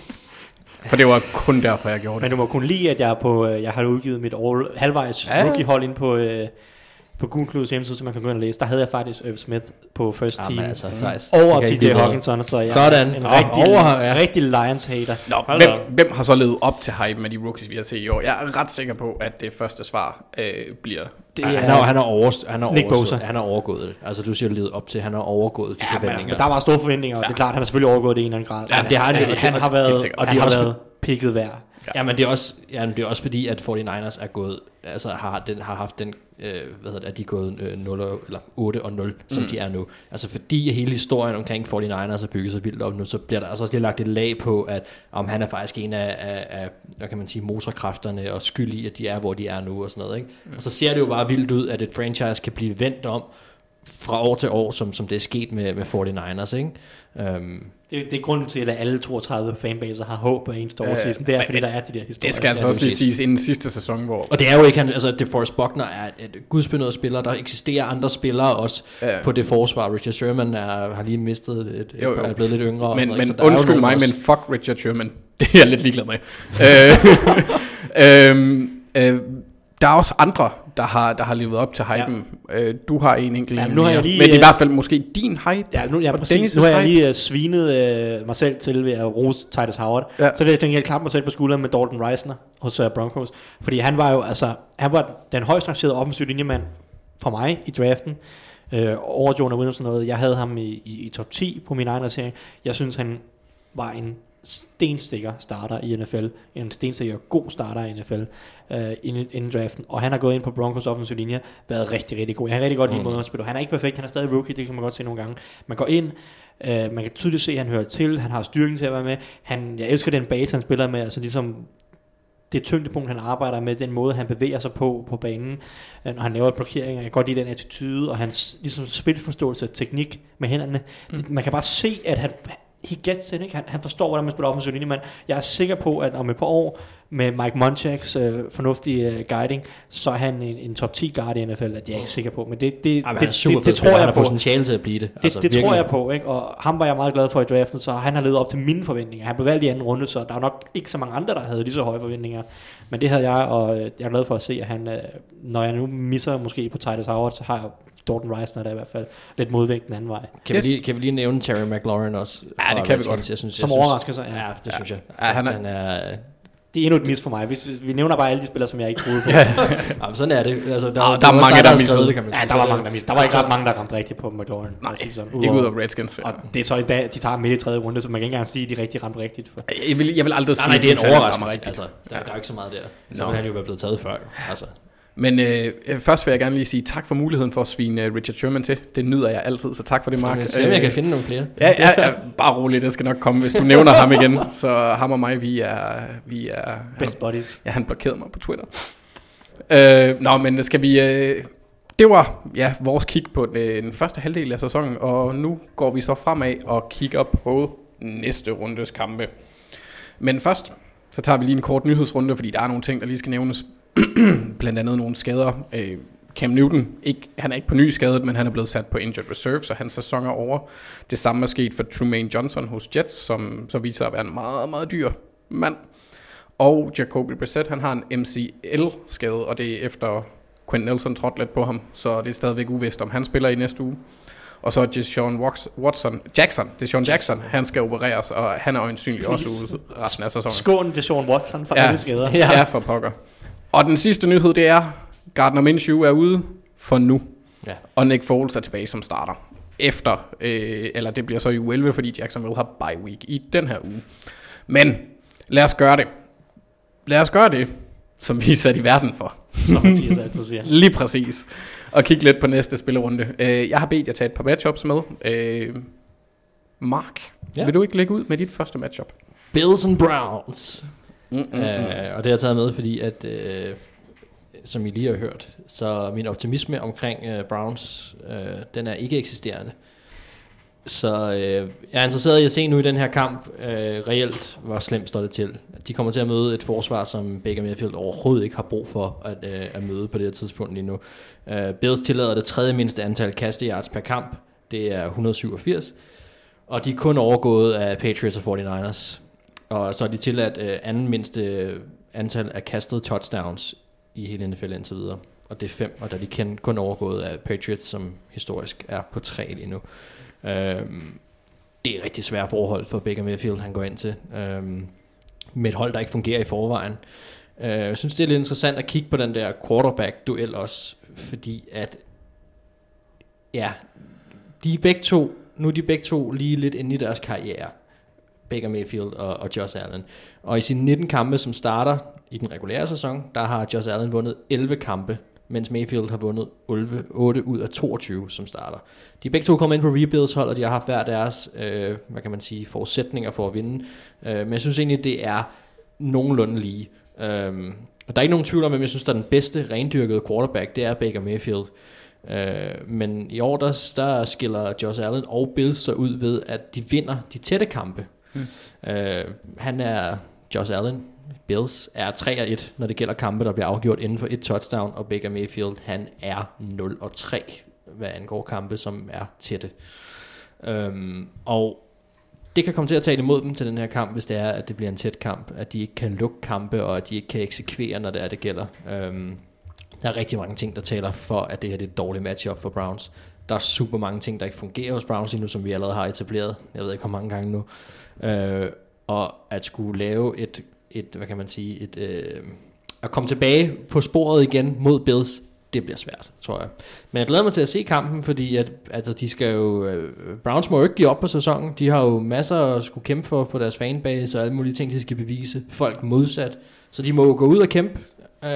Speaker 4: For det var kun derfor, jeg gjorde det.
Speaker 5: Men du må kunne lide, at jeg, på, jeg har udgivet mit all, halvvejs ja. rookie-hold ind på, øh, på Google Clues hjemmeside, så man kan gå ind og læse. Der havde jeg faktisk Irv Smith på first team.
Speaker 6: Jamen, altså,
Speaker 5: mm. over T J Hawkinson, så jeg
Speaker 6: sådan.
Speaker 5: en rigtig, over, ja. rigtig Lions-hater.
Speaker 4: Nå, hvem, hvem har så levet op til hype med de rookies, vi har set i år? Jeg er ret sikker på, at det første svar øh, bliver...
Speaker 6: Det er, han, har, han, har over, han, har overgået, han har overgået det. Altså du siger levet op til, han har overgået de ja, forventninger.
Speaker 5: Men der var store forventninger, og ja. det er klart, han har selvfølgelig overgået det i en eller anden grad.
Speaker 6: Ja, det har han,
Speaker 5: han, han har været, og han har været pikket værd.
Speaker 6: Ja, men det er også, ja, det er også fordi, at forty-niners er gået, altså har, den, har haft den, øh, hvad hedder det, at de er gået øh, nul, eller otte og nul, som mm. de er nu. Altså fordi hele historien omkring forty-niners er bygget så vildt op nu, så bliver der altså også lige lagt et lag på, at om han er faktisk en af, af, af hvad kan man sige, motorkræfterne og skyld i, at de er, hvor de er nu og sådan noget, ikke? Mm. Og så ser det jo bare vildt ud, at et franchise kan blive vendt om, fra år til år, som, som det er sket med, med forty-niners, ikke? Um,
Speaker 5: det, det er grunden til, at alle toogtredive fanbaser har håb på en stor season. Det er, fordi der er de der historier.
Speaker 4: Det skal altså også lige siges inden sidste sæson, hvor...
Speaker 6: Og det er jo ikke, han, altså DeForest Buckner er et gudsbenået spiller. Der eksisterer andre spillere også ja. på det forsvar. Richard Sherman er, har lige mistet et, et, jo, jo. er blevet lidt yngre.
Speaker 4: Men,
Speaker 6: og
Speaker 4: men
Speaker 6: så
Speaker 4: undskyld mig, også. Men fuck Richard Sherman. Det er jeg lidt ligeglad med. øhm, øh, der er også andre, der har, der har levet op til hypen. Ja. Øh, du har en enkelt ja,
Speaker 5: nu har jeg lige,
Speaker 4: men i hvert fald måske din hype.
Speaker 5: Ja, nu, ja, præcis. Nu har jeg lige uh, svinet uh, mig selv til ved at rose Titus Howard. Ja. Så vil jeg tænke, at jeg klappe mig selv på skulderen med Dalton Reisner hos uh, Broncos. Fordi han var jo altså, han var den højst rangerede offensiv linjemand for mig i draften. Uh, over Jonah Williams og noget. Jeg havde ham i, i, i top ti på min egen racering. Jeg synes, han var en stenstikker starter i N F L, en stenstikker god starter i N F L uh, inden, inden draften, og han har gået ind på Broncos offensiv linje, været rigtig, rigtig god. Han har rigtig godt mm. lide måden at spille. Han er ikke perfekt, han er stadig rookie, det kan man godt se nogle gange. Man går ind, uh, man kan tydeligt se, at han hører til, han har styrken til at være med. Han, jeg elsker den base, han spiller med, altså ligesom det tyngdepunkt, han arbejder med, den måde, han bevæger sig på på banen, når han laver blokeringer. Jeg kan godt lide den attitude, og hans ligesom spilforståelse og teknik med hænderne. Mm. Man kan bare se, at han he gets it, ikke? Han, han forstår, hvordan man spiller offensiv linje, men jeg er sikker på, at om et par år, med Mike Munchaks øh, fornuftige øh, guiding, så er han en, en top ti guard i N F L, at jeg er ikke sikker på, men det, det,
Speaker 6: Jamen,
Speaker 5: det, det, det, det tror jeg
Speaker 6: han
Speaker 5: på.
Speaker 6: Potentiale til at blive det.
Speaker 5: Det, altså, det tror jeg på, ikke? Og ham var jeg meget glad for i draften, så han har levet op til mine forventninger. Han blev valgt i anden runde, så der er nok ikke så mange andre, der havde lige så høje forventninger, men det havde jeg, og jeg er glad for at se, at han, øh, når jeg nu misser måske på Titus Howard, så har jeg Dalton Reisner der i hvert fald lidt modvægt den anden vej.
Speaker 6: Kan, yes. vi, lige, kan vi lige nævne Terry McLaurin også?
Speaker 4: Ja, det kan vi godt.
Speaker 5: Jeg synes, Som overrasker sig.
Speaker 6: Ja, det
Speaker 4: ja.
Speaker 6: synes jeg.
Speaker 4: Ja, han er,
Speaker 6: han er
Speaker 5: det er endnu et mis for mig. Hvis vi nævner bare alle de spillere, som jeg ikke troede på.
Speaker 6: Jamen, sådan er det. Altså, der,
Speaker 4: ah,
Speaker 6: der,
Speaker 4: der er mange, der, der missede.
Speaker 5: Ja, der var mange, der missede. Der var ikke ret mange, der ramte rigtigt på McLaurin.
Speaker 4: Nej, ikke ud af Redskins.
Speaker 5: Og det er så i dag, de tager midt i tredje runde, så man kan ikke engang sige, at de rigtig ramte rigtigt. For.
Speaker 4: Jeg vil, jeg vil aldrig sige,
Speaker 6: nej, det er en overraskelse. Altså, der, der er ikke så meget der. Så no. ville han jo være blevet taget før. Altså.
Speaker 4: Men øh, først vil jeg gerne lige sige tak for muligheden for at svine Richard Sherman til. Det nyder jeg altid, så tak for det, Mark.
Speaker 6: Så jeg, jeg kan finde nogle flere.
Speaker 4: Ja, ja, ja, bare roligt, det skal nok komme, hvis du nævner ham igen. Så ham og mig, vi er... Vi er
Speaker 5: best buddies.
Speaker 4: Ja, han blokerede mig på Twitter. Øh, nå, men skal vi... Øh, det var ja, vores kig på den, den første halvdel af sæsonen, og nu går vi så fremad og kigger på næste rundes kampe. Men først, så tager vi lige en kort nyhedsrunde, fordi der er nogle ting, der lige skal nævnes. Blandt andet nogle skader. øh, Cam Newton, ikke, han er ikke på ny skadet, men han er blevet sat på injured reserve, så hans sæson er over. Det samme er sket for Trumaine Johnson hos Jets, som så viser at være en meget, meget dyr mand. Og Jacoby Brissett, han har en M C L-skade, og det er efter Quentin Nelson trådte lidt på ham, så det er stadigvæk uvist, om han spiller i næste uge. Og så er Deshaun Watson, Jackson, Deshaun Jackson, han skal opereres, og han er øjensynligt også ude resten af sæsonen.
Speaker 5: Skål Deshaun Watson for
Speaker 4: ja,
Speaker 5: alle skader.
Speaker 4: Ja. ja, for pokker. Og den sidste nyhed, det er, Gardner Minshew er ude for nu, ja. Og Nick Foles er tilbage som starter. Efter, øh, eller det bliver så i uge elleve, fordi Jacksonville har bye week i den her uge. Men lad os gøre det. Lad os gøre det, som vi er sat i verden for.
Speaker 5: Som Mathias altid siger.
Speaker 4: Lige præcis. Og kigge lidt på næste spillerunde. Øh, jeg har bedt jer tage et par matchups med. Øh, Mark, ja. Vil du ikke lægge ud med dit første matchup?
Speaker 6: Bills and Browns.
Speaker 4: Mm, mm, mm.
Speaker 6: Øh, og det har jeg taget med, fordi at, øh, som I lige har hørt, så min optimisme omkring øh, Browns, øh, den er ikke eksisterende. Så øh, jeg er interesseret i at se nu i den her kamp, øh, reelt hvor slemt står det til. De kommer til at møde et forsvar, som Baker Mayfield overhovedet ikke har brug for at, øh, at møde på det her tidspunkt lige nu. Øh, Bills tillader det tredje mindste antal kastejards per kamp, det er et hundrede og syvogfirs, og de er kun overgået af Patriots og forty-niners. Og så er de tilladt øh, anden mindste antal af kastede touchdowns i hele N F L indtil videre. Og det er fem, og der er de kun overgået af Patriots, som historisk er på tre lige nu. Øhm, det er rigtig svært forhold for Baker Mayfield, han går ind til. Øhm, med et hold, der ikke fungerer i forvejen. Øh, jeg synes, det er lidt interessant at kigge på den der quarterback-duel også, fordi at, ja, de er begge to, nu er de begge to lige lidt inde i deres karriere. Baker Mayfield og, og Josh Allen. Og i sine nitten kampe, som starter i den regulære sæson, der har Josh Allen vundet elleve kampe, mens Mayfield har vundet otte ud af toogtyve som starter. De er begge to kommet ind på rebuilds hold, og de har haft hver deres, øh, hvad kan man sige, forudsætninger for at vinde. Øh, men jeg synes egentlig, det er nogenlunde lige. Øh, og der er ikke nogen tvivl om, at jeg synes, der er den bedste rendyrkede quarterback, det er Baker Mayfield. Øh, men i år, der, der skiller Josh Allen og Bills sig ud ved, at de vinder de tætte kampe. Mm. Øh, han er, Josh Allen, Bills, er tre og et, når det gælder kampe, der bliver afgjort inden for et touchdown, og Baker Mayfield, han er nul og tre, hvad angår kampe, som er tætte. Um, og det kan komme til at tale imod dem til den her kamp, hvis det er, at det bliver en tæt kamp, at de ikke kan lukke kampe, og at de ikke kan eksekvere, når det er, det gælder. Um, der er rigtig mange ting, der taler for, at det her det er et dårligt matchup for Browns. Der er super mange ting, der ikke fungerer hos Browns endnu, som vi allerede har etableret. Jeg ved ikke, hvor mange gange nu. Uh, og at skulle lave et, et hvad kan man sige, et, uh, at komme tilbage på sporet igen mod Bills, det bliver svært, tror jeg. Men jeg glæder mig til at se kampen, fordi at, altså, de skal jo, uh, Browns må jo ikke give op på sæsonen. De har jo masser at skulle kæmpe for på deres fanbase, og alle mulige ting, de skal bevise. Folk modsat. Så de må jo gå ud og kæmpe. Uh,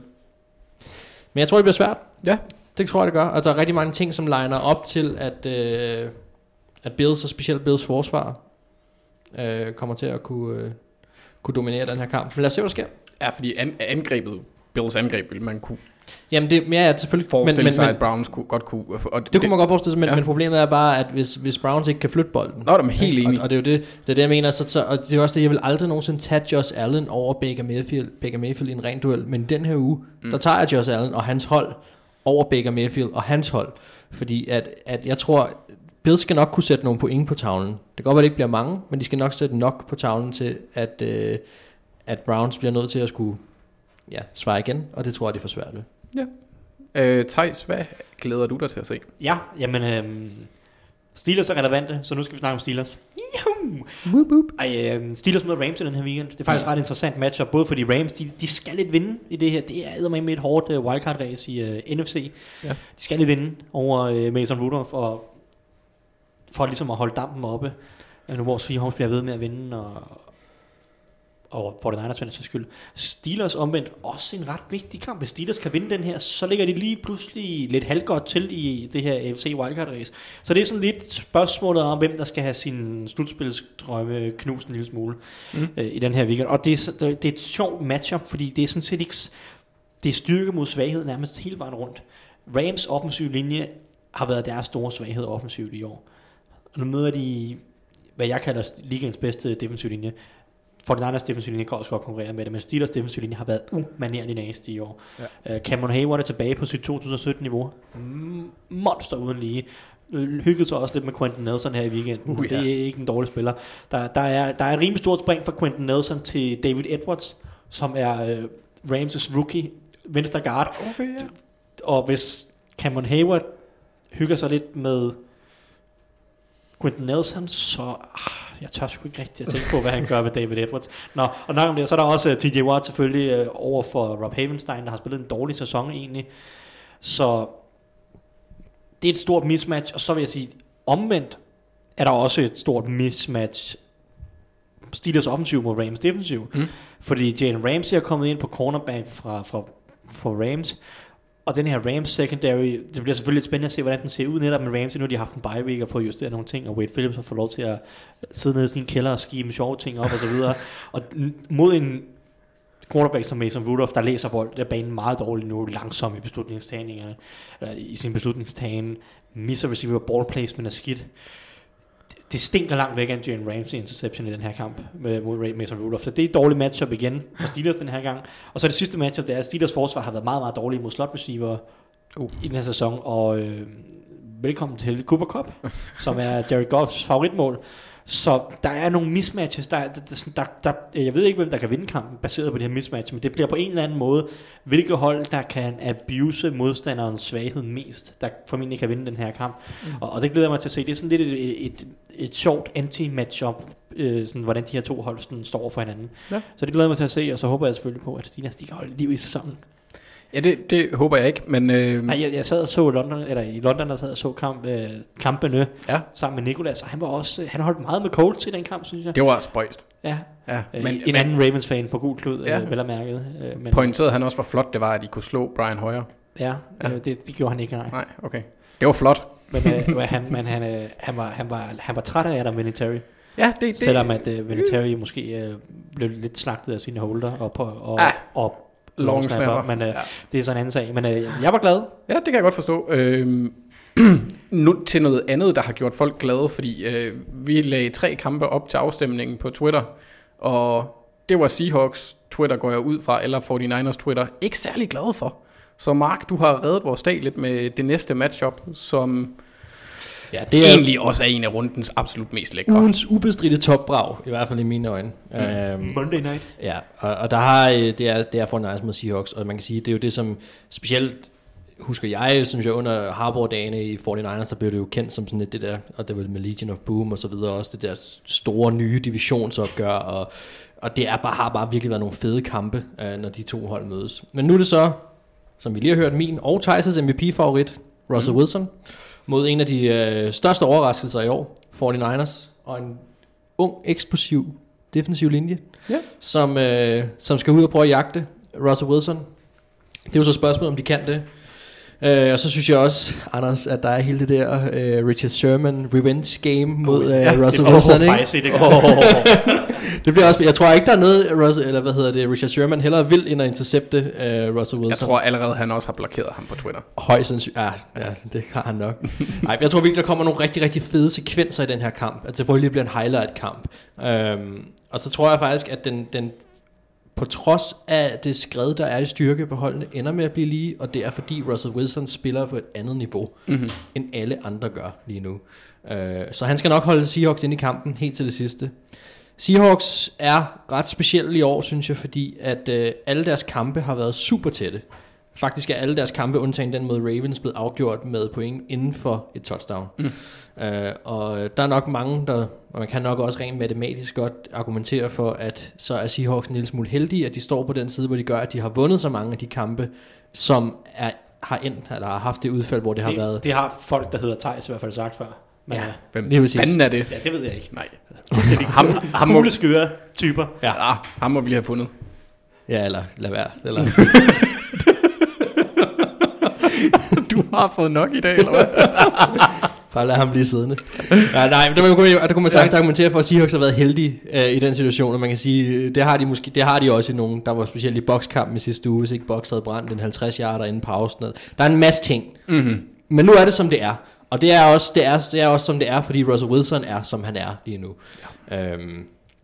Speaker 6: men jeg tror, det bliver svært. Ja. Det tror jeg, det gør. Og der er rigtig mange ting, som liner op til, at, uh, at Bills, og specielt Bills forsvar, uh, kommer til at kunne, uh, kunne dominere den her kamp. Men lad os se, hvad der sker.
Speaker 4: Ja, fordi an- angrebet, Bills angreb, ville man kunne
Speaker 6: Jamen det, ja, ja, selvfølgelig
Speaker 4: forestille
Speaker 6: men, men,
Speaker 4: sig,
Speaker 6: men,
Speaker 4: at Browns kunne, godt kunne. Og
Speaker 6: det, det kunne man godt forestille sig, men, ja. men problemet er bare, at hvis, hvis Browns ikke kan flytte bolden.
Speaker 4: Nå, de er helt enige.
Speaker 6: Og, og det er jo det, det, er det jeg mener, så, så, og det er også det, jeg vil aldrig nogensinde tage Josh Allen over Baker Mayfield, Baker Mayfield i en ren duel. Men den her uge, mm. der tager jeg Josh Allen og hans hold over Baker Mayfield og hans hold. Fordi at, at jeg tror, Bills skal nok kunne sætte nogle point på tavlen. Det kan godt være, det ikke bliver mange, men de skal nok sætte nok på tavlen til, at, øh, at Browns bliver nødt til at skulle ja, svare igen. Og det tror jeg, det er for svært ved.
Speaker 4: Ja. Øh, Theis, hvad glæder du dig til at se?
Speaker 5: Ja, jamen øhm, Steelers er relevante, så nu skal vi snakke om Steelers.
Speaker 4: Woop, woop.
Speaker 5: Ej, øhm, Steelers møder Rams i den her weekend. Det er faktisk ja. ret interessant matchup, både fordi Rams, de, de skal lidt vinde i det her. Det er med et hårdt uh, wildcard-race i uh, N F C. Ja. De skal lidt vinde over uh, Mason Rudolph, og for ligesom at holde dampen oppe. Nu hvor Seahawks bliver ved med at vinde, og og forty-niners for skyld. Steelers omvendt også en ret vigtig kamp. Hvis Steelers kan vinde den her, så ligger de lige pludselig lidt halvgodt til i det her A F C wildcard race. Så det er sådan lidt spørgsmålet om, hvem der skal have sin slutspilsdrømme knust en lille smule mm. øh, i den her weekend. Og det er, det er et sjovt matchup, fordi det er sådan set ikke, det er styrke mod svaghed nærmest hele vejen rundt. Rams offensiv linje har været deres store svaghed offensivt i år. Og nu møder de, hvad jeg kalder ligaens bedste defensiv linje. forty-niners defensive linje kan også godt konkurrere med det, men Steelers defensive linje har været umanerlig næste i år. Ja. Uh, Cameron Hayward er tilbage på sit to tusind sytten niveau. Mm, monster uden lige. Hyggede sig også lidt med Quentin Nelson her i weekenden. Uh, ja. Det er ikke en dårlig spiller. Der, der, er, der er et rimelig stort spring fra Quentin Nelson til David Edwards, som er uh, Rams' rookie venstre guard. Okay, ja. Og hvis Cameron Hayward hygger sig lidt med Quentin Nelson, så ah, jeg tør sgu ikke rigtig at tænke på, hvad han gør med David Edwards. Nå, og nok om det, så er der også uh, T J Watt selvfølgelig uh, over for Rob Havenstein, der har spillet en dårlig sæson egentlig. Så det er et stort mismatch, og så vil jeg sige, omvendt er der også et stort mismatch Steelers offensiv mod Rams defensiv. Mm. Fordi Jalen Ramsey er kommet ind på cornerback fra, fra, fra Rams, og den her Rams secondary, det bliver selvfølgelig lidt spændende at se, hvordan den ser ud netop med Ramsey. Nu har de haft en bye week og fået justeret nogle ting, og Wade Phillips har fået lov til at sidde nede i sin kælder og skive sjove ting op og så videre. Og mod en quarterback som Mason Rudolph, der læser bold, der er banen meget dårligt nu, langsom i beslutningstagningerne, i sin beslutningstagen, misser receiver, ball placement er skidt. Det stinker langt væk af en Jalen Ramsey interception i den her kamp med, mod Mason Rudolph. Så det er et dårligt matchup igen for Steelers den her gang. Og så det sidste matchup, det er, at Steelers forsvar har været meget, meget dårlige mod slot receiver uh. i den her sæson. Og øh, velkommen til Cooper Kupp, som er Jared Goffs favoritmål. Så der er nogle mismatches. Der, der, der, der, jeg ved ikke, hvem der kan vinde kampen baseret på det her mismatch, men det bliver på en eller anden måde, hvilke hold, der kan abuse modstanderens svaghed mest, der formentlig kan vinde den her kamp. Mm. Og, og det glæder jeg mig til at se. Det er sådan lidt et, et, et, et sjovt anti-matchup, øh, sådan, hvordan de her to hold sådan, står for hinanden. Ja. Så det glæder jeg mig til at se, og så håber jeg selvfølgelig på, at Steelers de kan holde liv i sæsonen.
Speaker 4: Ja, det, det håber jeg ikke, men... Øh...
Speaker 5: Nej, jeg, jeg sad og så London, eller i London, der sad og så kamp, øh, kampene ja. sammen med Nicolas, og han var også, han holdt meget med Colts i den kamp, synes jeg.
Speaker 4: Det var spøjst.
Speaker 5: Ja,
Speaker 4: ja
Speaker 5: øh,
Speaker 4: men,
Speaker 5: en
Speaker 4: men,
Speaker 5: anden Ravens-fan på gul klud, ja. øh, vel og mærket. Øh, men,
Speaker 4: pointerede han også, hvor flot det var, at de kunne slå Brian Hoyer.
Speaker 5: Ja, ja. Øh, det, det gjorde han ikke, nej.
Speaker 4: Nej, okay. Det var flot.
Speaker 5: Men, øh, han, men han, øh, han, var, han, var, han var træt af Adam Vinatieri.
Speaker 4: Ja, det, det.
Speaker 5: Selvom at øh, Vinatieri måske øh, blev lidt slagtet af sine holder, og, på, og, ah. og
Speaker 4: long snapper.
Speaker 5: Men øh,
Speaker 4: ja.
Speaker 5: det er så en anden sag. Men øh, jeg var glad.
Speaker 4: Ja, det kan jeg godt forstå. Øhm, nu til noget andet, der har gjort folk glade, fordi øh, vi lagde tre kampe op til afstemningen på Twitter, og det var Seahawks Twitter, går jeg ud fra, eller forty-niners Twitter, ikke særlig glade for. Så Mark, du har reddet vores dag lidt med det næste matchup, som
Speaker 6: ja, det er
Speaker 4: egentlig også er en af rundens absolut mest lækre.
Speaker 6: Ugens ubestridte topbrag, i hvert fald i mine øjne. Mm. Øhm,
Speaker 5: Monday night.
Speaker 6: Ja, og, og der har, det er, det er forty-niners mod Seahawks, og man kan sige, det er jo det, som specielt, husker jeg, synes jeg, under Harbaugh-dagene i forty-niners, der blev det jo kendt som sådan lidt det der, og det var med Legion of Boom og så videre, også det der store nye divisionsopgør, og, og det er bare, har bare virkelig været nogle fede kampe, øh, når de to hold mødes. Men nu er det så, som vi lige har hørt, min og Thijs' M V P-favorit, Russell mm. Wilson, mod en af de øh, største overraskelser i år, forty-niners, og en ung, eksplosiv defensiv linje,
Speaker 4: ja.
Speaker 6: som, øh, som skal ud og prøve at jagte Russell Wilson. Det er jo så spørgsmålet, om de kan det. Øh, og så synes jeg også, Anders, at der er hele det der øh, Richard Sherman revenge game mod øh, ja, Russell Wilson, ikke?
Speaker 5: Spicy, det, oh.
Speaker 6: Det bliver også, jeg tror ikke der er noget Russell, eller hvad hedder det, Richard Sherman hellere vil end at intercepte øh, Russell Wilson.
Speaker 4: Jeg tror allerede han også har blokeret ham på Twitter.
Speaker 6: Højst sandsynligt. Ja, ja, det har han nok. Nej, jeg tror virkelig der kommer nogle rigtig rigtig fede sekvenser i den her kamp. At det selvfølgelig bliver en highlight kamp. Øhm, og så tror jeg faktisk at den den på trods af det skred der er i styrke på holdene ender med at blive lige, og det er fordi Russell Wilson spiller på et andet niveau mm-hmm. end alle andre gør lige nu. Øh, så han skal nok holde Seahawks ind i kampen helt til det sidste. Seahawks er ret specielle i år, synes jeg, fordi at øh, alle deres kampe har været super tætte. Faktisk er alle deres kampe, undtagen den mod Ravens, blevet afgjort med point inden for et touchdown. Mm. Øh, og der er nok mange, der, og man kan nok også rent matematisk godt argumentere for, at så er Seahawks en lille smule heldige, at de står på den side, hvor de gør, at de har vundet så mange af de kampe, som er, har endt, eller har haft det udfald, hvor det, det har været.
Speaker 5: Det har folk, der hedder Thijs i hvert fald sagt før. Men
Speaker 6: ja,
Speaker 4: hvem fanden er det?
Speaker 5: Ja, det ved jeg ikke.
Speaker 4: Nej.
Speaker 5: ham, ham må... skøre typer.
Speaker 4: Ja, ah, ham må vi have fundet.
Speaker 6: Ja, eller lad være. Eller...
Speaker 4: Du har fået nok i dag, eller hvad?
Speaker 6: Bare lad ham blive siddende. Ja, nej, men der kunne man, der kunne man sagtens argumentere for, at Seahawks har været heldige øh, i den situation, og man kan sige, det har de måske, det har de også i nogen, der var specielt i bokskampen i sidste uge, hvis ikke boks havde brændt en halvtreds yarder inden pausen. Der er en masse ting, mm-hmm. men nu er det som det er, og det er også, det er, det er også som det er, fordi Russell Wilson er som han er lige nu. Ja. Øhm,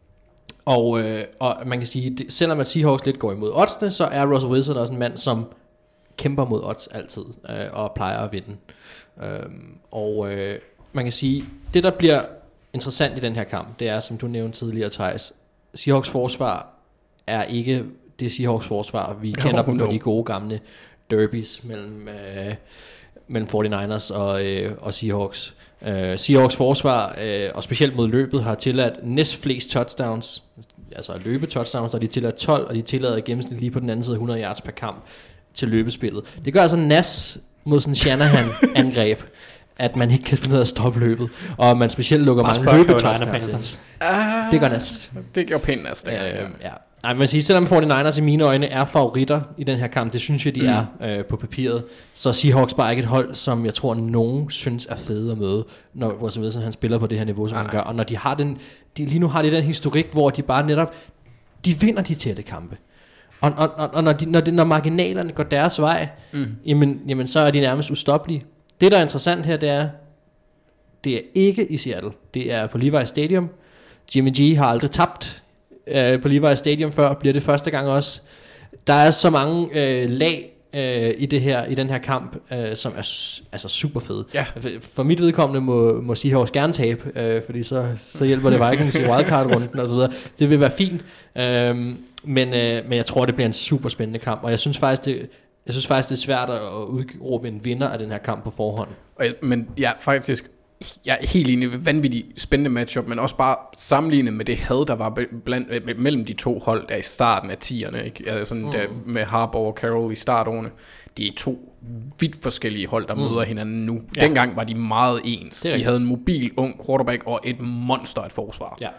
Speaker 6: og, øh, og man kan sige, det, selvom at Seahawks lidt går imod oddsene, så er Russell Wilson også en mand, som kæmper mod odds altid, øh, og plejer at vinde. Øhm, og øh, man kan sige, det der bliver interessant i den her kamp, det er, som du nævnte tidligere, Thijs, Seahawks forsvar er ikke det Seahawks forsvar, vi kender dem fra de gode gamle derbies mellem, øh, mellem forty-niners og, øh, og Seahawks. Øh, Seahawks forsvar, øh, og specielt mod løbet, har tilladt næst flest touchdowns, altså løbe touchdowns, der de tilladt tolv, og de tillader gennemsnit lige på den anden side hundrede yards per kamp til løbespillet. Det gør altså Nas mod sådan en Shanahan-angreb, at man ikke kan finde ud af at stoppe løbet, og man specielt lukker mange løbetouchdowns.
Speaker 4: Ah,
Speaker 6: det gør Nas.
Speaker 4: Det gør pænt Nas.
Speaker 6: Øh, ja. Nej, man siger, selvom forty-niners i mine øjne er favoritter i den her kamp, det synes jeg, de mm. er øh, på papiret, så Seahawks bare ikke et hold, som jeg tror, nogen synes er fede at møde, når Russell Wilson han spiller på det her niveau, som han gør. Og når de har den, de, lige nu har de den historik, hvor de bare netop, de vinder de tætte kampe. Og, og, og, og når, de, når, de, når marginalerne går deres vej, mm. jamen, jamen så er de nærmest ustoppelige. Det der er interessant her, det er, det er ikke i Seattle, det er på Levi's Stadium. Jimmy G har aldrig tabt øh, på Levi's Stadium før, bliver det første gang også. Der er så mange øh, lag øh, i det her i den her kamp, øh, som er altså super fede. Ja. For mit vedkommende må, må Seahawks gerne tabe, øh, fordi så, så hjælper det Vikings i wildcard-runden og så videre. Det vil være fint. Øh, men, øh, men jeg tror, det bliver en super spændende kamp, og jeg synes faktisk, det, jeg synes faktisk, det er svært at udråbe en vinder af den her kamp på forhånd.
Speaker 4: Men ja, faktisk, jeg er helt enig i vanvittigt spændende matchup, men også bare sammenlignet med det had, der var blandt, mellem de to hold der i starten af tierne, ikke? Altså sådan mm. der, med Harbaugh og Carroll i startårene. De er to vidt forskellige hold, der mm. møder hinanden nu. Ja. Dengang var de meget ens. De havde en mobil, ung quarterback og et monster et forsvar. Ja.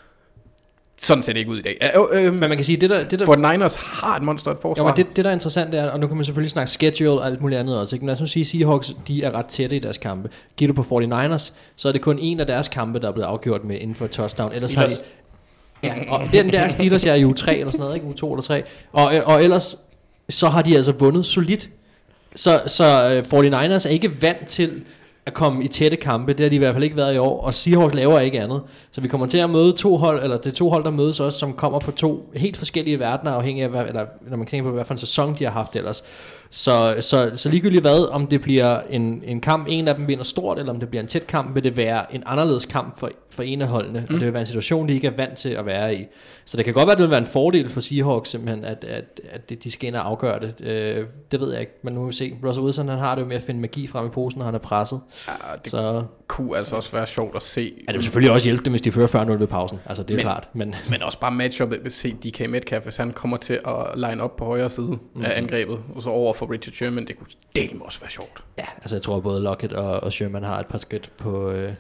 Speaker 4: Sådan ser det ikke ud i dag. Øh, øh,
Speaker 6: men man kan sige, det der, det der
Speaker 4: for Niners har et monster et forsvar.
Speaker 6: Jo, men det, det der er interessant er, og nu kan man selvfølgelig snakke schedule og alt muligt andet også, ikke? Men lad os nu sige, Seahawks, de er ret tætte i deres kampe. Giver du på forty-niners, så er det kun en af deres kampe, der er blevet afgjort med inden for et touchdown. Ellers har de, ja, og den der Steelers, jeg er i uge tre eller sådan noget, ikke? uge to eller tre. Og, og ellers så har de altså vundet solidt. Så, så uh, forty-niners er ikke vant til at komme i tætte kampe. Det har de i hvert fald ikke været i år. Og Seahawks laver ikke andet. Så vi kommer til at møde to hold, eller det er to hold, der mødes også, som kommer på to helt forskellige verdener, afhængig af, hvad, eller når man tænker på, hvad for en sæson de har haft ellers. Så, så, så ligegyldigt hvad, om det bliver en, en kamp, en af dem vinder stort, eller om det bliver en tæt kamp, vil det være en anderledes kamp for, for en af holdene. Mm. Og det vil være en situation, de ikke er vant til at være i. Så det kan godt være, at det vil være en fordel for Seahawks, simpelthen, at, at, at de skal ind og afgøre det. Øh, det ved jeg ikke, men nu må vi se. Russell Wilson, han har det jo med at finde magi frem i posen, når han er presset.
Speaker 4: Ja, det
Speaker 6: så
Speaker 4: kunne altså også være sjovt at se.
Speaker 6: Ja, det vil selvfølgelig også hjælpe dem, hvis de fører fyrre nul ved pausen. Altså, det er
Speaker 4: men,
Speaker 6: klart. Men,
Speaker 4: men også bare matchup at se D K Metcalf, hvis han kommer til at line op på højre side mm. af angrebet, og så over for Richard Sherman, det kunne dele også være sjovt.
Speaker 6: Ja, altså jeg tror både Lockett og, og Sherman har et par skridt på... Øh,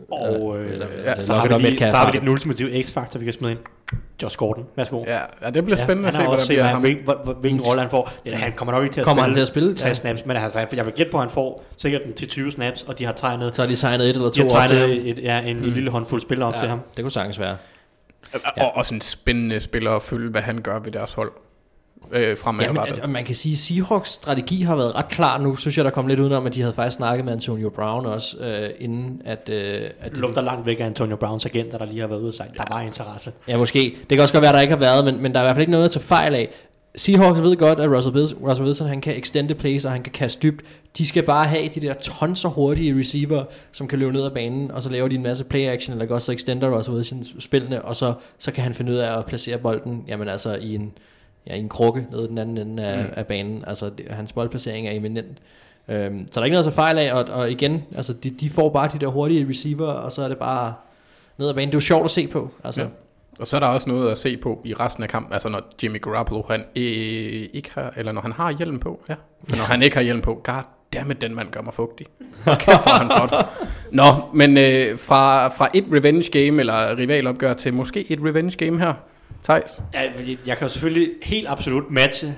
Speaker 5: og øh,
Speaker 6: eller,
Speaker 5: ja,
Speaker 6: eller,
Speaker 5: så, har vi lige, så har vi lige den ultimative X-faktor, vi kan smide ind. Josh Gordon, værsgo.
Speaker 4: Ja, ja, det bliver spændende
Speaker 5: ja,
Speaker 4: at se, hvad der bliver ham.
Speaker 5: Hvilken, hvilken rolle han får. Ja, han kommer nok ikke til at
Speaker 6: kommer
Speaker 5: spille,
Speaker 6: han til at spille
Speaker 5: tage ja. snaps, men altså, jeg vil gætte på, at han får sikkert til tyve snaps, og de har tegnet...
Speaker 6: Så har de tegnet et eller to
Speaker 5: de har tegnet
Speaker 6: til
Speaker 5: et, ja, en mm. lille håndfuld spillere op
Speaker 6: ja,
Speaker 5: til ham.
Speaker 6: Det kunne sagtens være.
Speaker 4: Ja. Og også en spændende spiller at følge, hvad han gør ved deres hold. Øh, fremadrettet.
Speaker 6: Ja, man kan sige, at Seahawks strategi har været ret klar nu. Synes jeg, der kom lidt udenom, at de havde faktisk snakket med Antonio Brown også, øh, inden at... Øh, at
Speaker 5: de lugter langt væk af Antonio Browns agenter, der lige har været ude og sagt, der var interesse.
Speaker 6: Ja, måske. Det kan også godt være, der ikke har været, men, men der er i hvert fald ikke noget at tage fejl af. Seahawks ved godt, at Russell Wilson, Russell Wilson han kan extende plays, og han kan kaste dybt. De skal bare have de der tons af hurtige receiver, som kan løbe ned ad banen, og så laver de en masse play action, eller også så extender Russell Wilson spillene, og så, så kan han finde ud af at placere bolden, jamen altså i en... Ja, i en krukke nede den anden ende af, mm. af banen. Altså, det, hans boldplacering er eminent. Øhm, så der er ikke noget at tage fejl af, og, og igen, altså, de, de får bare de der hurtige receiver, og så er det bare ned ad banen. Det er jo sjovt at se på. Altså. Ja.
Speaker 4: Og så er der også noget at se på i resten af kampen, altså når Jimmy Garoppolo, han øh, ikke har, eller når han har hjelm på, ja. For når han ikke har hjelm på, goddammit, den mand gør mig fugtig. Okay, for han flot. Nå, men øh, fra, fra et revenge game, eller rivalopgør, til måske et revenge game her, Thijs?
Speaker 5: Ja, jeg kan jo selvfølgelig helt absolut matche,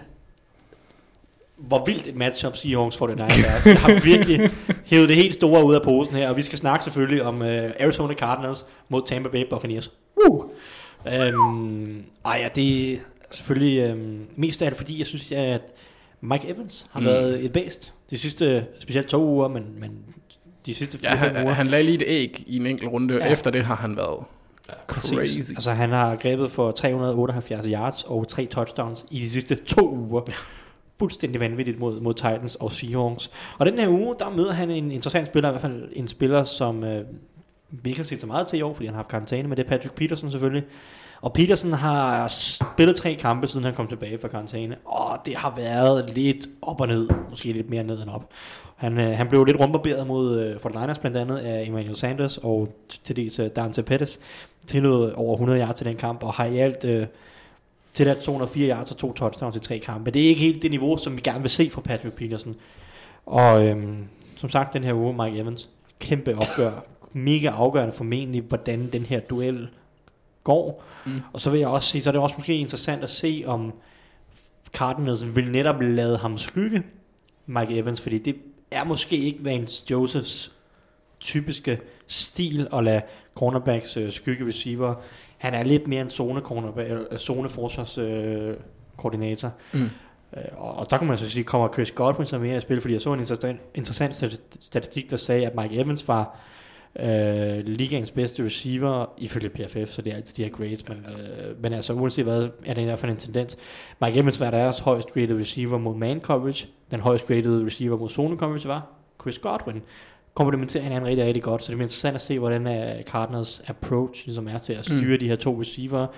Speaker 5: hvor vildt et matchup Seahawks forty-niners er. Jeg har virkelig hævet det helt store ud af posen her, og vi skal snakke selvfølgelig om uh, Arizona Cardinals mod Tampa Bay Buccaneers. Uh. Um, ej, ja, det er selvfølgelig um, mest af det, fordi jeg synes, at Mike Evans har mm. været et bæst de sidste, specielt to uger, men, men de sidste fire,
Speaker 4: ja,
Speaker 5: fem
Speaker 4: han,
Speaker 5: uger.
Speaker 4: Han lagde lige et æg i en enkelt runde, ja. Efter det har han været... Crazy.
Speaker 5: Altså han har grebet for tre hundrede otteoghalvfjerds yards og tre touchdowns i de sidste to uger. Ja. Fuldstændig vanvittigt mod, mod Titans og Seahawks. Og den her uge, der møder han en interessant spiller, i hvert fald en spiller, som øh, vi ikke har set så meget til i år, fordi han har haft karantæne, men det er Patrick Peterson selvfølgelig. Og Peterson har spillet tre kampe, siden han kom tilbage fra karantæne, og det har været lidt op og ned, måske lidt mere ned end op. Han, øh, han blev lidt rundbarberet mod øh, forty-niners blandt andet af Emmanuel Sanders og til dels øh, Dante Pettis, tillod over hundrede yards til den kamp, og har i alt øh, til at to hundrede og fire yards og to touchdowns i tre kampe. Det er ikke helt det niveau, som vi gerne vil se fra Patrick Peterson. Og øh, som sagt, den her uge, Mike Evans, kæmpe opgør, mega afgørende formentlig, hvordan den her duel går. Mm. Og så vil jeg også sige, så er det også måske interessant at se, om Cardinals vil netop lade ham skygge Mike Evans, fordi det er måske ikke Vance Josephs typiske stil at lade cornerbacks øh, skygge receiver. Han er lidt mere en zone cornerback, øh, zone forsvars øh, koordinator. Mm. Øh, og, og der kan man så sige, kommer Chris Godwin så mere i spil, fordi jeg så en interessant, interessant statistik, der sagde, at Mike Evans var øh, ligaens bedste receiver ifølge P F F, så det er altid de her grades, men, øh, men altså uanset hvad, er det i hvert fald en tendens. Mike Evans var deres højst rated receiver mod man coverage, den højst rated receiver mod zone coverage var Chris Godwin. Komplementerer hinanden rigtig, rigtig godt, så det bliver interessant at se, hvordan er Cardinals approach ligesom er til at styre mm. de her to receiver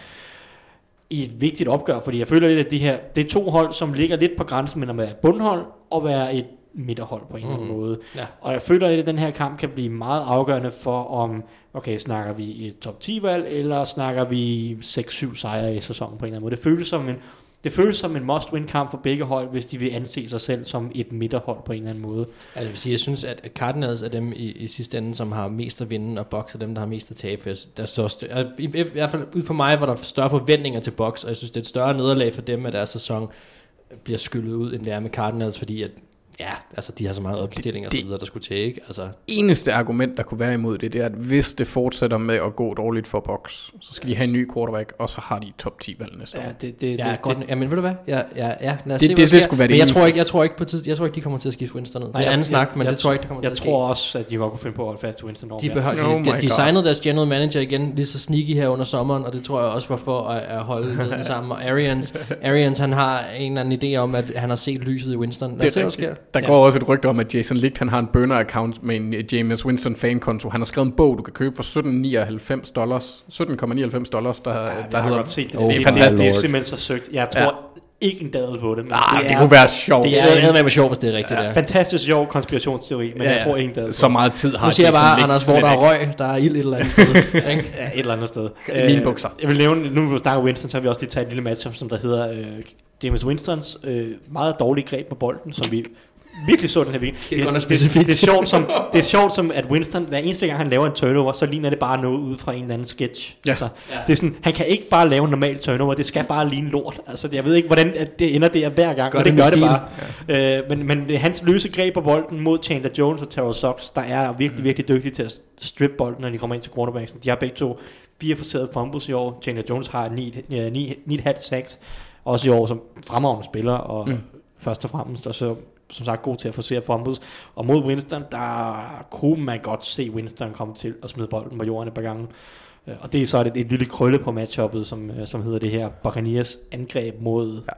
Speaker 5: i et vigtigt opgør, fordi jeg føler lidt, at de her, det er to hold, som ligger lidt på grænsen mellem at være et bundhold og være et midterhold på en eller anden mm. måde. Ja. Og jeg føler lidt, at den her kamp kan blive meget afgørende for, om, okay, snakker vi et top ti-valg, eller snakker vi seks syv sejre i sæsonen på en eller anden måde. Det føles som en, det føles som en must-win-kamp for begge hold, hvis de vil anse sig selv som et midterhold på en eller anden måde.
Speaker 6: Altså, jeg vil sige, jeg synes, at Cardinals er dem i, i sidste ende, som har mest at vinde, og Bucks er dem, der har mest at tabe. Der er største, i, i, I hvert fald ud for mig, var der større forventninger til Bucks, og jeg synes, det er et større nederlag for dem, at deres sæson bliver skyllet ud, end det er med Cardinals, fordi at Ja, altså de har så meget opstilling og så videre, der skulle til, ikke? Altså.
Speaker 4: Eneste argument, der kunne være imod det, det er, at hvis det fortsætter med at gå dårligt for Bucs, så skal de have en ny quarterback, og så har de top ti valg næste år.
Speaker 5: Ja, det, det,
Speaker 6: ja,
Speaker 5: det,
Speaker 6: godt. Ja, men ved du hvad? Ja, ja, ja. Lad os
Speaker 4: det,
Speaker 6: se,
Speaker 4: det, det skulle være det
Speaker 6: men jeg
Speaker 4: eneste.
Speaker 6: tror ikke, jeg tror ikke på tid, jeg tror ikke de kommer til at skifte Winston ud. Det er en anden snak, men
Speaker 5: jeg,
Speaker 6: det tror jeg ikke, det kommer
Speaker 5: jeg
Speaker 6: til at ske.
Speaker 5: Jeg tror også, at de godt kunne finde på at holde fast til Winston over.
Speaker 6: De, behøver,
Speaker 4: oh
Speaker 6: de, de, de signede deres general manager igen lige så sneaky her under sommeren, og det tror jeg også var for at, at holde det sammen. Og Arians, Arians, han har en eller anden idé om, at han har set lyset i Winston. Lad os se, hvad sker.
Speaker 4: Der går ja. også et rygte om, at Jason Licht, han har en burner-account med en Jameis Winston fan-konto. Han har skrevet en bog, du kan købe for sytten komma nioghalvfems dollars. sytten komma nioghalvfems dollars, der,
Speaker 5: ja,
Speaker 4: der hedder...
Speaker 5: Det,
Speaker 4: oh,
Speaker 5: det,
Speaker 4: er fantastisk.
Speaker 5: Det er simpelthen så søgt. Jeg tror... Ja. Ikke en dadel på det, men
Speaker 4: ah,
Speaker 5: det,
Speaker 4: det
Speaker 5: er,
Speaker 4: kunne være sjovt.
Speaker 6: Det er noget med sjovt, hvis det er rigtigt.
Speaker 5: Ja,
Speaker 6: der.
Speaker 5: Fantastisk sjov konspirationsteori, men ja, jeg tror ikke en dadel på
Speaker 4: så meget tid har
Speaker 6: nu siger jeg bare, Anders, hvor der er
Speaker 4: ikke.
Speaker 6: røg, der er ild et eller andet sted.
Speaker 5: ja, et eller andet sted.
Speaker 4: Mine bukser.
Speaker 5: Jeg vil nævne, nu vil vi snakke om Winston, så har vi også lige taget et lille matchup, som der hedder øh, Jameis Winstons øh, meget dårlige greb på bolden, som vi virkelig så den her weekend.
Speaker 6: Det er,
Speaker 5: det, det, det, det, er sjovt som, det er sjovt som, at Winston, hver eneste gang han laver en turnover, så ligner det bare noget ud fra en eller anden sketch.
Speaker 4: Ja.
Speaker 5: Altså, ja. Det er sådan, han kan ikke bare lave en normal turnover, det skal bare ligne lort. Altså, jeg ved ikke, hvordan det ender der hver gang,
Speaker 6: gør
Speaker 5: og det,
Speaker 6: det
Speaker 5: gør det bare.
Speaker 4: Ja.
Speaker 5: Øh, men, men det er hans løse greb på bolden mod Chandler Jones og Terrell Suggs, der er virkelig, virkelig dygtige til at strippe bolden, når de kommer ind til quarterbacksen. De har begge to fire forserede fumbles i år. Chandler Jones har ni komma fem sacks, også i år som fremragende spiller, og mm. først og fremmest, og så som sagt god til at forsere fumbles. Og mod Winston, der kunne man godt se Winston komme til at smide bolden på jorden et par gange. Og det er så et, et lille krølle på matchuppet, som, som hedder det her Buccaneers angreb mod ja.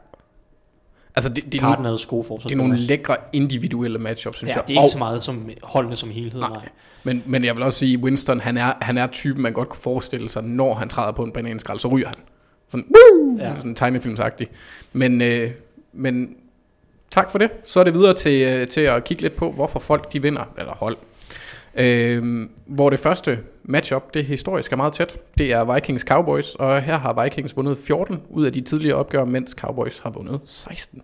Speaker 4: altså det, det
Speaker 5: Cardinals gode forsvar.
Speaker 4: Det er nogle lækre individuelle matchups, synes
Speaker 5: ja,
Speaker 4: jeg.
Speaker 5: det er ikke så meget som holdene som helhed. Nej. nej.
Speaker 4: Men, men jeg vil også sige, Winston, han er, han er typen, man godt kunne forestille sig, når han træder på en bananskrald, så ryger han. Sådan, woo! Ja. Sådan tegnefilmsagtig. Men, øh, men tak for det. Så er det videre til, til at kigge lidt på, hvorfor folk de vinder, eller hold. Øh, hvor det første matchup, det historisk er meget tæt. Det er Vikings Cowboys, og her har Vikings vundet fjorten ud af de tidligere opgør, mens Cowboys har vundet seksten.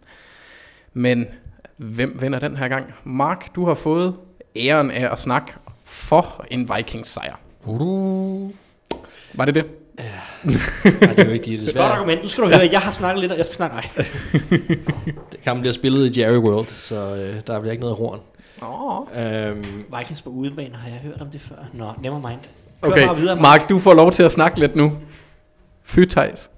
Speaker 4: Men hvem vinder den her gang? Mark, du har fået æren af at snakke for en Vikings sejr. Uh. Var det det?
Speaker 6: Ja. Nej, det er jo ikke det,
Speaker 5: det er godt argument. Nu skal du høre, jeg har snakket lidt, og jeg skal snakke nej.
Speaker 6: Kampen bliver spillet i Jerry World, så øh, der bliver ikke noget horn.
Speaker 5: Oh. Øhm, Vikings på udebane, har jeg hørt om det før? Nå, never mind. Kør
Speaker 4: okay,
Speaker 5: bare videre,
Speaker 4: Mark, du får lov til at snakke lidt nu. Fy Theis.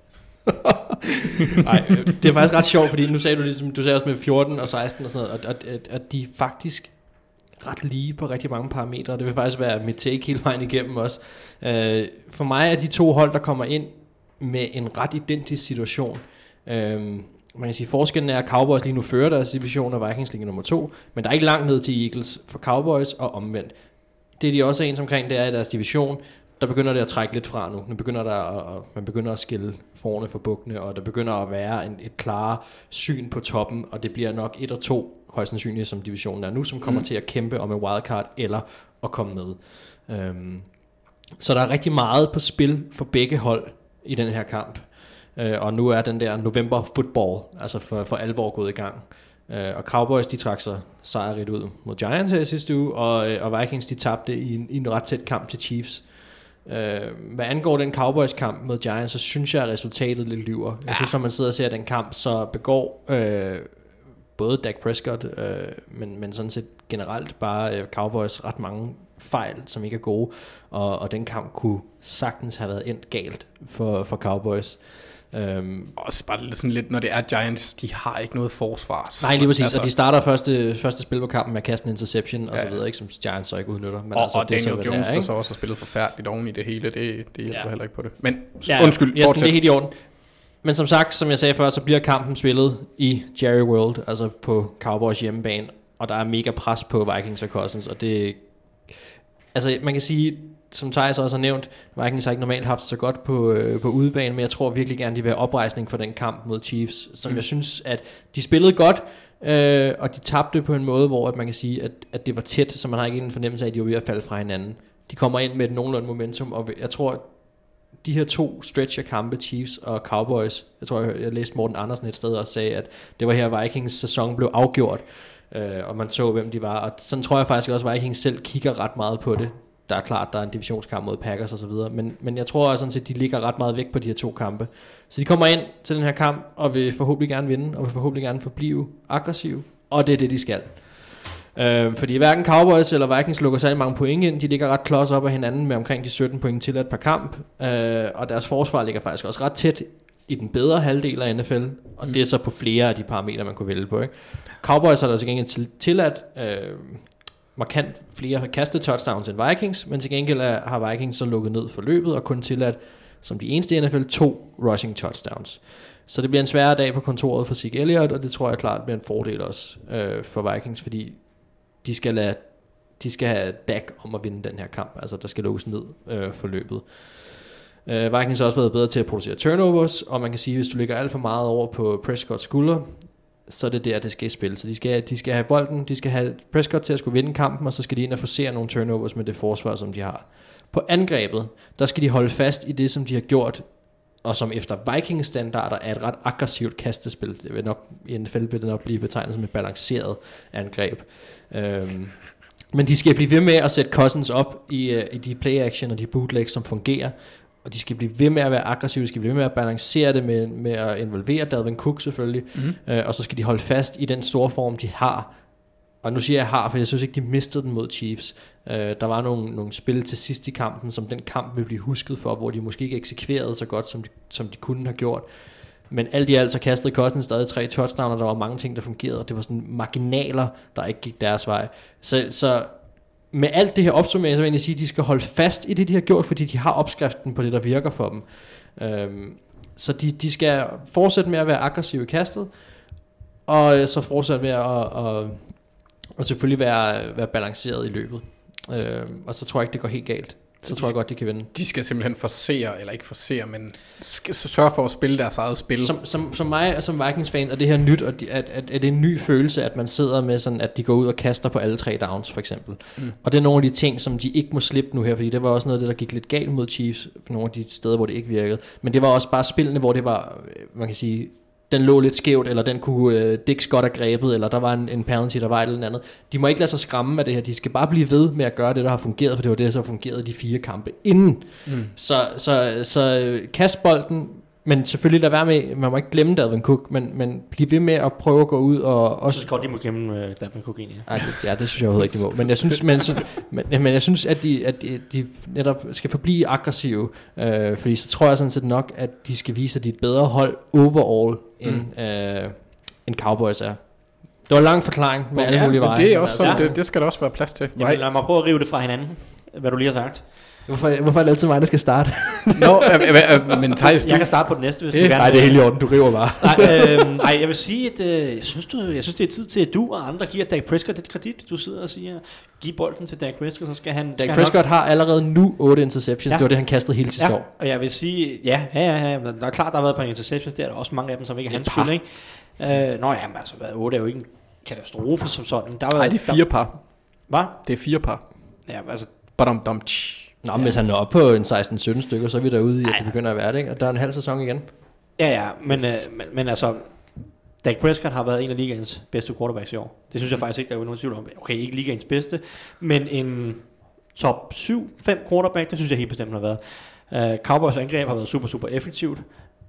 Speaker 6: Nej, det er faktisk ret sjovt, fordi nu sagde du ligesom, du sagde også med fjorten og seksten og sådan noget, og, og, og de er faktisk ret lige på rigtig mange parametre. Det vil faktisk være mit take hele vejen igennem også. Uh, for mig er de to hold, der kommer ind med en ret identisk situation. Uh, man kan sige, forskellen er, at Cowboys lige nu fører deres division, og Vikings ligger nummer to, men der er ikke langt ned til Eagles for Cowboys og omvendt. Det de også er ens omkring, det er i deres division, der begynder det at trække lidt fra nu. Nu begynder der at, man begynder at skille forne for bukkene, og der begynder at være en, et klare syn på toppen, og det bliver nok et og to højst sandsynligt, som divisionen er nu, som kommer mm. til at kæmpe om en wildcard eller at komme med. Um, så der er rigtig meget på spil for begge hold i den her kamp. Uh, og nu er den der november football, altså for, for alvor gået i gang. Uh, og Cowboys, de trak sig sejrigt ud mod Giants her sidste uge, og, og Vikings, de tabte i en, i en ret tæt kamp til Chiefs. Uh, hvad angår den Cowboys kamp mod Giants, så synes jeg, at resultatet lidt lyver. Jeg synes, når man sidder og ser den kamp, så begår uh, både Dak Prescott, uh, men, men sådan set generelt bare uh, Cowboys ret mange fejl, som ikke er gode, og, og den kamp kunne sagtens have været endt galt for, for Cowboys. Um,
Speaker 4: også bare sådan lidt, når det er Giants, de har ikke noget forsvar.
Speaker 6: Nej, lige præcis, altså, og de starter første, første spil på kampen med at kaste en interception, ja, og så videre, ikke, som Giants så ikke udnytter. Men
Speaker 4: og,
Speaker 6: altså,
Speaker 4: og
Speaker 6: det
Speaker 4: Daniel
Speaker 6: så,
Speaker 4: Jones,
Speaker 6: der,
Speaker 4: der så også har spillet forfærdeligt oven i det hele, det, det hjælper ja. heller ikke på det. Men
Speaker 6: ja,
Speaker 4: undskyld,
Speaker 6: ja, fortsæt. Det er helt i orden. Men som sagt, som jeg sagde før, så bliver kampen spillet i Jerry World, altså på Cowboys hjemmebane, og der er mega pres på Vikings og Cousins, og det, altså man kan sige, som Theis også har nævnt, Vikings har ikke normalt haft så godt på, øh, på udebane, men jeg tror virkelig gerne, de vil have oprejsning for den kamp mod Chiefs, som mm. jeg synes, at de spillede godt, øh, og de tabte på en måde, hvor at man kan sige, at, at det var tæt, så man har ikke en fornemmelse af, at de var ved at falde fra hinanden. De kommer ind med et nogenlunde momentum, og jeg tror, at de her to stretch af kampe, Chiefs og Cowboys, jeg tror, jeg, jeg læste Morten Andersen et sted og sagde, at det var her, Vikings sæson blev afgjort, øh, og man så, hvem de var, og sådan tror jeg faktisk også, at Vikings selv kigger ret meget på det. Der er klart, der er en divisionskamp mod Packers og så videre, men, men jeg tror sådan set, de ligger ret meget væk på de her to kampe. Så de kommer ind til den her kamp, og vil forhåbentlig gerne vinde, og vil forhåbentlig gerne forblive aggressiv, og det er det, de skal. Øh, fordi hverken Cowboys eller Vikings lukker særlig mange point ind. De ligger ret klods op af hinanden med omkring de sytten point til et par kamp. Øh, og deres forsvar ligger faktisk også ret tæt i den bedre halvdel af N F L. Og mm. det er så på flere af de parametre, man kunne vælge på. Ikke? Cowboys har der til gengæld tilladt øh, markant flere kastet touchdowns end Vikings, men til gengæld er, har Vikings så lukket ned for løbet og kun tilladt som de eneste i N F L to rushing touchdowns. Så det bliver en sværere dag på kontoret for Zeke Elliott, og det tror jeg klart bliver en fordel også øh, for Vikings, fordi de skal lade, de skal have Dak om at vinde den her kamp, altså der skal lukkes ned øh, for løbet. Øh, Vikings har også været bedre til at producere turnovers, og man kan sige, at hvis du ligger alt for meget over på Prescotts skulder, så er det der, det skal i spil. Så de skal, de skal have bolden, de skal have Prescott til at skulle vinde kampen, og så skal de ind og forsere nogle turnovers med det forsvar, som de har. På angrebet, der skal de holde fast i det, som de har gjort, og som efter Vikings standarder er et ret aggressivt kastespil. Det vil nok, i N F L vil det nok blive betegnet som et balanceret angreb. Øhm, men de skal blive ved med at sætte Cousins op i, uh, i de play action og de bootlegs, som fungerer. Og de skal blive ved med at være aggressive, de skal blive ved med at balancere det med, med at involvere Dalvin Cook selvfølgelig. Mm-hmm. Øh, og så skal de holde fast i den store form, de har. Og nu siger jeg har, for jeg synes ikke, de mistede den mod Chiefs. Øh, der var nogle, nogle spil til sidst i kampen, som den kamp vil blive husket for, hvor de måske ikke eksekverede så godt, som de, som de kunne have gjort. Men alt i alt så kastede Cousins stadig tre touchdowns, og der var mange ting, der fungerede, og det var sådan marginaler, der ikke gik deres vej. Så, så med alt det her opsummering, så vil jeg sige, at de skal holde fast i det, de har gjort, fordi de har opskriften på det, der virker for dem. Øhm, så de, de skal fortsætte med at være aggressive i kastet, og så fortsætte med at, at, at selvfølgelig være, være balanceret i løbet. Øhm, og så tror jeg ikke, det går helt galt. Så tror jeg godt, de kan vinde.
Speaker 4: De skal simpelthen forsere, eller ikke forsere, men skal sørge for at spille deres eget spil.
Speaker 6: Som, som, som mig og som Vikings-fan er det her nyt, og de, at, at, at det er en ny følelse, at man sidder med sådan, at de går ud og kaster på alle tre downs, for eksempel. Mm. Og det er nogle af de ting, som de ikke må slippe nu her, fordi det var også noget af det, der gik lidt galt mod Chiefs, for nogle af de steder, hvor det ikke virkede. Men det var også bare spillene, hvor det var, man kan sige, den lå lidt skævt, eller den kunne uh, Dix godt have grebet, eller der var en, en penalty, der var et eller andet. De må ikke lade sig skræmme af det her. De skal bare blive ved med at gøre det, der har fungeret, for det var det, der har fungeret de fire kampe inden. Mm. Så, så, så kast bolden, men selvfølgelig lad være med, man må ikke glemme Dalvin Cook, men, men bliv ved med at prøve at gå ud og...
Speaker 5: Jeg synes godt, de må glemme uh, Dalvin Cook egentlig.
Speaker 6: Ej, det, ja, det synes jeg overhovedet ikke, de må. Men jeg synes, men, så, men, men jeg synes at, de, at de, de netop skal forblive aggressive, øh, fordi så tror jeg sådan set nok, at de skal vise, at de er et bedre hold overall, end, mm. øh, end Cowboys er. Det var en lang forklaring med ja, alle mulige veje.
Speaker 4: Det er også sådan, ja. det, det skal der også være plads til.
Speaker 5: Jamen, lad mig prøve at rive det fra hinanden, hvad du lige har sagt.
Speaker 6: Hvorfor, hvorfor er det altid mig, der skal starte?
Speaker 4: Nå, øh, øh, men Thijs,
Speaker 5: jeg kan starte på den næste, hvis
Speaker 6: det,
Speaker 5: du gerne.
Speaker 6: Nej, det er helt i orden, du river bare.
Speaker 5: nej, øh, nej, jeg vil sige, at øh, jeg, synes, du, jeg synes, det er tid til, at du og andre giver Dak Prescott lidt kredit. Du sidder og siger, giv bolden til Dak Prescott, så skal han...
Speaker 6: Dak Prescott har allerede nu otte interceptions, ja. Det var det, han kastede hele sidste
Speaker 5: ja.
Speaker 6: år.
Speaker 5: Og jeg vil sige, ja, ja, ja, ja, der er klart, der har været på interceptions, der er der også mange af dem, som ikke er hans skyld, ikke? Øh, nå ja, men altså, otte er jo ikke en katastrofe som sådan.
Speaker 4: Nej, det er fire par.
Speaker 5: Hvad?
Speaker 4: Det er fire par.
Speaker 5: Ja, altså...
Speaker 4: Badum, dum,
Speaker 6: Nå, men ja. Hvis han når op på en seksten sytten stykker, så er vi derude i, at det begynder at være det, ikke? Og der er en halv sæson igen.
Speaker 5: Ja, ja, men, øh, men, men altså, Dak Prescott har været en af ligaens bedste quarterbacks i år. Det synes jeg faktisk ikke, der er nogen tvivl om. Okay, ikke ligaens bedste, men en top syv fem quarterback, det synes jeg helt bestemt har været. Uh, Cowboys angreb har været super, super effektivt,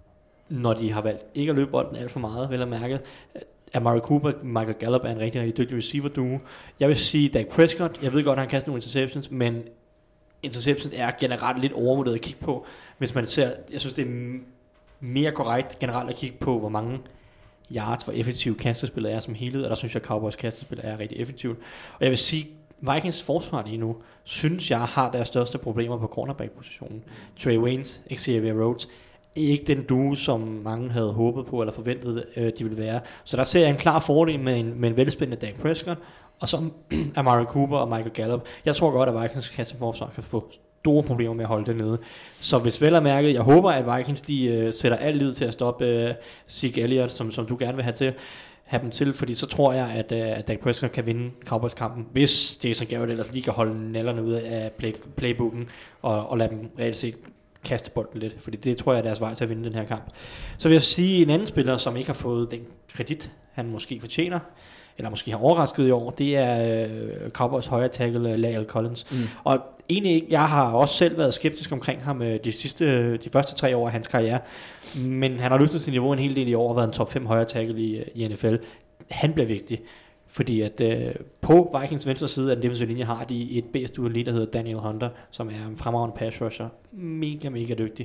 Speaker 5: når de har valgt ikke at løbe bolden alt for meget, vel at mærke. Amari Cooper, Michael Gallup er en rigtig, rigtig dygtig receiver duo. Jeg vil sige, Dak Prescott, jeg ved godt, at han kaster nogle interceptions, men interceptions er generelt lidt overvurderet at kigge på, hvis man ser, jeg synes det er mere korrekt generelt at kigge på, hvor mange yards, hvor effektivt kastespillet er som helhed, og der synes jeg, at Cowboys kastespil er rigtig effektivt. Og jeg vil sige, Vikings forsvar lige nu, synes jeg har deres største problemer på cornerback-positionen. Trey Waynes, Xavier Rhodes, ikke den duo, som mange havde håbet på, eller forventet, øh, de ville være. Så der ser jeg en klar fordel med en, med en velspændende Dak Prescott, og så Amari Cooper og Michael Gallup. Jeg tror godt, at Vikings kasseforsvar kan få store problemer med at holde det nede. Så hvis vel er mærket, jeg håber, at Vikings de uh, sætter alt lid til at stoppe uh, Zeke Elliott, som, som du gerne vil have til, have dem til, fordi så tror jeg, at, uh, at Dak Prescott kan vinde Cowboys-kampen, hvis Jason Garrett ellers lige kan holde nallerne ude af play, playbooken, og, og lade dem reelt set kaste bolden lidt, fordi det tror jeg er deres vej til at vinde den her kamp. Så vil jeg sige, en anden spiller, som ikke har fået den kredit, han måske fortjener, eller måske har overrasket i år, det er øh, Cowboys højre tackle La'el Collins. Mm. Og egentlig, jeg har også selv været skeptisk omkring ham de sidste, de første tre år af hans karriere, men han har løftet sit niveau en hel del i år og været en top fem højre tackle i, i N F L. Han bliver vigtig. Fordi at øh, på Vikings venstre side af den defensive linje har de et bedst ude der hedder Daniel Hunter, som er en fremragende pass rusher. Mega, mega dygtig.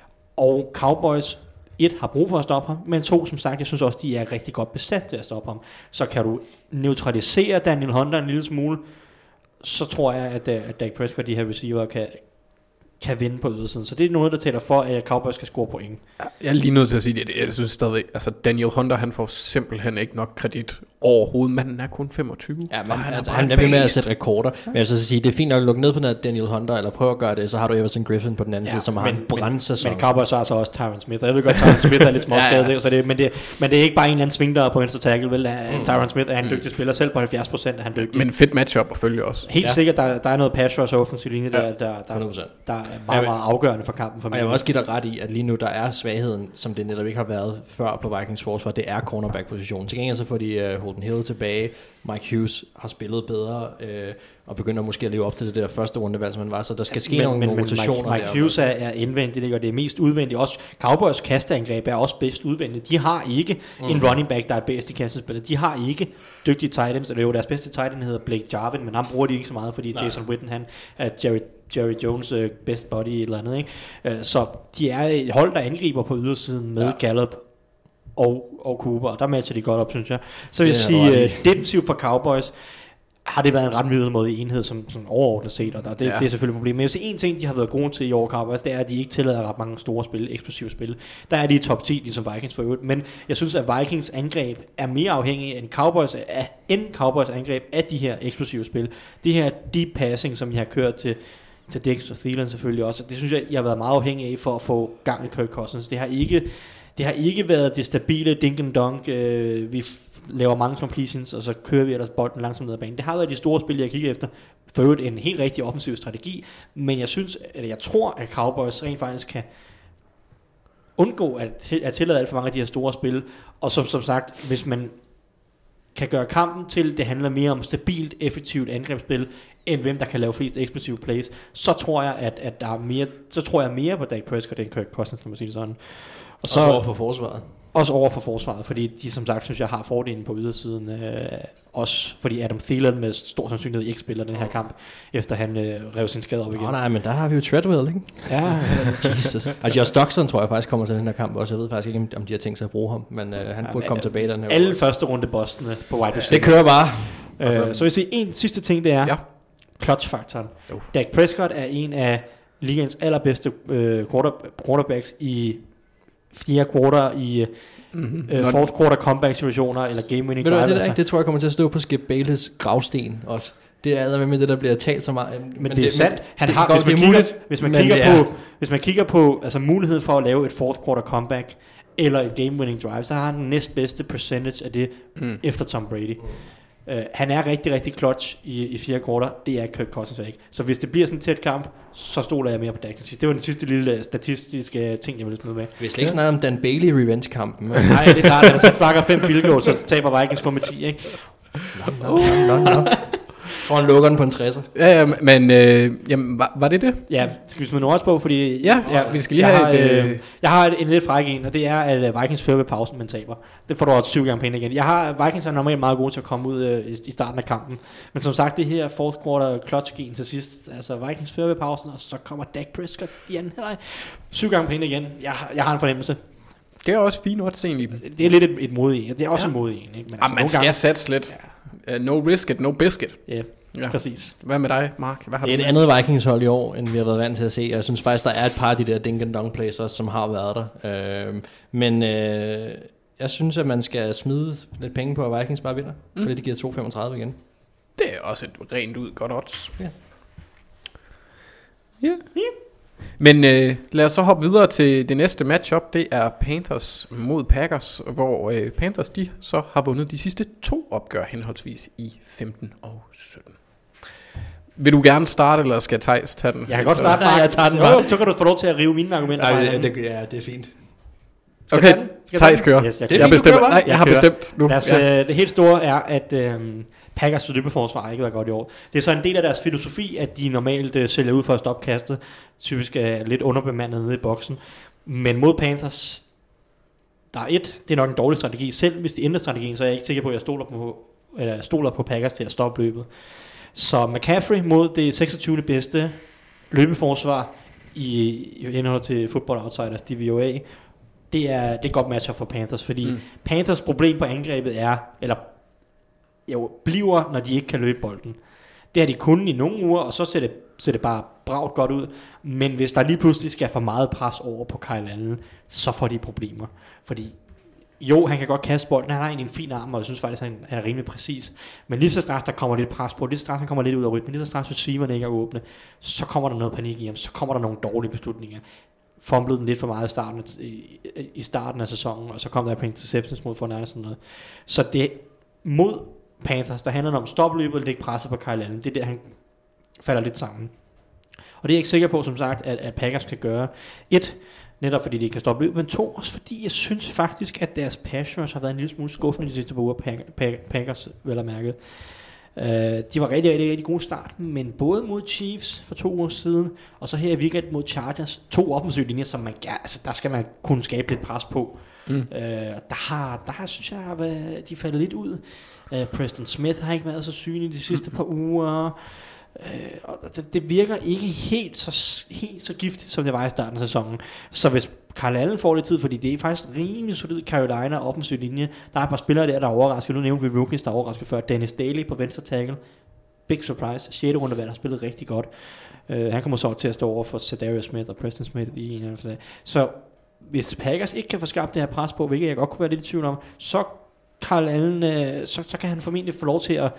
Speaker 5: Og Cowboys, et, har brug for at stoppe ham, men to, som sagt, jeg synes også, de er rigtig godt besat til at stoppe ham. Så kan du neutralisere Daniel Hunter en lille smule, så tror jeg, at, at Dak Prescott, de her receiver, kan, kan vinde på ydersiden. Så det er noget, der tæller for, at Cowboys skal score point.
Speaker 4: Jeg er lige nødt til at sige det. Jeg synes stadig, altså Daniel Hunter, han får simpelthen ikke nok kredit overhovedet. Manden er kun femogtyve.
Speaker 6: Ja, men
Speaker 4: han,
Speaker 6: han,
Speaker 4: er
Speaker 6: altså,
Speaker 4: bare
Speaker 6: han er ved med
Speaker 4: bag.
Speaker 6: at sætte rekorder. Men jeg vil så sige, det er fint nok at lukke ned for den Daniel Hunter, eller prøve at gøre det, så har du Everson Griffin på den anden
Speaker 5: Ja,
Speaker 6: side, som har
Speaker 5: men,
Speaker 6: en brandsæson.
Speaker 5: Men Cowboys har altså også Tyron Smith. Jeg ved godt, Tyron Smith er lidt småskadet,
Speaker 6: ja, ja.
Speaker 5: så det, men, det, men det er ikke bare en eller anden sving, der er på venstre tackle. Vel? Mm. Tyron Smith er en dygtig mm. spiller, selv på halvfjerds procent er han dygtig.
Speaker 4: Men fedt matchup at følge også.
Speaker 5: Helt
Speaker 6: ja.
Speaker 5: sikkert, der, der er noget pass rush og offensiv linje, der,
Speaker 4: Ja.
Speaker 5: der, der,
Speaker 6: hundrede procent.
Speaker 5: der er meget, meget afgørende for kampen for
Speaker 6: Og
Speaker 5: mig.
Speaker 6: jeg vil også give dig ret i, at lige nu der er svagheden, som det netop ikke har været før på Vikings forsvar, det er cornerback-positionen. Til gengæld så får de uh, Holden Hill tilbage, Mike Hughes har spillet bedre, øh, og begynder måske at leve op til det der første rundevalg, som han var, så der skal ske
Speaker 5: men,
Speaker 6: nogle,
Speaker 5: men,
Speaker 6: nogle
Speaker 5: men
Speaker 6: rotationer.
Speaker 5: Mike, Mike
Speaker 6: deroppe.
Speaker 5: Hughes er, er indvendigt, og det er mest udvendigt. Også Cowboys kasteangreb er også bedst udvendigt. De har ikke mm. en running back, der er bedst i kastespillet. De har ikke dygtige tight ends, eller jo, deres bedste tight end hedder Blake Jarvin, men ham bruger de ikke så meget, fordi Nej. Jason Witten, han er Jerry, Jerry Jones uh, best buddy et eller andet. Ikke? Uh, så de er et hold, der angriber på ydersiden med ja. Gallup og, og Cooper, og der matcher de godt op, synes jeg. Så vil jeg sige, uh, defensivt for Cowboys, har det været en ret middelmådig enhed som, som overordnet set, og der, det, ja. det er selvfølgelig et problem. Men jeg vil sige, en ting, de har været gode til i år, Cowboys, det er, at de ikke tillader ret mange store spil, eksplosive spil. Der er de i top ti, ligesom Vikings for øvrigt, men jeg synes, at Vikings angreb er mere afhængig end Cowboys, af, end Cowboys angreb af de her eksplosive spil. Det her deep passing, som I har kørt til, til Dix og Thielen selvfølgelig også, det synes jeg, I har været meget afhængig af for at få gang i Kirk Cousins. Det har ikke, det har ikke været det stabile dink and dunk, øh, vi laver mange completions, og så kører vi ellers bolden langsomt ned ad banen. Det har været de store spil, jeg kigger efter. For øvrigt en helt rigtig offensiv strategi, men jeg synes, eller jeg tror, at Cowboys rent faktisk kan undgå at, at tillade alt for mange af de her store spil, og som, som sagt, hvis man kan gøre kampen til, det handler mere om stabilt, effektivt angrebsspil, end hvem der kan lave flest eksplosive plays, så tror jeg, at, at der er mere, så tror jeg mere på Dak Prescott end Kirk Cousins, kan man sige det sådan.
Speaker 6: Og så over for forsvaret.
Speaker 5: Også over for forsvaret, fordi de som sagt, synes jeg, har fordelen på ydersiden. Øh, også fordi Adam Thielen med stor sandsynlighed ikke spiller den her kamp, efter han øh, rev sin skade op igen.
Speaker 6: Åh nej, men der har vi jo Treadwell, ikke?
Speaker 5: Ja,
Speaker 6: Jesus. Og Josh Doctson tror jeg faktisk kommer til den her kamp også. Jeg ved faktisk ikke, om de har tænkt sig at bruge ham, men øh, han ja, burde komme tilbage den her.
Speaker 5: Alle første runde Boston på wide receiver.
Speaker 6: Det kører bare.
Speaker 5: Øh, altså, så vil jeg sige, en sidste ting, det er
Speaker 4: ja.
Speaker 5: clutch-faktoren.
Speaker 4: Uh.
Speaker 5: Dak Prescott er en af ligaens allerbedste øh, quarter, quarterbacks i fjerde quarter i mm-hmm. øh, fourth quarter comeback situationer eller game winning drive.
Speaker 6: Det,
Speaker 5: altså.
Speaker 6: det tror jeg kommer til at stå på Skip Bayless gravsten også. Det er med det, der bliver talt så meget.
Speaker 5: Men, men det er sandt. Han
Speaker 6: det,
Speaker 5: har,
Speaker 6: det,
Speaker 5: hvis man
Speaker 6: det
Speaker 5: kigger,
Speaker 6: muligt,
Speaker 5: hvis man kigger på, hvis man kigger på altså mulighed for at lave et fourth quarter comeback eller et game winning drive, så har han den næstbedste percentage af det mm. efter Tom Brady. Uh, han er rigtig, rigtig clutch i, i fjerde quarter. Det er Kirk Cousins ikke. Så hvis det bliver sådan en tæt kamp, så stoler jeg mere på Dak. Det var den sidste lille statistiske ting, jeg ville smide med.
Speaker 6: Vi slet ikke snakke om Dan Bailey revenge-kampen.
Speaker 5: Nej, det er klart, at hvis han sparker fem field goals, så taber Vikings kun med ti, ikke?
Speaker 6: Nå, nå, nå, nå. Jeg tror, han lukker den på en tresser.
Speaker 4: Ja, ja, men øh, jamen, var, var det det?
Speaker 5: Ja, skal vi smide noget på, fordi...
Speaker 4: Ja, ja, vi skal lige
Speaker 5: jeg
Speaker 4: have
Speaker 5: har,
Speaker 4: et...
Speaker 5: øh, jeg har en, en lidt fræk en, og det er, at Vikings fører ved pausen, men taber. Det får du også syv gange penge igen. Jeg har, Vikings er normalt meget gode til at komme ud øh, i, i starten af kampen. Men som sagt, det her fourth quarter clutch-gen til sidst. Altså, Vikings fører ved pausen, og så kommer Dak Prescott igen. Eller, syv gange penge igen. Jeg, jeg har en fornemmelse.
Speaker 4: Det er også fint odds egentlig.
Speaker 5: Det er lidt et, et modig en. Det er også ja. en modig en. Ikke? Men
Speaker 4: altså, ah, man skal gange... satse lidt. Ja. Uh, no risk it, no biscuit.
Speaker 5: Yeah. Ja, præcis.
Speaker 4: Hvad med dig, Mark? Hvad har
Speaker 6: det er
Speaker 4: du
Speaker 6: et andet Vikings-hold i år, end vi har været vant til at se. Jeg synes faktisk, der er et par af de der dink and dunk plays også, som har været der. Øh, men øh, jeg synes, at man skal smide lidt penge på, at Vikings bare vinder. Mm. Fordi det giver to komma femogtredive igen.
Speaker 4: Det er også et rent ud godt odds.
Speaker 6: Ja.
Speaker 4: Ja. ja. Men øh, lad os så hoppe videre til det næste matchup. Det er Panthers mod Packers, hvor øh, Panthers de så har vundet de sidste to opgør henholdsvis i femten og sytten. Vil du gerne starte, eller skal Theis tage den?
Speaker 5: Jeg kan godt starte.
Speaker 6: Nej, jeg tager den
Speaker 5: jo, jo, så kan du få lov til at rive mine argumenter.
Speaker 6: Nej, det, det, ja, det er fint.
Speaker 5: Skal
Speaker 4: okay, Theis kører.
Speaker 5: Yes, jeg,
Speaker 4: jeg, jeg, bestemmer. Nej, jeg, jeg har
Speaker 5: kører.
Speaker 4: bestemt nu.
Speaker 5: Deres, ja. øh, det helt store er, at øh, Packers løbeforsvar ikke har været godt i år. Det er så en del af deres filosofi, at de normalt øh, sælger ud for at stoppe kastet. Typisk er lidt underbemandet nede i boksen. Men mod Panthers, der er et, det er nok en dårlig strategi. Selv hvis de ændrer strategien, så er jeg ikke sikker på, at jeg stoler på eller stoler på Packers til at stoppe løbet. Så McCaffrey mod det seksogtyvende bedste løbeforsvar i, i henhold til Football Outsiders, D V O A, det er, det er godt matcher for Panthers, fordi mm. Panthers problem på angrebet er, eller jo, bliver, når de ikke kan løbe bolden. Det har de kun i nogle uger, og så ser det, ser det bare bragt godt ud. Men hvis der lige pludselig skal for meget pres over på Kyle Allen, så får de problemer. Fordi jo, han kan godt kaste bolden, han har egentlig en fin arm, og jeg synes faktisk, han er rimelig præcis. Men lige så straks der kommer lidt pres på, lige så straks han kommer lidt ud af rytmen, lige så straks receiverne ikke er åbne, så kommer der noget panik i ham, så kommer der nogle dårlige beslutninger. Fumblede den lidt for meget i starten, i, i starten af sæsonen, og så kom der på interceptions mod Fortnite og sådan noget. Så det mod Panthers, der handler om stopløbet og lægge presset på Kyle Allen, det er der, han falder lidt sammen. Og det er jeg ikke sikker på, som sagt, at, at Packers kan gøre. Et, netop fordi de ikke kan stoppe løbet, men to, også fordi jeg synes faktisk, at deres pass rush har været en lille smule skuffende de sidste par uger, Packers vel at mærke. Uh, de var rigtig, rigtig, rigtig gode start, men både mod Chiefs for to uger siden, og så her i weekend mod Chargers, to offensive linjer, som man gerne, altså der skal man kunne skabe lidt pres på. Mm. Uh, der har, der har, synes jeg, at de faldet lidt ud. Uh, Preston Smith har ikke været så synlig de sidste par uger. Uh, og det, det virker ikke helt så, helt så giftigt, som det var i starten af sæsonen. Så hvis Kyle Allen får lidt tid, fordi det er faktisk rimelig solid Carolina offensiv linje. Der er et par spillere der, der er overrasket. Nu nævnte vi rookies, der er overrasket før. Dennis Daly på venstre tackle. Big surprise. sjette runde valg har spillet rigtig godt. Uh, han kommer så til at stå over for Zadarius Smith og Preston Smith i en anden. Så hvis Packers ikke kan få skabt det her pres på, hvilket jeg godt kunne være lidt i tvivl om, så Kyle Allen, uh, så, så kan han formentlig få lov til at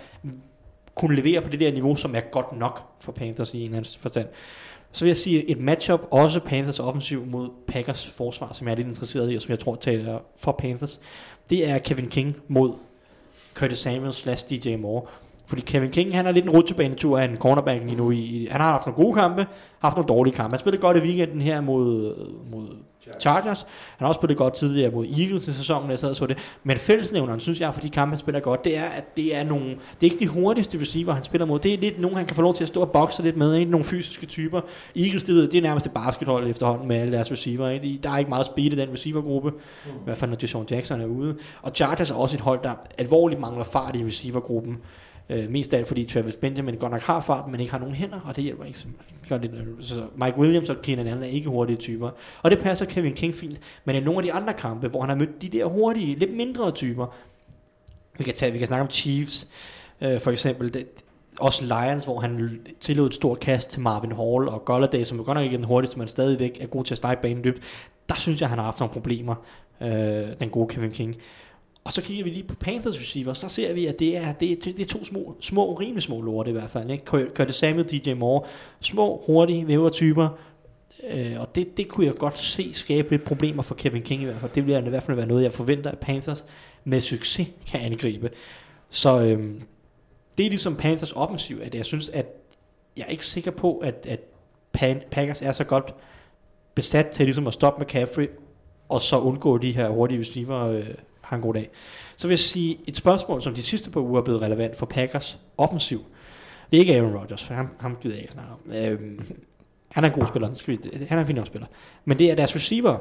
Speaker 5: kunne levere på det der niveau, som er godt nok for Panthers i en eller anden forstand. Så vil jeg sige, et matchup, også Panthers offensiv mod Packers forsvar, som jeg er lidt interesseret i, og som jeg tror taler for Panthers, det er Kevin King mod Curtis Samuel slash D J Moore. Fordi Kevin King, han er lidt en rutsjebanetur af en cornerback lige nu. I, han har haft nogle gode kampe, haft nogle dårlige kampe. Han spillede godt i weekenden her mod, mod Chargers. Han har også spillet godt tidligere mod Eagles i sæsonen, jeg sad og så det. Men fællesnævneren, synes jeg, for de kampe, han spiller godt, det er, at det er nogle, det er ikke de hurtigste receiver, han spiller mod. Det er lidt nogen, han kan få lov til at stå og bokse lidt med, ikke? Nogle fysiske typer. Eagles, det ved, det er nærmest et baskethold efterhånden med alle deres receiver, ikke? Der er ikke meget speed i den receivergruppe, mm. i hvert fald når Deshaun Jackson er ude. Og Chargers er også et hold, der alvorligt mangler fart i receivergruppen. Uh, mest af alt fordi Travis Benjamin godt nok har fart, men ikke har nogen hænder, og det hjælper ikke. Så, så Mike Williams og Keenan Allen er ikke hurtige typer, og det passer Kevin King fint. Men i nogle af de andre kampe, hvor han har mødt de der hurtige, lidt mindre typer, vi kan, tage, vi kan snakke om Chiefs, uh, for eksempel, det, også Lions, hvor han tillod et stort kast til Marvin Hall og Golladay, som godt nok ikke er den hurtigste, men stadigvæk er god til at strække banen dybt. Der synes jeg, han har haft nogle problemer, uh, den gode Kevin King. Og så kigger vi lige på Panthers receiver, så ser vi, at det er, det er, det er to små, små, rimelig små lorte i hvert fald. Ikke? Curtis Samuel, D J Moore, små, hurtige vævertyper, øh, og det, det kunne jeg godt se skabe lidt problemer for Kevin King i hvert fald. Det bliver i hvert fald være noget, jeg forventer, at Panthers med succes kan angribe. Så øh, det er ligesom Panthers offensiv, at jeg synes, at jeg er ikke sikker på, at, at Pan- Packers er så godt besat til ligesom at stoppe McCaffrey, og så undgå de her hurtige receiver, øh, har en god dag. Så vil jeg sige, et spørgsmål, som de sidste par uger er blevet relevant for Packers offensiv. Det er ikke Aaron Rodgers, for ham, ham gider jeg ikke snakke om. Øhm, han er en god spiller, han er en fin spiller. Men det er deres receiver,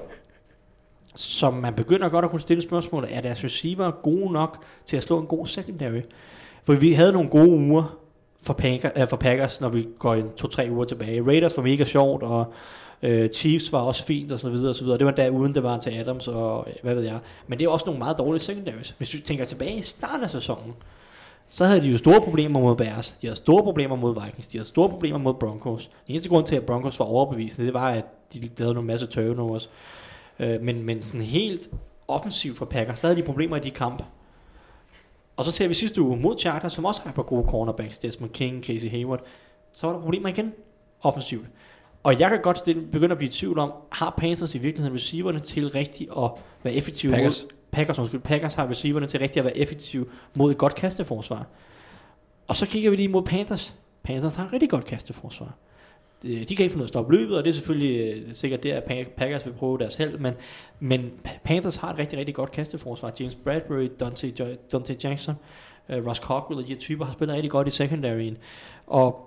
Speaker 5: som man begynder godt at kunne stille spørgsmål. Er deres receiver gode nok til at slå en god secondary? For vi havde nogle gode uger for, Packer, øh, for Packers, når vi går en to-tre uger tilbage. Raiders var mega sjovt, og Uh, Chiefs var også fint og så videre og så videre. Det var der uden det var til Adams og hvad ved jeg. Men det er også nogle meget dårlige secondaries. Hvis vi tænker tilbage i starten af sæsonen, så havde de jo store problemer mod Bears. De havde store problemer mod Vikings. De havde store problemer mod Broncos. Den eneste grund til at Broncos var overbevisende, det var at de lavede nogle masse turnovers. Uh, men, men sådan helt offensivt for Packers, så havde de problemer i de kampe. Og så ser vi sidste uge mod Chargers, som også har på gode cornerbacks, Desmond King, Casey Hayward. Så var der problemer igen offensivt. Og jeg kan godt stille, begynde at blive i tvivl om, har Panthers i virkeligheden receiverne til rigtig at være effektive
Speaker 4: Packers.
Speaker 5: mod... Packers, undskyld. Packers har receiverne til rigtig at være effektive mod et godt kasteforsvar. Og så kigger vi lige mod Panthers. Panthers har et rigtig godt kasteforsvar. De kan ikke få noget at stoppe løbet, og det er selvfølgelig sikkert der, at Packers vil prøve deres held, men, men Panthers har et rigtig, rigtig godt kasteforsvar. James Bradbury, Dante, Dante Jackson, uh, Ross Cockrell og de her typer har spillet rigtig godt i secondaryen. Og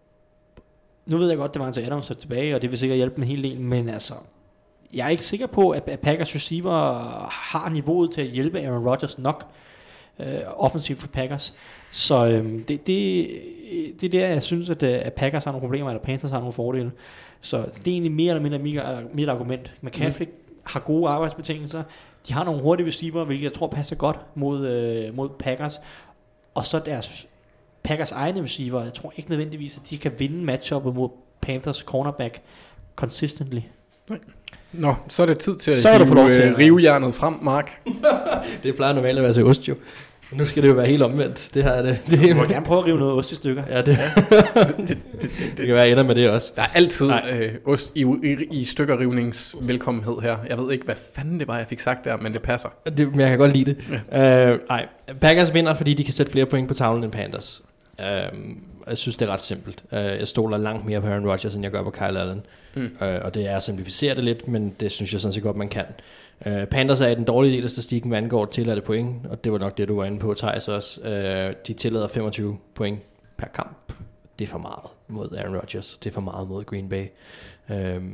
Speaker 5: nu ved jeg godt, det var en til Adams er tilbage, og det vil sikkert hjælpe en hel del, men altså, jeg er ikke sikker på, at Packers receiver har niveauet til at hjælpe Aaron Rodgers nok. øh, offensivt for Packers. Så øh, det, det, det er der, jeg synes, at, at Packers har nogle problemer, eller Panthers har nogle fordele. Så det er egentlig mere eller mindre mit, mit argument. McCaffrey mm. har gode arbejdsbetingelser. De har nogle hurtige receiver, hvilket jeg tror passer godt mod, øh, mod Packers. Og så deres Packers egne receiver. Jeg tror ikke nødvendigvis, at de kan vinde matchuppet mod Panthers cornerback consistently.
Speaker 4: Nå, så er det tid til
Speaker 5: så
Speaker 4: at
Speaker 5: hive
Speaker 4: øh, rivejernet frem, Mark.
Speaker 6: Det plejer normalt at være til ost, jo. Nu skal det jo være helt omvendt. Det her er det. det
Speaker 5: Du må gerne prøve at rive noget ost i stykker.
Speaker 6: Ja, det, det, det, det, det kan være ender med det også.
Speaker 4: Der er altid øh, ost i, i, i stykkerrivnings velkommenhed her. Jeg ved ikke, hvad fanden det var, jeg fik sagt der, men det passer.
Speaker 6: Det, men jeg kan godt lide det. Ja. Uh, nej, Packers vinder, fordi de kan sætte flere point på tavlen end Panthers. Uh, jeg synes, det er ret simpelt. Uh, jeg stoler langt mere på Aaron Rodgers, end jeg gør på Kyle Allen. Mm. Uh, og det er at simplificere det lidt, men det synes jeg sådan set godt, man kan. Uh, Panthers er i den dårlige del af statistikken, hvad angår tilladte point, og det var nok det, du var inde på, Thijs også. Uh, de tillader femogtyve point per kamp. Det er for meget mod Aaron Rodgers. Det er for meget mod Green Bay. Uh,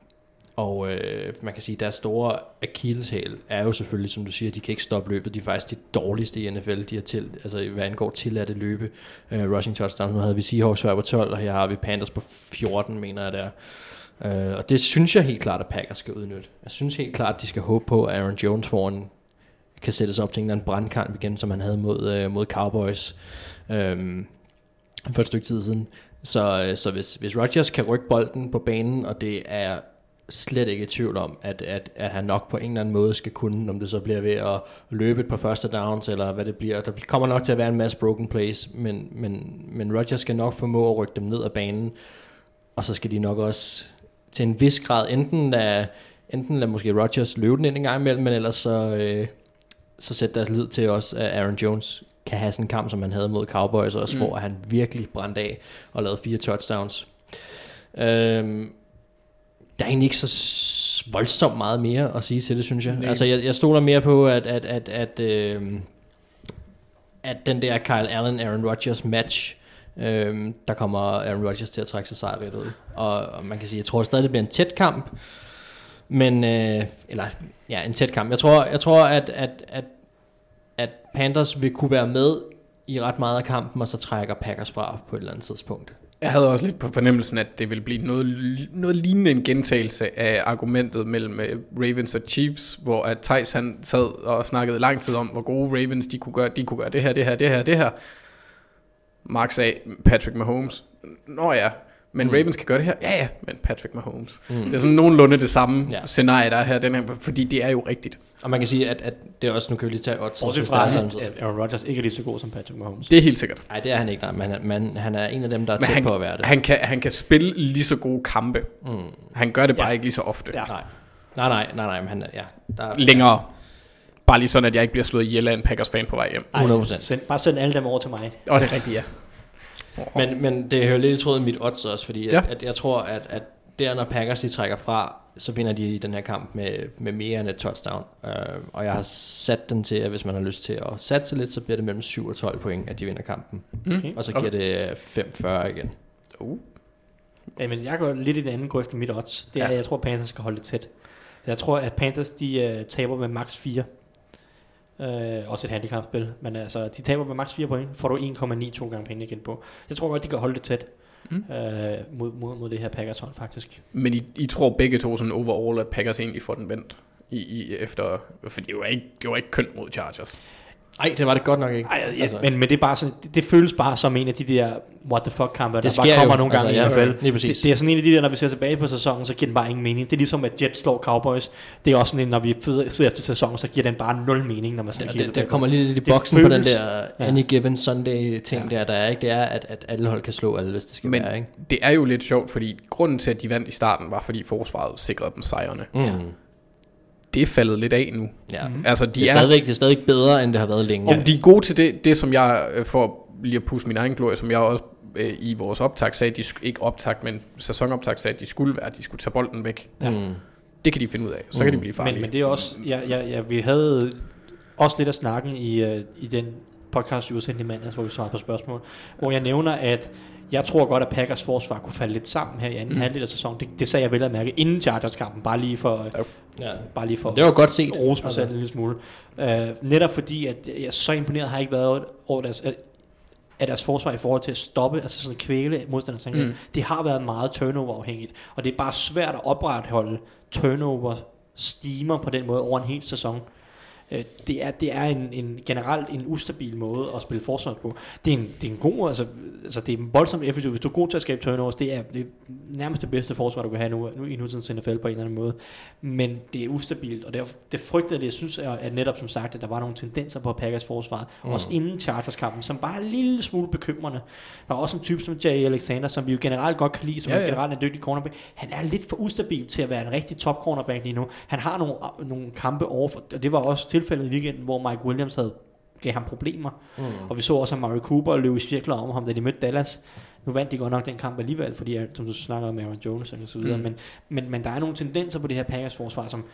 Speaker 6: og øh, man kan sige, at deres store akilleshæl er jo selvfølgelig, som du siger, de kan ikke stoppe løbet. De er faktisk de dårligste i N F L, de har til, altså hvad angår tilladte løbe. Uh, rushing touchdowns, nu havde vi Seahawks før på tolv, og her har vi Panthers på fjorten, mener jeg der. Uh, og det synes jeg helt klart, at Packers skal udnytte. Jeg synes helt klart, at de skal håbe på, at Aaron Jones får en, kan sættes op til en eller anden brandkamp igen, som han havde mod, uh, mod Cowboys um, for et stykke tid siden. Så, uh, så hvis, hvis Rodgers kan rykke bolden på banen, og det er slet ikke i tvivl om, at, at, at han nok på en eller anden måde skal kunne, om det så bliver ved at løbe et par første downs, eller hvad det bliver. Der kommer nok til at være en masse broken plays, men, men, men Rodgers skal nok formå at rykke dem ned ad banen, og så skal de nok også til en vis grad enten lade, enten lade måske Rodgers løbe den ind en gang imellem, men ellers så, øh, så sætte deres lid til også, at Aaron Jones kan have sådan en kamp, som han havde mod Cowboys også, mm. hvor han virkelig brændte af og lavede fire touchdowns. Øhm, Der er egentlig ikke så voldsomt meget mere at sige til det, synes jeg. Nej. Altså, jeg, jeg stoler mere på, at, at, at, at, øh, at den der Kyle Allen-Aaron Rodgers match, øh, der kommer Aaron Rodgers til at trække sig sejrigt ud. Og, og man kan sige, jeg tror stadig, det bliver en tæt kamp. Men, øh, eller, ja, en tæt kamp. Jeg tror, jeg tror at, at, at, at Panthers vil kunne være med i ret meget af kampen, og så trækker Packers fra på et eller andet tidspunkt.
Speaker 4: Jeg havde også lidt på fornemmelsen, at det ville blive noget, noget lignende en gentagelse af argumentet mellem Ravens og Chiefs, hvor at Thijs han sad og snakkede lang tid om, hvor gode Ravens de kunne gøre, de kunne gøre det her, det her, det her, det her. Mark sagde Patrick Mahomes. Nå ja, men mm. Ravens kan gøre det her. Ja ja, men Patrick Mahomes. Mm. Det er sådan nogenlunde det samme ja. scenarie, der er her, den her, fordi det er jo rigtigt.
Speaker 6: Og man kan sige, at, at det er også, nu kan vi lige tage odds.
Speaker 5: Bortset fra, at Aaron Rodgers ikke er lige så god som Patrick Mahomes.
Speaker 4: Det er helt sikkert.
Speaker 6: Nej, det er han ikke, nej, men, men han er en af dem, der er tæt
Speaker 4: han,
Speaker 6: på at være det.
Speaker 4: Han kan, han kan spille lige så gode kampe. Mm. Han gør det bare ja. ikke lige så ofte.
Speaker 6: Ja. Nej. nej, nej, nej, nej, men han er, ja. Der,
Speaker 4: Længere. Bare lige sådan, at jeg ikke bliver slået ihjel af en Packers fan på vej hjem.
Speaker 5: hundrede procent. Send, bare send alle dem over til mig.
Speaker 4: Og det er rigtigt, ja.
Speaker 6: Men, men det hører lidt i tråden mit odds også, fordi ja. at, at jeg tror, at, at der når Packers de trækker fra, så vinder de i den her kamp med, med mere end et touchdown. Uh, og jeg har sat den til, at hvis man har lyst til at satse lidt, så bliver det mellem syv og tolv point, at de vinder kampen. Okay. Og så giver okay. det fem fyrre igen.
Speaker 5: Uh. Ja, men jeg går lidt i den anden, går efter mit odds. Det er, ja. at jeg tror, Panthers skal holde det tæt. Jeg tror, at Panthers de uh, taber med max fire. Uh, også et handicapspil, men altså de taber med max fire point, får du en komma ni to gange penge igen på. Jeg tror godt, de kan holde det tæt mm. uh, mod, mod, mod det her Packers hold faktisk.
Speaker 4: Men I, I tror begge to sådan overall, at Packers egentlig får den vendt i, i efter, for det var ikke, det var ikke kønt mod Chargers.
Speaker 6: Nej, det var det godt nok ikke.
Speaker 5: Ej, ja, altså. men, men det er bare sådan, det, det føles bare som en af de der what the fuck kampe, der bare kommer jo. nogle gange altså, i hvert fald. Det, det er sådan en af de der, når vi ser tilbage på sæsonen, så giver den bare ingen mening. Det er ligesom at Jets slår Cowboys. Det er også sådan en, når vi sidder efter sæsonen, så giver den bare nul mening, når man ser
Speaker 6: det. Der kommer lige lidt i boksen på den der ja. any given Sunday ting ja. der, der er ikke. Det er, at, at alle hold kan slå alle, hvis det skal
Speaker 4: men
Speaker 6: være. Ikke?
Speaker 4: Det er jo lidt sjovt, fordi grunden til, at de vandt i starten, var fordi forsvaret sikrede dem sejrene. Mm. Det er faldet lidt af nu.
Speaker 6: Ja. Mm-hmm. Altså, de det, er stadigvæk, det er stadig bedre, end det har været længe.
Speaker 4: Og de er gode til det, det som jeg, for lige at pusse min egen glorie, som jeg også øh, i vores optag sagde, de ikke optag, men sæsonoptag sagde, at de skulle være, at de skulle tage bolden væk. Ja. Mm. Det kan de finde ud af, så mm. kan de blive farlige.
Speaker 5: Men, men det er også, ja, ja, ja, vi havde også lidt af snakken i, uh, i den podcast, vi udsendte i mandags, hvor vi svarede på spørgsmål, hvor jeg nævner, at Jeg tror godt, at Packers forsvar kunne falde lidt sammen her i anden mm. halvdel af sæsonen. Det, det sagde jeg vel at mærke inden Chargers-kampen, bare lige for, ja. bare lige for
Speaker 6: det var godt set.
Speaker 5: At rose mig selv en lille smule. Uh, netop fordi, at jeg så imponeret har ikke været over deres, af deres forsvar i forhold til at stoppe, altså sådan kvæle modstanders angreb. Mm. Det har været meget turnover-afhængigt, og det er bare svært at opretholde turnover-stimer på den måde over en hel sæson. Det er, det er en, en generelt en ustabil måde at spille forsvar på. Det er en, det er en god, altså, altså det er en voldsomt effektivt. Hvis du er god til at skabe turnovers, det er, det er nærmest det bedste forsvar, du kan have nu, nu i nutidens N F L på en eller anden måde. Men det er ustabilt, og det, er, det frygter det, jeg synes, er, at netop som sagt, at der var nogle tendenser på Packers forsvar, mm. også inden Chargers-kampen, som bare er en lille smule bekymrende. Der er også en type som Jay Alexander, som vi jo generelt godt kan lide, som ja, ja. generelt er en dygtig cornerback. Han er lidt for ustabil til at være en rigtig top cornerback lige nu. Han har nogle, nogle kampe over, og det var også tilfældet i weekenden, hvor Mike Williams havde gav ham problemer. Mm. Og vi så også, at Amari Cooper løb i cirkler om ham, da de mødte Dallas. Nu vandt de godt nok den kamp alligevel, fordi, som du snakker om Aaron Jones og så videre. Mm. Men, men, men der er nogle tendenser på det her Packers forsvar, som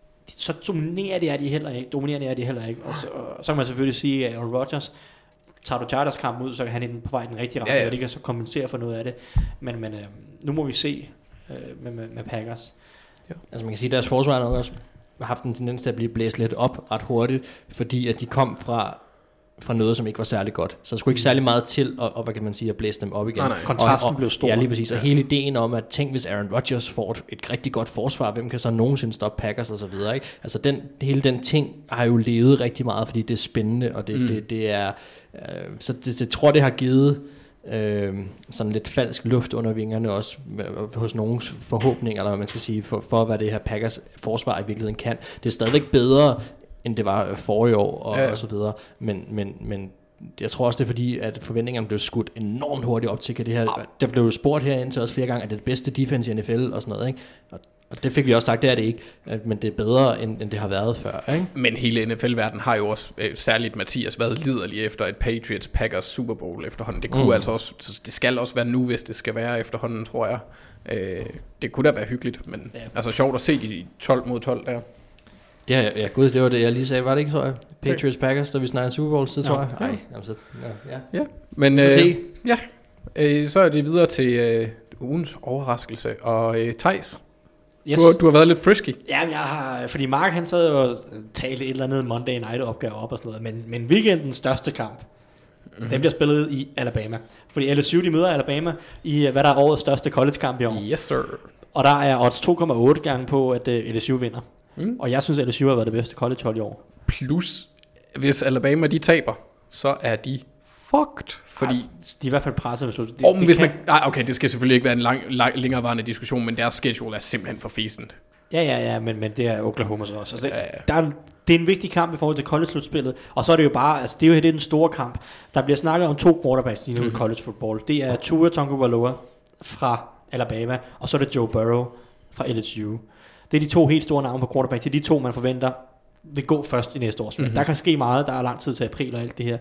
Speaker 5: så dominerer det er de heller ikke. Dominerer det er de heller ikke. Og så, og så kan man selvfølgelig sige, at Aaron Rodgers, tager du Chargers kampen ud, så kan han den på vej den rigtige retning, ja, ja. og det kan så kompensere for noget af det. Men, men øh, nu må vi se øh, med, med, med Packers.
Speaker 6: Ja. Altså man kan sige, at deres forsvar nok også har haft en tendens til at blive blæst lidt op ret hurtigt, fordi at de kom fra fra noget, som ikke var særlig godt. Så der skulle ikke særlig meget til, og, og hvad kan man sige, at blæse dem op igen.
Speaker 5: Nej, nej. Kontrasten
Speaker 6: og, og,
Speaker 5: blev stor.
Speaker 6: Ja, lige præcis. Og ja. hele ideen om, at tænk, hvis Aaron Rodgers får et, et rigtig godt forsvar, hvem kan så nogensinde stoppe Packers og så videre, ikke? Altså den, hele den ting har jo levet rigtig meget, fordi det er spændende, og det, mm. det, det er, øh, så det, det tror, det har givet øh, sådan lidt falsk luft under vingerne også, hos nogens forhåbninger, eller hvad man skal sige, for, for hvad det her Packers forsvar i virkeligheden kan. Det er stadigvæk bedre, end det var forrige år, og, ja. og så videre. Men, men, men jeg tror også, det er fordi, at forventningerne blev skudt enormt hurtigt op til, at det her, der blev jo spurgt herinde til også flere gange, at det er det bedste defense i N F L og sådan noget, ikke? Og, og det fik vi også sagt, det er det ikke, men det er bedre, end, end det har været før, ikke?
Speaker 4: Men hele N F L-verdenen har jo også, øh, særligt Mathias, været liderlig efter et Patriots-Packers Super Bowl efterhånden. Det kunne mm. altså også, det skal også være nu, hvis det skal være efterhånden, tror jeg. Øh, det kunne da være hyggeligt, men ja. altså sjovt at se de tolv mod tolv der.
Speaker 6: Ja, ja, gud, det var det, jeg lige sagde. Var det ikke, tror jeg? Patriots Packers, da vi snakkede Super Bowl, så tror jeg. Nej, jamen så, ja. ja.
Speaker 4: ja men øh, ja, øh, så er det videre til øh, ugens overraskelse. Og øh, Theis, yes. du, du har været lidt frisky.
Speaker 5: Ja, jeg har, fordi Mark han sad og talte et eller andet Monday Night opgave op og sådan noget, men, men weekendens største kamp, mm-hmm. den bliver spillet i Alabama. Fordi L S U, de møder Alabama i, hvad der er årets største college-kamp i år.
Speaker 4: Yes, sir.
Speaker 5: Og der er odds to komma otte gange på, at uh, L S U vinder. Mm. Og jeg synes, at L S U har været det bedste college-hold i år.
Speaker 4: Plus, hvis Alabama de taber, så er de fucked. Fordi
Speaker 5: altså, de er i hvert fald presset med slut.
Speaker 4: Oh, hvis kan... man... Nej, okay, det skal selvfølgelig ikke være en lang, lang, længerevarende diskussion, men deres schedule er simpelthen for fæsent.
Speaker 5: Ja, ja, ja, men, men det er Oklahoma så også. Altså,
Speaker 4: ja, ja.
Speaker 5: Der er, det er en vigtig kamp i forhold til college-slutspillet, og så er det jo bare, altså det er jo det er den store kamp. Der bliver snakket om to quarterbacks i mm-hmm. college football. Det er Tua Tagovailoa fra Alabama, og så er det Joe Burrow fra L S U. Det er de to helt store navne på quarterback. Det er de to, man forventer vil gå først i næste års. Mm-hmm. Der kan ske meget. Der er lang tid til april og alt det her.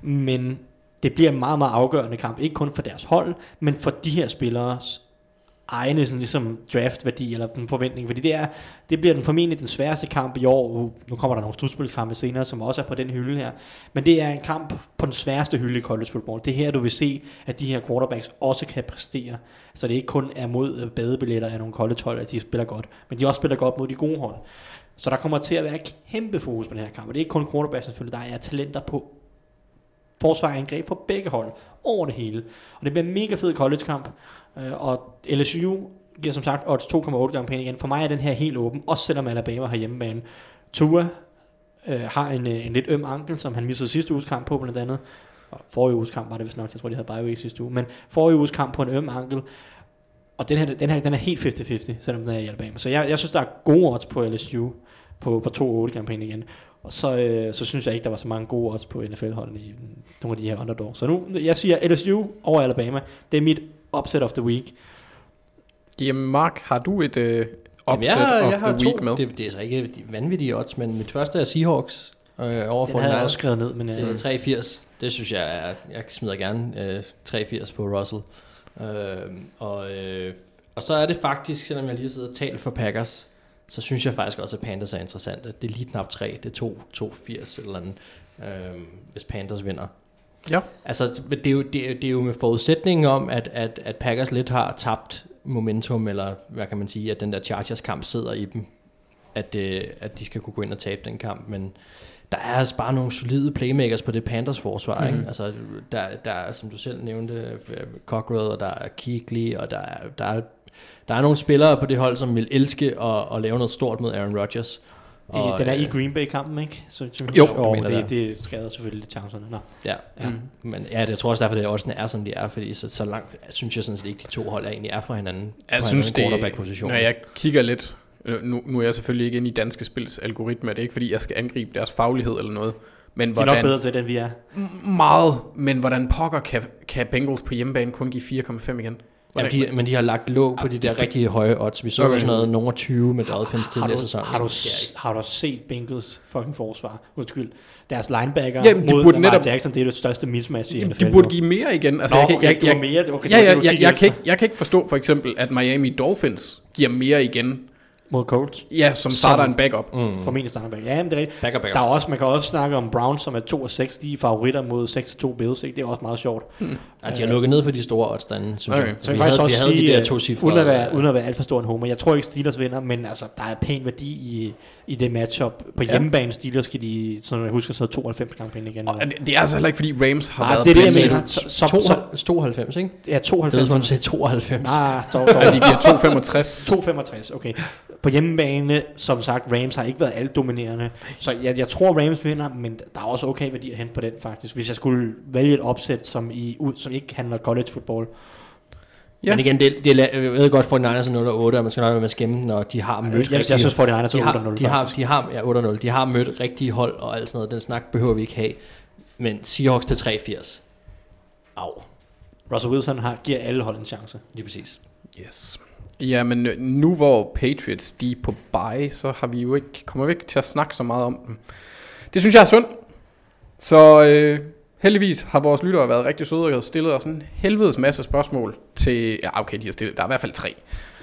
Speaker 5: Men det bliver en meget, meget afgørende kamp. Ikke kun for deres hold, men for de her spilleres egne sådan ligesom draftværdi eller en forventning. Fordi det, er, det bliver den formentlig den sværeste kamp i år. Nu kommer der nogle slutspilskampe senere, som også er på den hylde her. Men det er en kamp på den sværeste hylde i college football. Det er her, du vil se, at de her quarterbacks også kan præstere. Så det ikke kun er mod badebilletter af nogle college-hold, at de spiller godt. Men de også spiller godt mod de gode hold. Så der kommer til at være kæmpe fokus på den her kamp. Og det er ikke kun quarterbacks selvfølgelig. Der er talenter på forsvarangreb på begge hold. Over det hele. Og det bliver en mega fed college-kamp. Og L S U giver som sagt odds to komma otte gange penge igen. For mig er den her helt åben, også selvom Alabama har hjemmebane. Tua øh, har en, en lidt øm ankel, som han missede sidste uges kamp på blandt andet. Og forrige uges kamp var det vist nok, jeg tror de havde bye week sidste uge. Men forrige uges kamp på en øm ankel. Og den her, den her den er helt halvtreds halvtreds, selvom den er i Alabama. Så jeg, jeg synes, der er gode odds på L S U på, på to komma otte gange penge igen. Og så, øh, så synes jeg ikke, der var så mange gode odds på N F L-holdene i nogle af de her underdogs. Så nu, jeg siger L S U over Alabama. Det er mit upset of the week.
Speaker 4: Jamen Mark, har du et øh, upset
Speaker 6: Jamen, jeg,
Speaker 4: of
Speaker 6: jeg
Speaker 4: the week
Speaker 6: to.
Speaker 4: med?
Speaker 6: Det, det er så ikke de vanvittige odds, men mit første er Seahawks øh, overfor
Speaker 5: den havde jeg også skrevet ned, men
Speaker 6: til tre firs. Det synes jeg er, jeg smider gerne øh, tre firs på Russell. Øh, og, øh, og så er det faktisk, selvom jeg lige sidder og taler for Packers, så synes jeg faktisk også, at Panthers er interessante. Det er lige knap tre, det er to firs eller andet, øh, hvis Panthers vinder.
Speaker 4: Ja.
Speaker 6: Altså, det er jo, det er, det er jo med forudsætningen om, at, at, at Packers lidt har tabt momentum, eller hvad kan man sige, at den der Chargers-kamp sidder i dem, at, øh, at de skal kunne gå ind og tabe den kamp, men der er altså bare nogle solide playmakers på det Panthers forsvar, mm. ikke? Altså, der, der er, som du selv nævnte, Cockrell, og der er Kuechly, og der er, der er, der er nogle spillere på det hold, som vil elske at, at lave noget stort med Aaron Rodgers.
Speaker 5: Det,
Speaker 6: og,
Speaker 5: den er
Speaker 6: øh,
Speaker 5: i Green Bay-kampen, ikke? Så, så,
Speaker 4: jo,
Speaker 5: og
Speaker 6: mener,
Speaker 5: det, det skader selvfølgelig lidt chancerne. Nå.
Speaker 6: Ja, ja. Mm. Men ja, det, jeg tror også derfor, det også er, som de er, fordi så, så langt synes jeg sådan set ikke, de to hold er egentlig er fra hinanden.
Speaker 4: Jeg synes, det, når jeg kigger lidt, nu, nu er jeg selvfølgelig ikke inde i danske spils algoritmer, det er ikke fordi, jeg skal angribe deres faglighed eller noget. Men
Speaker 5: de
Speaker 4: hvordan,
Speaker 5: er nok bedre til det, end vi er.
Speaker 4: Meget, men hvordan pokker kan, kan Bengals på hjemmebane kun give fire komma fem igen?
Speaker 6: Jamen, de, men de har lagt låg på de der f- rigtig høje odds. Vi så okay. sådan noget nummer tyve med Dolphins tidligere sæson.
Speaker 5: Har du, har du set Bengals fucking forsvar? Undskyld. Deres linebacker
Speaker 4: Jamen, de
Speaker 5: mod
Speaker 4: burde
Speaker 5: Lamar
Speaker 4: netop,
Speaker 5: Jackson, det er det største mismatch i N F L.
Speaker 4: De burde give mere igen. Altså,
Speaker 5: Nå,
Speaker 4: jeg, kan,
Speaker 5: okay,
Speaker 4: jeg, jeg,
Speaker 5: mere. Det, okay,
Speaker 4: ja,
Speaker 5: det
Speaker 4: ja,
Speaker 5: var,
Speaker 4: jeg, jeg, kan ikke, jeg kan ikke forstå for eksempel, at Miami Dolphins giver mere igen.
Speaker 5: Mod Colts.
Speaker 4: Ja, som starter en backup.
Speaker 5: Mm. Formentlig starter en backup. Ja, men det er rigtigt.
Speaker 6: Backup, backup.
Speaker 5: Der er også, man kan også snakke om Browns, som er to og seks. De er favoritter mod seks og to Bills. Ikke? Det er også meget sjovt.
Speaker 6: Hmm. Ja, de har lukket ned for de store odds derinde, synes
Speaker 4: okay.
Speaker 6: jeg.
Speaker 5: Så vi, vi faktisk
Speaker 6: havde,
Speaker 5: også
Speaker 6: vi
Speaker 5: sige,
Speaker 6: havde de der to cifre,
Speaker 5: uden at være, uden at være alt for stor en homer. Jeg tror ikke Steelers vinder, men altså, der er pæn værdi i, i det matchup. På ja. hjemmebane Steelers skal de, som jeg husker, så tooghalvfems gange igen.
Speaker 4: Og det, det er altså heller ikke, fordi Rams har
Speaker 5: Nej,
Speaker 4: været...
Speaker 5: det er det, jeg mener. Så, så,
Speaker 6: så, tooghalvfems, ikke?
Speaker 5: Ja, tooghalvfems.
Speaker 6: Det er som du sagde tooghalvfems.
Speaker 5: Nej, to, to,
Speaker 4: ja, de giver to femogtres.
Speaker 5: to femogtres, okay. På hjemmebane, som sagt, Rams har ikke været alt dominerende. Så jeg, jeg tror, Rams vinder, men der er også okay værdi at hente på den, faktisk. Hvis jeg skulle vælge et opsæt, som, i, som ikke handler college football.
Speaker 6: Ja. Men igen, det, det er, jeg ved godt, for Niners er nul og otte, og man skal nok være med at skæmme, når de har mødt
Speaker 5: jeg,
Speaker 6: rigtig...
Speaker 5: Jeg synes, for Niners er
Speaker 6: otte
Speaker 5: og nul.
Speaker 6: De har, de har, ja, otte og nul. De har mødt rigtige hold og alt sådan noget. Den snak behøver vi ikke have. Men Seahawks til tre firs. Au.
Speaker 5: Russell Wilson har, giver alle hold en chance.
Speaker 6: Lige præcis.
Speaker 4: Yes. Ja, men nu hvor Patriots de er på bye, så har vi jo ikke, kommer vi ikke til at snakke så meget om dem. Det synes jeg er synd. Så øh, heldigvis har vores lyttere været rigtig søde og har stillet os en helvedes masse spørgsmål til, ja okay, de har stillet, der er i hvert fald tre,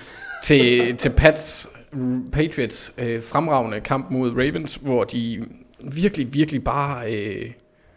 Speaker 4: til, til Pats, Patriots øh, fremragende kamp mod Ravens, hvor de virkelig, virkelig bare øh,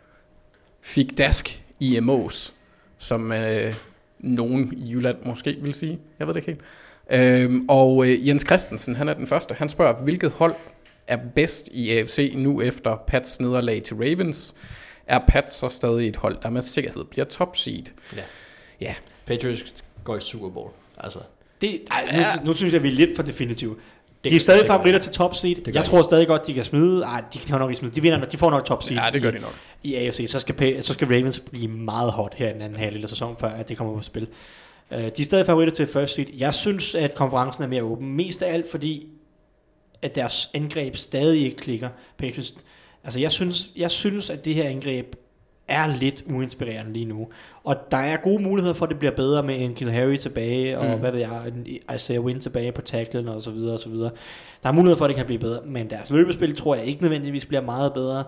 Speaker 4: fik dask i M O's, som øh, nogen i Jylland måske vil sige. Jeg ved det ikke helt. Øhm, og øh, Jens Christensen, han er den første. Han spørger, hvilket hold er bedst i A F C nu efter Pats nederlag til Ravens? Er Pats så stadig et hold, der med sikkerhed bliver top seed?
Speaker 6: Ja.
Speaker 4: Ja.
Speaker 6: Patriots går i Super Bowl. Altså.
Speaker 5: Det, ej, nu, ja. nu synes jeg, vi er lidt for definitive. De er stadig favoritter til top seed. Jeg tror stadig godt, de kan smide. Ej, de kan nok ikke smide. De vinder, de får nok top seed.
Speaker 4: Ja, det gør de nok.
Speaker 5: I, i A F C, så skal, så skal Ravens blive meget hot her i den anden halvdel af sæsonen, før at det kommer på spil. Uh, de er stadig favoritter til first seed. Jeg synes, at konferencen er mere åben. Mest af alt, fordi at deres angreb stadig ikke klikker. Patriots. Altså, jeg synes, jeg synes, at det her angreb er lidt uinspirerende lige nu. Og der er gode muligheder for, at det bliver bedre med en Kill Harry tilbage, og mm. hvad ved jeg, en Isaiah Wynn tilbage på tacklen, og så videre, og så videre. Der er muligheder for, at det kan blive bedre, men deres løbespil tror jeg ikke nødvendigvis bliver meget bedre.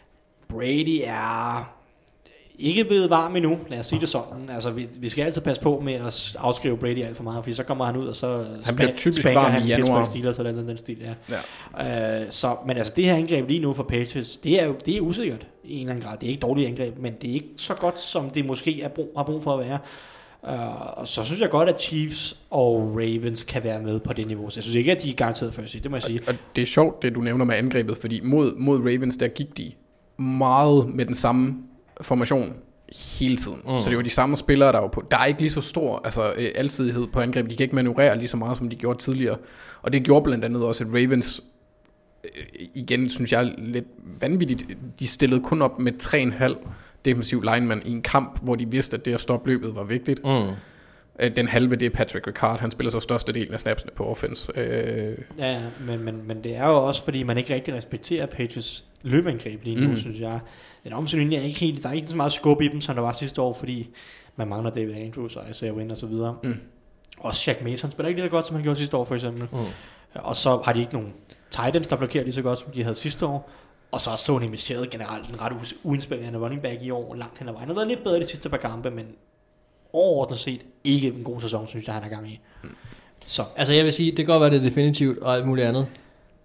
Speaker 5: Brady er ikke blevet varm endnu, lad os sige det sådan. Altså, vi, vi skal altid passe på med at afskrive Brady alt for meget, fordi så kommer han ud, og så
Speaker 4: han bliver typisk varm
Speaker 5: han
Speaker 4: i januar.
Speaker 5: Steelers, eller den, den stil, ja.
Speaker 4: ja.
Speaker 5: Uh, så, men altså, det her angreb lige nu for Patriots, det er jo det er usikkert i en eller anden grad. Det er ikke dårligt angreb, men det er ikke så godt, som det måske er brug, har brug for at være. Uh, og så synes jeg godt, at Chiefs og Ravens kan være med på det niveau. Så jeg synes ikke, at de er garanteret først, det må jeg sige.
Speaker 4: Og, og det er sjovt, det du nævner med angrebet, fordi mod, mod Ravens, der gik de meget med den samme formation hele tiden. Mm. Så det var de samme spillere, der var på. Der er ikke lige så stor altså, øh, alsidighed på angrebet. De kan ikke manøvrere lige så meget, som de gjorde tidligere. Og det gjorde blandt andet også, at Ravens, øh, igen synes jeg lidt vanvittigt, de stillede kun op med tre komma fem defensiv lineman i en kamp, hvor de vidste, at det at stoppe løbet var vigtigt. Mm. Øh, den halve, det er Patrick Ricard. Han spiller så størstedelen af snapsene på offense. Øh.
Speaker 5: Ja, men, men, men det er jo også, fordi man ikke rigtig respekterer Patriots løbeangreb lige nu, mm. synes jeg. Den omsynning er ikke helt, der er ikke så meget skub i dem, som der var sidste år, fordi man mangler David Andrews og Isaiah Wynn og så videre. Mm. Og Shaq Mason spiller ikke lige så godt, som han gjorde sidste år, for eksempel. Mm. Og så har de ikke nogen tight ends, der blokerer lige så godt, som de havde sidste år. Og så er Sony Michel generelt en ret uinspirerende running back i år, langt hen ad vejen. Han har været lidt bedre de sidste par kampe, men overordnet set ikke en god sæson, synes jeg, han er gang i. Mm. Så.
Speaker 6: Altså jeg vil sige, det kan godt være, det er definitivt og alt muligt andet.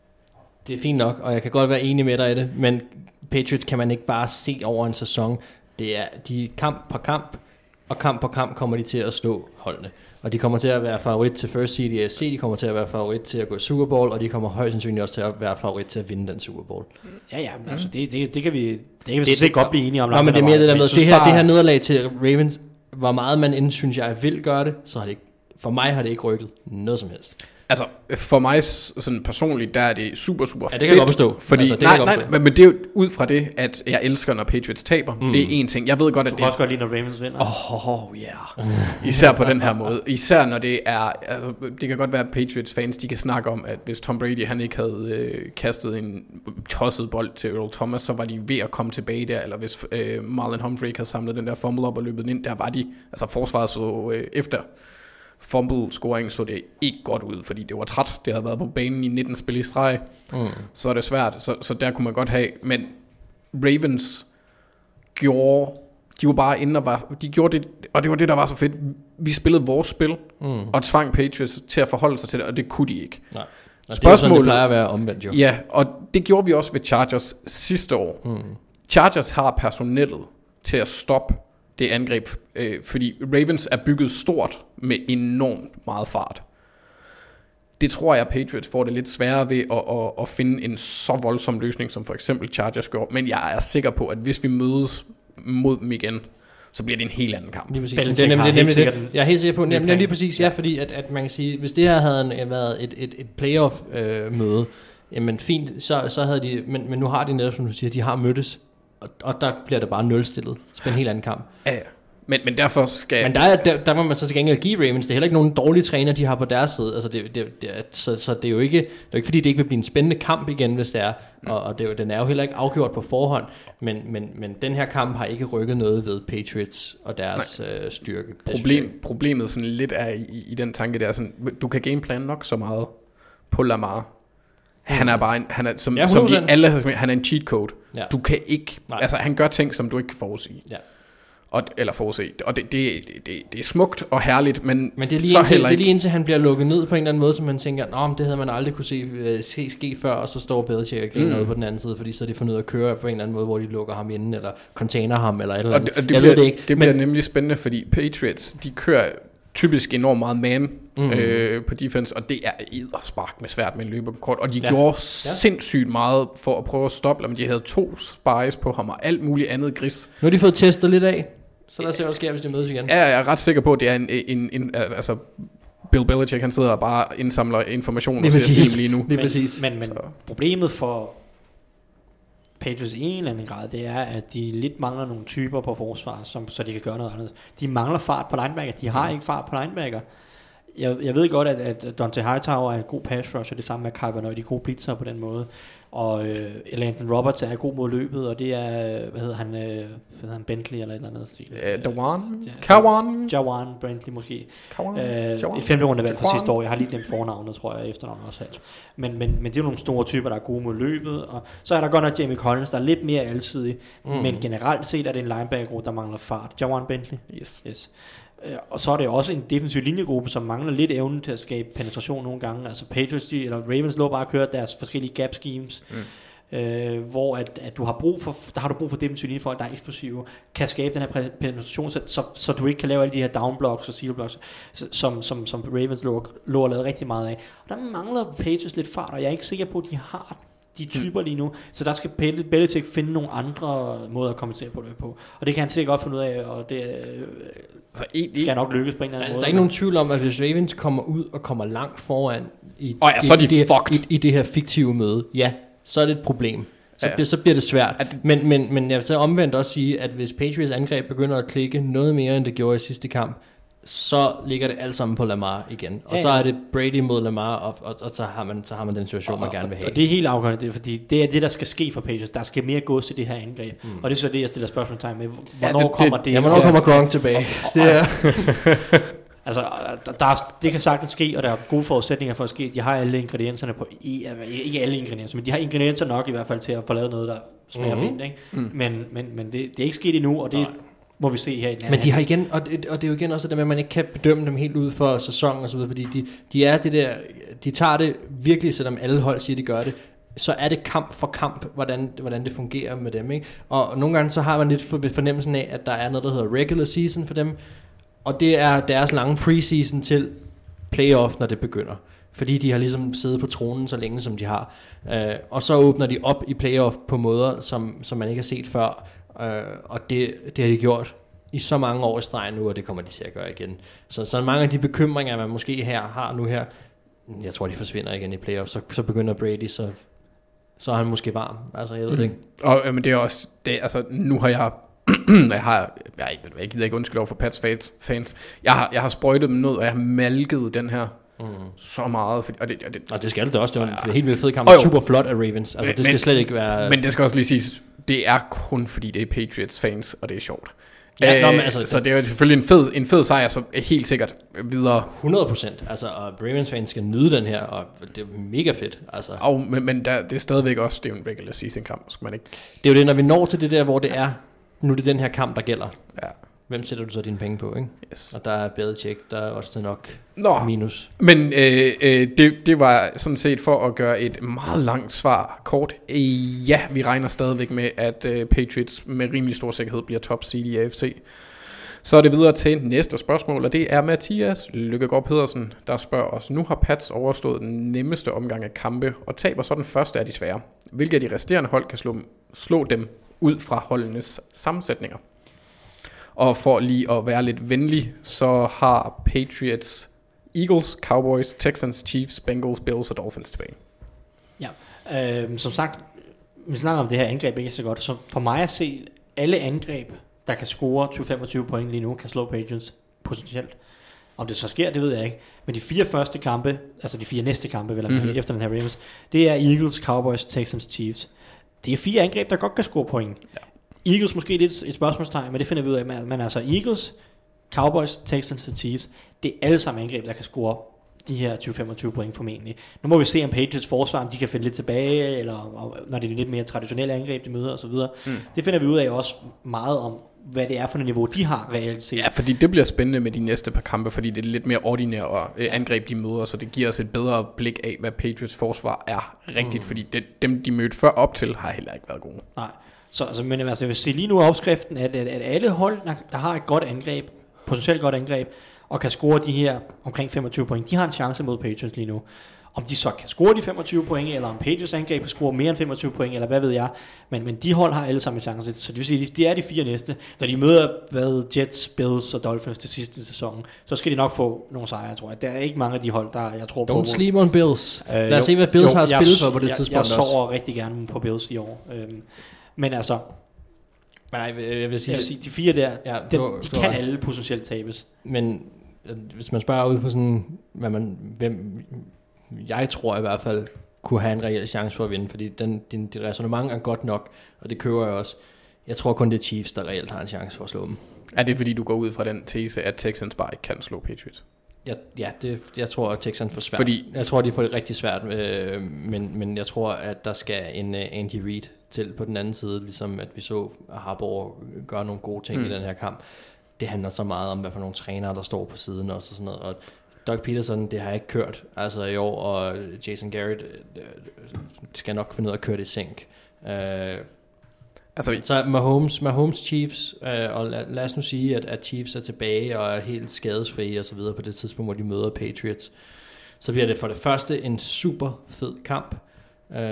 Speaker 6: Det er fint nok, og jeg kan godt være enig med dig i det, men Patriots kan man ikke bare se over en sæson. Det er de kamp på kamp, og kamp på kamp kommer de til at slå holdene. Og de kommer til at være favorit til first seed i A F C, de kommer til at være favorit til at gå i Super Bowl, og de kommer højst sandsynligt også til at være favorit til at vinde den Super Bowl.
Speaker 5: Ja, ja, altså det, det, det kan vi, det kan vi det, det godt blive enige om.
Speaker 6: Nå, men det er mere det der med, det her, bare... det her nederlag til Ravens, hvor meget man inden synes jeg vil gøre det, så har det ikke, for mig har det ikke rykket noget som helst.
Speaker 4: Altså, for mig sådan personligt, der er det super, super fedt.
Speaker 6: Ja, det kan jeg godt forstå.
Speaker 4: Fordi,
Speaker 6: altså, det
Speaker 4: nej,
Speaker 6: kan
Speaker 4: nej, nej, men det er jo ud fra det, at jeg elsker, når Patriots taber. Mm. Det er en ting. Jeg ved godt, at
Speaker 5: du
Speaker 4: det...
Speaker 5: kan også godt lide, når Ravens vinder.
Speaker 4: Åh, oh, ja. Yeah. Især på den her måde. Især når det er... Altså, det kan godt være, at Patriots fans, de kan snakke om, at hvis Tom Brady, han ikke havde øh, kastet en tosset bold til Earl Thomas, så var de ved at komme tilbage der. Eller hvis øh, Marlon Humphrey havde samlet den der fumble op og løbet ind, der var de... Altså, forsvaret så øh, efter... fumble-scoring så det ikke godt ud, fordi det var træt. Det havde været på banen i nitten spil i streg. Mm. Så er det svært. Så, så der kunne man godt have. Men Ravens gjorde... De var bare inde og var... De gjorde det... Og det var det, der var så fedt. Vi spillede vores spil, mm. og tvang Patriots til at forholde sig til det, og det kunne de ikke.
Speaker 6: Nej. Og det er jo sådan, det plejer at være omvendt jo.
Speaker 4: Ja, og det gjorde vi også ved Chargers sidste år. Mm. Chargers har personellet til at stoppe det angreb, øh, fordi Ravens er bygget stort med enormt meget fart. Det tror jeg, Patriots får det lidt sværere ved at, at, at finde en så voldsom løsning, som for eksempel Chargers gør. Men jeg er sikker på, at hvis vi mødes mod dem igen, så bliver det en helt anden kamp.
Speaker 6: Lige præcis. Det er nemlig, nemlig det. Jeg er helt sikker på, nemlig lige præcis, ja, fordi at, at man kan sige, hvis det her havde en, været et, et, et playoff-møde, øh, jamen fint, så, så havde de, men, men nu har de netop, som du siger, de har mødtes, og, og der bliver det bare nulstillet. Det bliver en helt anden kamp.
Speaker 4: Ja, ja. Men, men derfor skal...
Speaker 6: Men der, er, der, der må man så til gengæld give Ravens. Det er heller ikke nogen dårlige træner, de har på deres side. Altså det, det, det, så, så det er jo ikke, det er jo ikke fordi, det ikke vil blive en spændende kamp igen, hvis det er. Mm. Og, og det, den er jo heller ikke afgjort på forhånd. Men, men, men den her kamp har ikke rykket noget ved Patriots og deres øh, styrke.
Speaker 4: Problem, problemet sådan lidt er i, i den tanke der, sådan, du kan gameplan nok så meget på Lamar. Han er bare en, han er, som, ja, som de alle, han er en cheat code. Ja. Du kan ikke, Nej. altså han gør ting, som du ikke kan forudsige. Ja. Og, eller forudse. Og det, det, det, det er smukt og herligt, men,
Speaker 6: men det er lige indtil, det er lige indtil han bliver lukket ned på en eller anden måde, så man tænker, nå, det havde man aldrig kunne se, se ske før, og så står Belichick og griner mm. noget på den anden side, fordi så er de fundet ud af at køre på en eller anden måde, hvor de lukker ham inde, eller container ham, eller et eller andet. Og det, og det
Speaker 4: Jeg
Speaker 6: bliver,
Speaker 4: ved det ikke. Det bliver men, nemlig spændende, fordi Patriots, de kører typisk enormt meget man mm. øh, på defense, og det er edderspark med svært med en løbekort, og de ja. gjorde ja. sindssygt meget for at prøve at stoppe ham. De havde to spies på ham og alt muligt andet gris.
Speaker 6: Nu har de fået testet lidt af. Så lad os se, hvad der sker, hvis de mødes igen.
Speaker 4: Ja, jeg er ret sikker på, at det er en, en, en altså Bill Belichick, han sidder og bare indsamler information og ser film lige nu.
Speaker 5: Lige præcis. Men, men, men problemet for Patriots i en eller anden grad, det er, at de lidt mangler nogle typer på forsvar, som, så de kan gøre noget andet. De mangler fart på linebacker. De har ikke fart på linebacker. Jeg, jeg ved godt, at, at Dante Hightower er en god pass rusher, det samme med Kai Van Noy, de er gode blitzer på den måde. Og øh, Landon Roberts er god mod løbet, og det er, hvad hedder han, øh, hvad hedder han, Bentley eller et eller andet stil.
Speaker 4: Uh, Dawan? Kawan?
Speaker 5: Jawan Bentley måske.
Speaker 4: Kawan?
Speaker 5: Uh, et femte runde valg fra sidste år. Jeg har lige glemt fornavnet, tror jeg, efternavnet også alt. Men, men, men det er jo nogle store typer, der er gode mod løbet. Og så er der godt nok Jamie Collins, der er lidt mere alsidig. Mm. Men generelt set er det en linebacker-gruppe, der mangler fart. Jawan Bentley?
Speaker 4: Yes.
Speaker 5: Yes. Og så er det også en defensiv linjegruppe, som mangler lidt evne til at skabe penetration nogle gange. Altså Patriots, de, eller Ravens lå bare at køre deres forskellige gap schemes, mm. øh, hvor at, at du har brug for, der har du brug for defensiv linjefolk, der er eksplosive, kan skabe den her penetration, så, så, så du ikke kan lave alle de her downblocks og seal blocks, som, som, som Ravens lå, lå og lavede rigtig meget af. Og der mangler Patriots lidt fart, og jeg er ikke sikker på, at de har de typer lige nu, så der skal Belichick finde nogle andre måder at kommentere på det på, og det kan han sikkert godt finde ud af, og det øh, altså, skal i, nok lykkes på en eller anden
Speaker 6: altså,
Speaker 5: måde.
Speaker 6: Der er ikke nogen tvivl om, at hvis Ravens kommer ud og kommer langt foran i,
Speaker 4: oh ja, så er de
Speaker 6: i, det, i, i det her fiktive møde, ja, så er det et problem. Så, ja, ja. Bliver, så bliver det svært. Det, men, men, men jeg vil så omvendt også sige, at hvis Patriots angreb begynder at klikke noget mere, end det gjorde i sidste kamp, så ligger det alt sammen på Lamar igen. Og ja, ja. Så er det Brady mod Lamar, og, og, og så, har man, så har man den situation, og, man gerne vil have.
Speaker 5: Og det er helt afgørende, det, fordi det er det, der skal ske for Patriots. Der skal mere gås til det her angreb. Mm. Og det er så det, jeg stiller spørgsmålstegn med. Hvornår ja, det, kommer det? det
Speaker 6: ja, hvornår ja. kommer Gronk tilbage? det er...
Speaker 5: altså, der, der er, det kan sagtens ske, og der er gode forudsætninger for at ske. De har alle ingredienserne på, ikke alle ingredienser, men de har ingredienser nok i hvert fald til at få lavet noget, der smager mm-hmm. fint. Ikke? Mm. Men, men, men det, det er ikke sket endnu, og det må vi se her i den anden.
Speaker 6: Men de har igen, og det, og det er jo igen også det med, at man ikke kan bedømme dem helt ud for sæsonen og så videre, fordi de, de er det der, de tager det virkelig, selvom alle hold siger, de gør det, så er det kamp for kamp, hvordan, hvordan det fungerer med dem, ikke? Og nogle gange så har man lidt fornemmelsen af, at der er noget, der hedder regular season for dem, og det er deres lange preseason til playoff, når det begynder. Fordi de har ligesom siddet på tronen så længe, som de har. Øh, og så åbner de op i playoff på måder, som, som man ikke har set før. Øh, og det, det har de gjort i så mange år i streg nu, og det kommer de til at gøre igen. Så, så mange af de bekymringer, man måske her har nu her, jeg tror, de forsvinder igen i playoff. Så, så begynder Brady, så, så er han måske varm. Altså, jeg ved mm. det ikke.
Speaker 4: Og øh, men det er også, det, altså, nu har jeg... jeg har, jeg, jeg gider ikke undskylde over for Pats fans. Jeg har, jeg har sprøjtet dem ned, og jeg har malket den her mm. så meget. For, og, det, og, det,
Speaker 6: og det skal det også. Det var en ja. helt vildt fed kamp.
Speaker 4: Oh,
Speaker 6: super flot af Ravens. Altså,
Speaker 4: men,
Speaker 6: det skal slet ikke være...
Speaker 4: Men det skal også lige siges, det er kun fordi det er Patriots fans, og det er sjovt.
Speaker 6: Ja,
Speaker 4: Æh,
Speaker 6: nå, men altså,
Speaker 4: så det er jo selvfølgelig en fed, en fed sejr, så helt sikkert videre.
Speaker 6: hundrede procent. Altså, og Ravens fans skal nyde den her, og det er mega fedt. Altså.
Speaker 4: Og, men men der, det er stadigvæk også, det er jo en regular season kamp, skal man ikke...
Speaker 6: Det er jo det, når vi når til det der, hvor det er, nu er det den her kamp, der gælder.
Speaker 4: Ja.
Speaker 6: Hvem sætter du så dine penge på, ikke?
Speaker 4: Yes.
Speaker 6: Og der er Belichick, der er også nok
Speaker 4: Nå,
Speaker 6: minus.
Speaker 4: Men øh, øh, det, det var sådan set for at gøre et meget langt svar kort. Øh, ja, vi regner stadigvæk med, at øh, Patriots med rimelig stor sikkerhed bliver top seed i A F C. Så er det videre til næste spørgsmål, og det er Mathias Lykkegaard Pedersen, der spørger os. Nu har Pats overstået den nemmeste omgang af kampe, og taber så den første af de svære. Hvilke af de resterende hold kan slå, slå dem ud fra holdenes sammensætninger? Og for lige at være lidt venlig, så har Patriots, Eagles, Cowboys, Texans, Chiefs, Bengals, Bills og Dolphins tilbage.
Speaker 5: Ja, øh, som sagt, vi snakker om det her angreb ikke så godt, så for mig at se, alle angreb, der kan score tyve til femogtyve point lige nu, kan slå Patriots potentielt. Om det så sker, det ved jeg ikke. Men de fire første kampe, altså de fire næste kampe, vel, mm-hmm. efter den her Ravens, det er Eagles, Cowboys, Texans, Chiefs. Det er fire angreb, der godt kan score point. Ja. Eagles måske lidt et spørgsmålstegn, men det finder vi ud af. Men altså Eagles, Cowboys, Texans og Chiefs, det er alle sammen angreb, der kan score de her tyve til femogtyve point formentlig. Nu må vi se, om Patriots forsvar, om de kan finde lidt tilbage, eller når det er lidt mere traditionelle angreb, de møder osv. Mm. Det finder vi ud af også meget om, hvad det er for et niveau, de har reelt set.
Speaker 4: Ja, fordi det bliver spændende med de næste par kampe, fordi det er lidt mere ordinære øh, angreb, de møder, så det giver os et bedre blik af, hvad Patriots forsvar er rigtigt, mm. fordi det, dem, de mødte før op til, har heller ikke været gode.
Speaker 5: Nej, så altså, men altså, jeg vil se lige nu opskriften, at, at, at alle hold, der har et godt angreb, potentielt godt angreb, og kan score de her omkring femogtyve point, de har en chance mod Patriots lige nu. Om de så kan score de femogtyve point, eller om Patriots angreb kan score mere end femogtyve point, eller hvad ved jeg. Men, men de hold har alle sammen en chance. Så det vil sige, de er de fire næste. Når de møder hvad, Jets, Bills og Dolphins til sidste sæson, så skal de nok få nogle sejre, tror jeg. Der er ikke mange af de hold, der jeg tror
Speaker 6: Don't
Speaker 5: på.
Speaker 6: Don't sleep on Bills.
Speaker 5: Øh,
Speaker 6: Lad os
Speaker 5: jo,
Speaker 6: se, hvad Bills
Speaker 5: jo,
Speaker 6: har spillet for på det
Speaker 5: jeg,
Speaker 6: tidspunkt
Speaker 5: jeg,
Speaker 6: også.
Speaker 5: Jeg sover rigtig gerne på Bills i år. Øhm, men altså,
Speaker 6: Nej, jeg vil sige,
Speaker 5: jeg vil sige de fire der,
Speaker 6: ja,
Speaker 5: den,
Speaker 6: du,
Speaker 5: de
Speaker 6: du
Speaker 5: kan
Speaker 6: har.
Speaker 5: alle potentielt tabes.
Speaker 6: Men hvis man spørger ud på sådan, hvad man, hvem jeg tror i hvert fald kunne have en reel chance for at vinde, fordi den, din, dit resonemang er godt nok, og det køber jeg også. Jeg tror kun det er Chiefs, der reelt har en chance for at slå dem.
Speaker 4: Er det fordi, du går ud fra den tese, at Texans bare ikke kan slå Patriots?
Speaker 6: Ja, ja det, jeg tror, at Texans får svært.
Speaker 4: Fordi,
Speaker 6: jeg tror, de får det rigtig svært, øh, men, men jeg tror, at der skal en uh, Andy Reid til på den anden side, ligesom at vi så Harbaugh gøre nogle gode ting mm. i den her kamp. Det handler så meget om, hvad for nogle trænere, der står på siden også og sådan noget, og Doug Peterson, det har jeg ikke kørt altså i år, og Jason Garrett øh, skal nok finde ud af at køre det i sænk. Øh, altså, så Mahomes, Mahomes Chiefs, øh, og lad, lad os nu sige, at, at Chiefs er tilbage og er helt skadesfrie og så videre på det tidspunkt, hvor de møder Patriots. Så bliver det for det første en super fed kamp. Øh,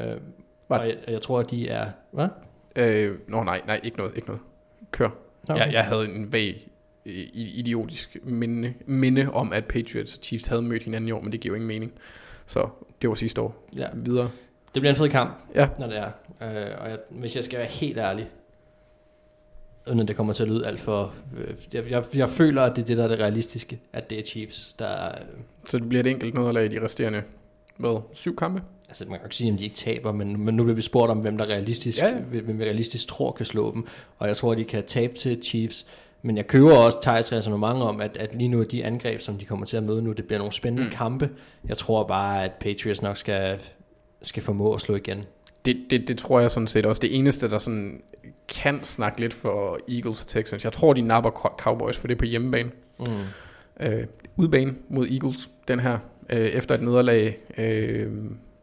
Speaker 6: og jeg, jeg tror, at de er... Hvad?
Speaker 4: Øh, nå nej, nej, ikke noget, ikke noget. Kør.
Speaker 6: Okay.
Speaker 4: Jeg, jeg havde en vag idiotisk minde, minde om, at Patriots og Chiefs havde mødt hinanden i år, men det giver jo ingen mening. Så det var sidste år.
Speaker 6: Ja.
Speaker 4: Videre.
Speaker 6: Det bliver en fed kamp,
Speaker 4: ja.
Speaker 6: når det er. Øh, og jeg, hvis jeg skal være helt ærlig, uden at det kommer til at lyde alt for... Øh, jeg, jeg, jeg føler, at det er det, der er det realistiske, at det er Chiefs, der er... Øh,
Speaker 4: Så det bliver et enkelt nederlag i de resterende, hvad, syv kampe?
Speaker 6: Altså man kan ikke sige, at de ikke taber, men, men nu bliver vi spurgt om, hvem der realistisk, ja, ja. hvem vi realistisk tror kan slå dem. Og jeg tror, at de kan tabe til Chiefs. Men jeg køber også Thijs resonemang om, at, at lige nu de angreb, som de kommer til at møde nu, det bliver nogle spændende mm. kampe. Jeg tror bare, at Patriots nok skal, skal formå at slå igen.
Speaker 4: Det, det, det tror jeg sådan set også. Det eneste, der sådan kan snakke lidt for Eagles og Texans, jeg tror, de napper Cowboys, for det er på hjemmebane. Mm. Øh, udbane mod Eagles, den her, øh, efter et nederlag. Øh,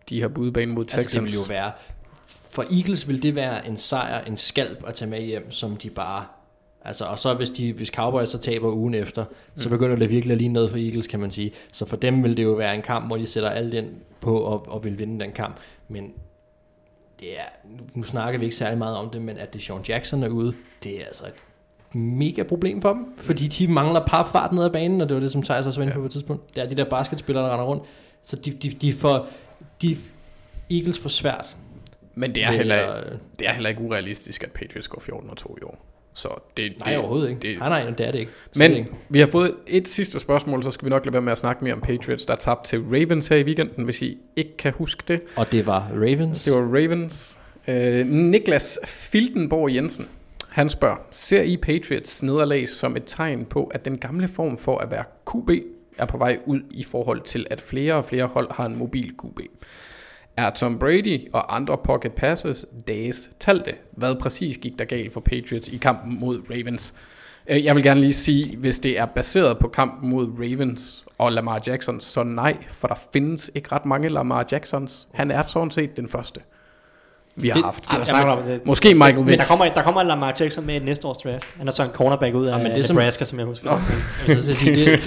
Speaker 4: de her budebane mod Texans.
Speaker 6: Altså det vil jo være, for Eagles vil det være en sejr, en skalp at tage med hjem, som de bare, altså, og så hvis, de, hvis Cowboys så taber ugen efter, mm. så begynder det virkelig at ligne noget for Eagles, kan man sige. Så for dem vil det jo være en kamp, hvor de sætter alt ind på og, og vil vinde den kamp. Men det er, nu, nu snakker vi ikke særlig meget om det, men at DeSean Jackson er ude, det er altså et mega problem for dem, fordi de mangler par fart ned ad banen, og det var det, som Thijs også var inde på på et tidspunkt. Det er de der basketspillere, der render rundt. Så de, de, de får, de Eagles får svært.
Speaker 4: Men det er, heller, det er heller ikke urealistisk, at Patriots går fjorten og to i år. Så det,
Speaker 6: nej,
Speaker 4: det,
Speaker 6: overhovedet ikke.
Speaker 4: Det,
Speaker 6: nej, nej, det er det ikke. Så
Speaker 4: men
Speaker 6: det ikke.
Speaker 4: Vi har fået et sidste spørgsmål, så skal vi nok lade være med at snakke mere om Patriots, der tabte til Ravens her i weekenden, hvis I ikke kan huske det.
Speaker 6: Og det var Ravens.
Speaker 4: Det var Ravens. Øh, Niklas Fildenborg Jensen, han spørger, ser I Patriots nederlag som et tegn på, at den gamle form for at være Q B er på vej ud i forhold til, at flere og flere hold har en mobil Q B? Er Tom Brady og andre pocket passes days talte? Hvad præcis gik der galt for Patriots i kampen mod Ravens? Jeg vil gerne lige sige, hvis det er baseret på kampen mod Ravens og Lamar Jackson, så nej, for der findes ikke ret mange Lamar Jacksons. Han er sådan set den første, vi har
Speaker 5: det,
Speaker 4: haft.
Speaker 5: Ej, snakker om det.
Speaker 4: Måske Michael Vick.
Speaker 5: Men der kommer, der kommer Lamar Jackson med i næste års draft. Han er så en cornerback ud af ja, det Nebraska, som, som jeg husker.
Speaker 4: Oh.
Speaker 6: Jeg så sige, det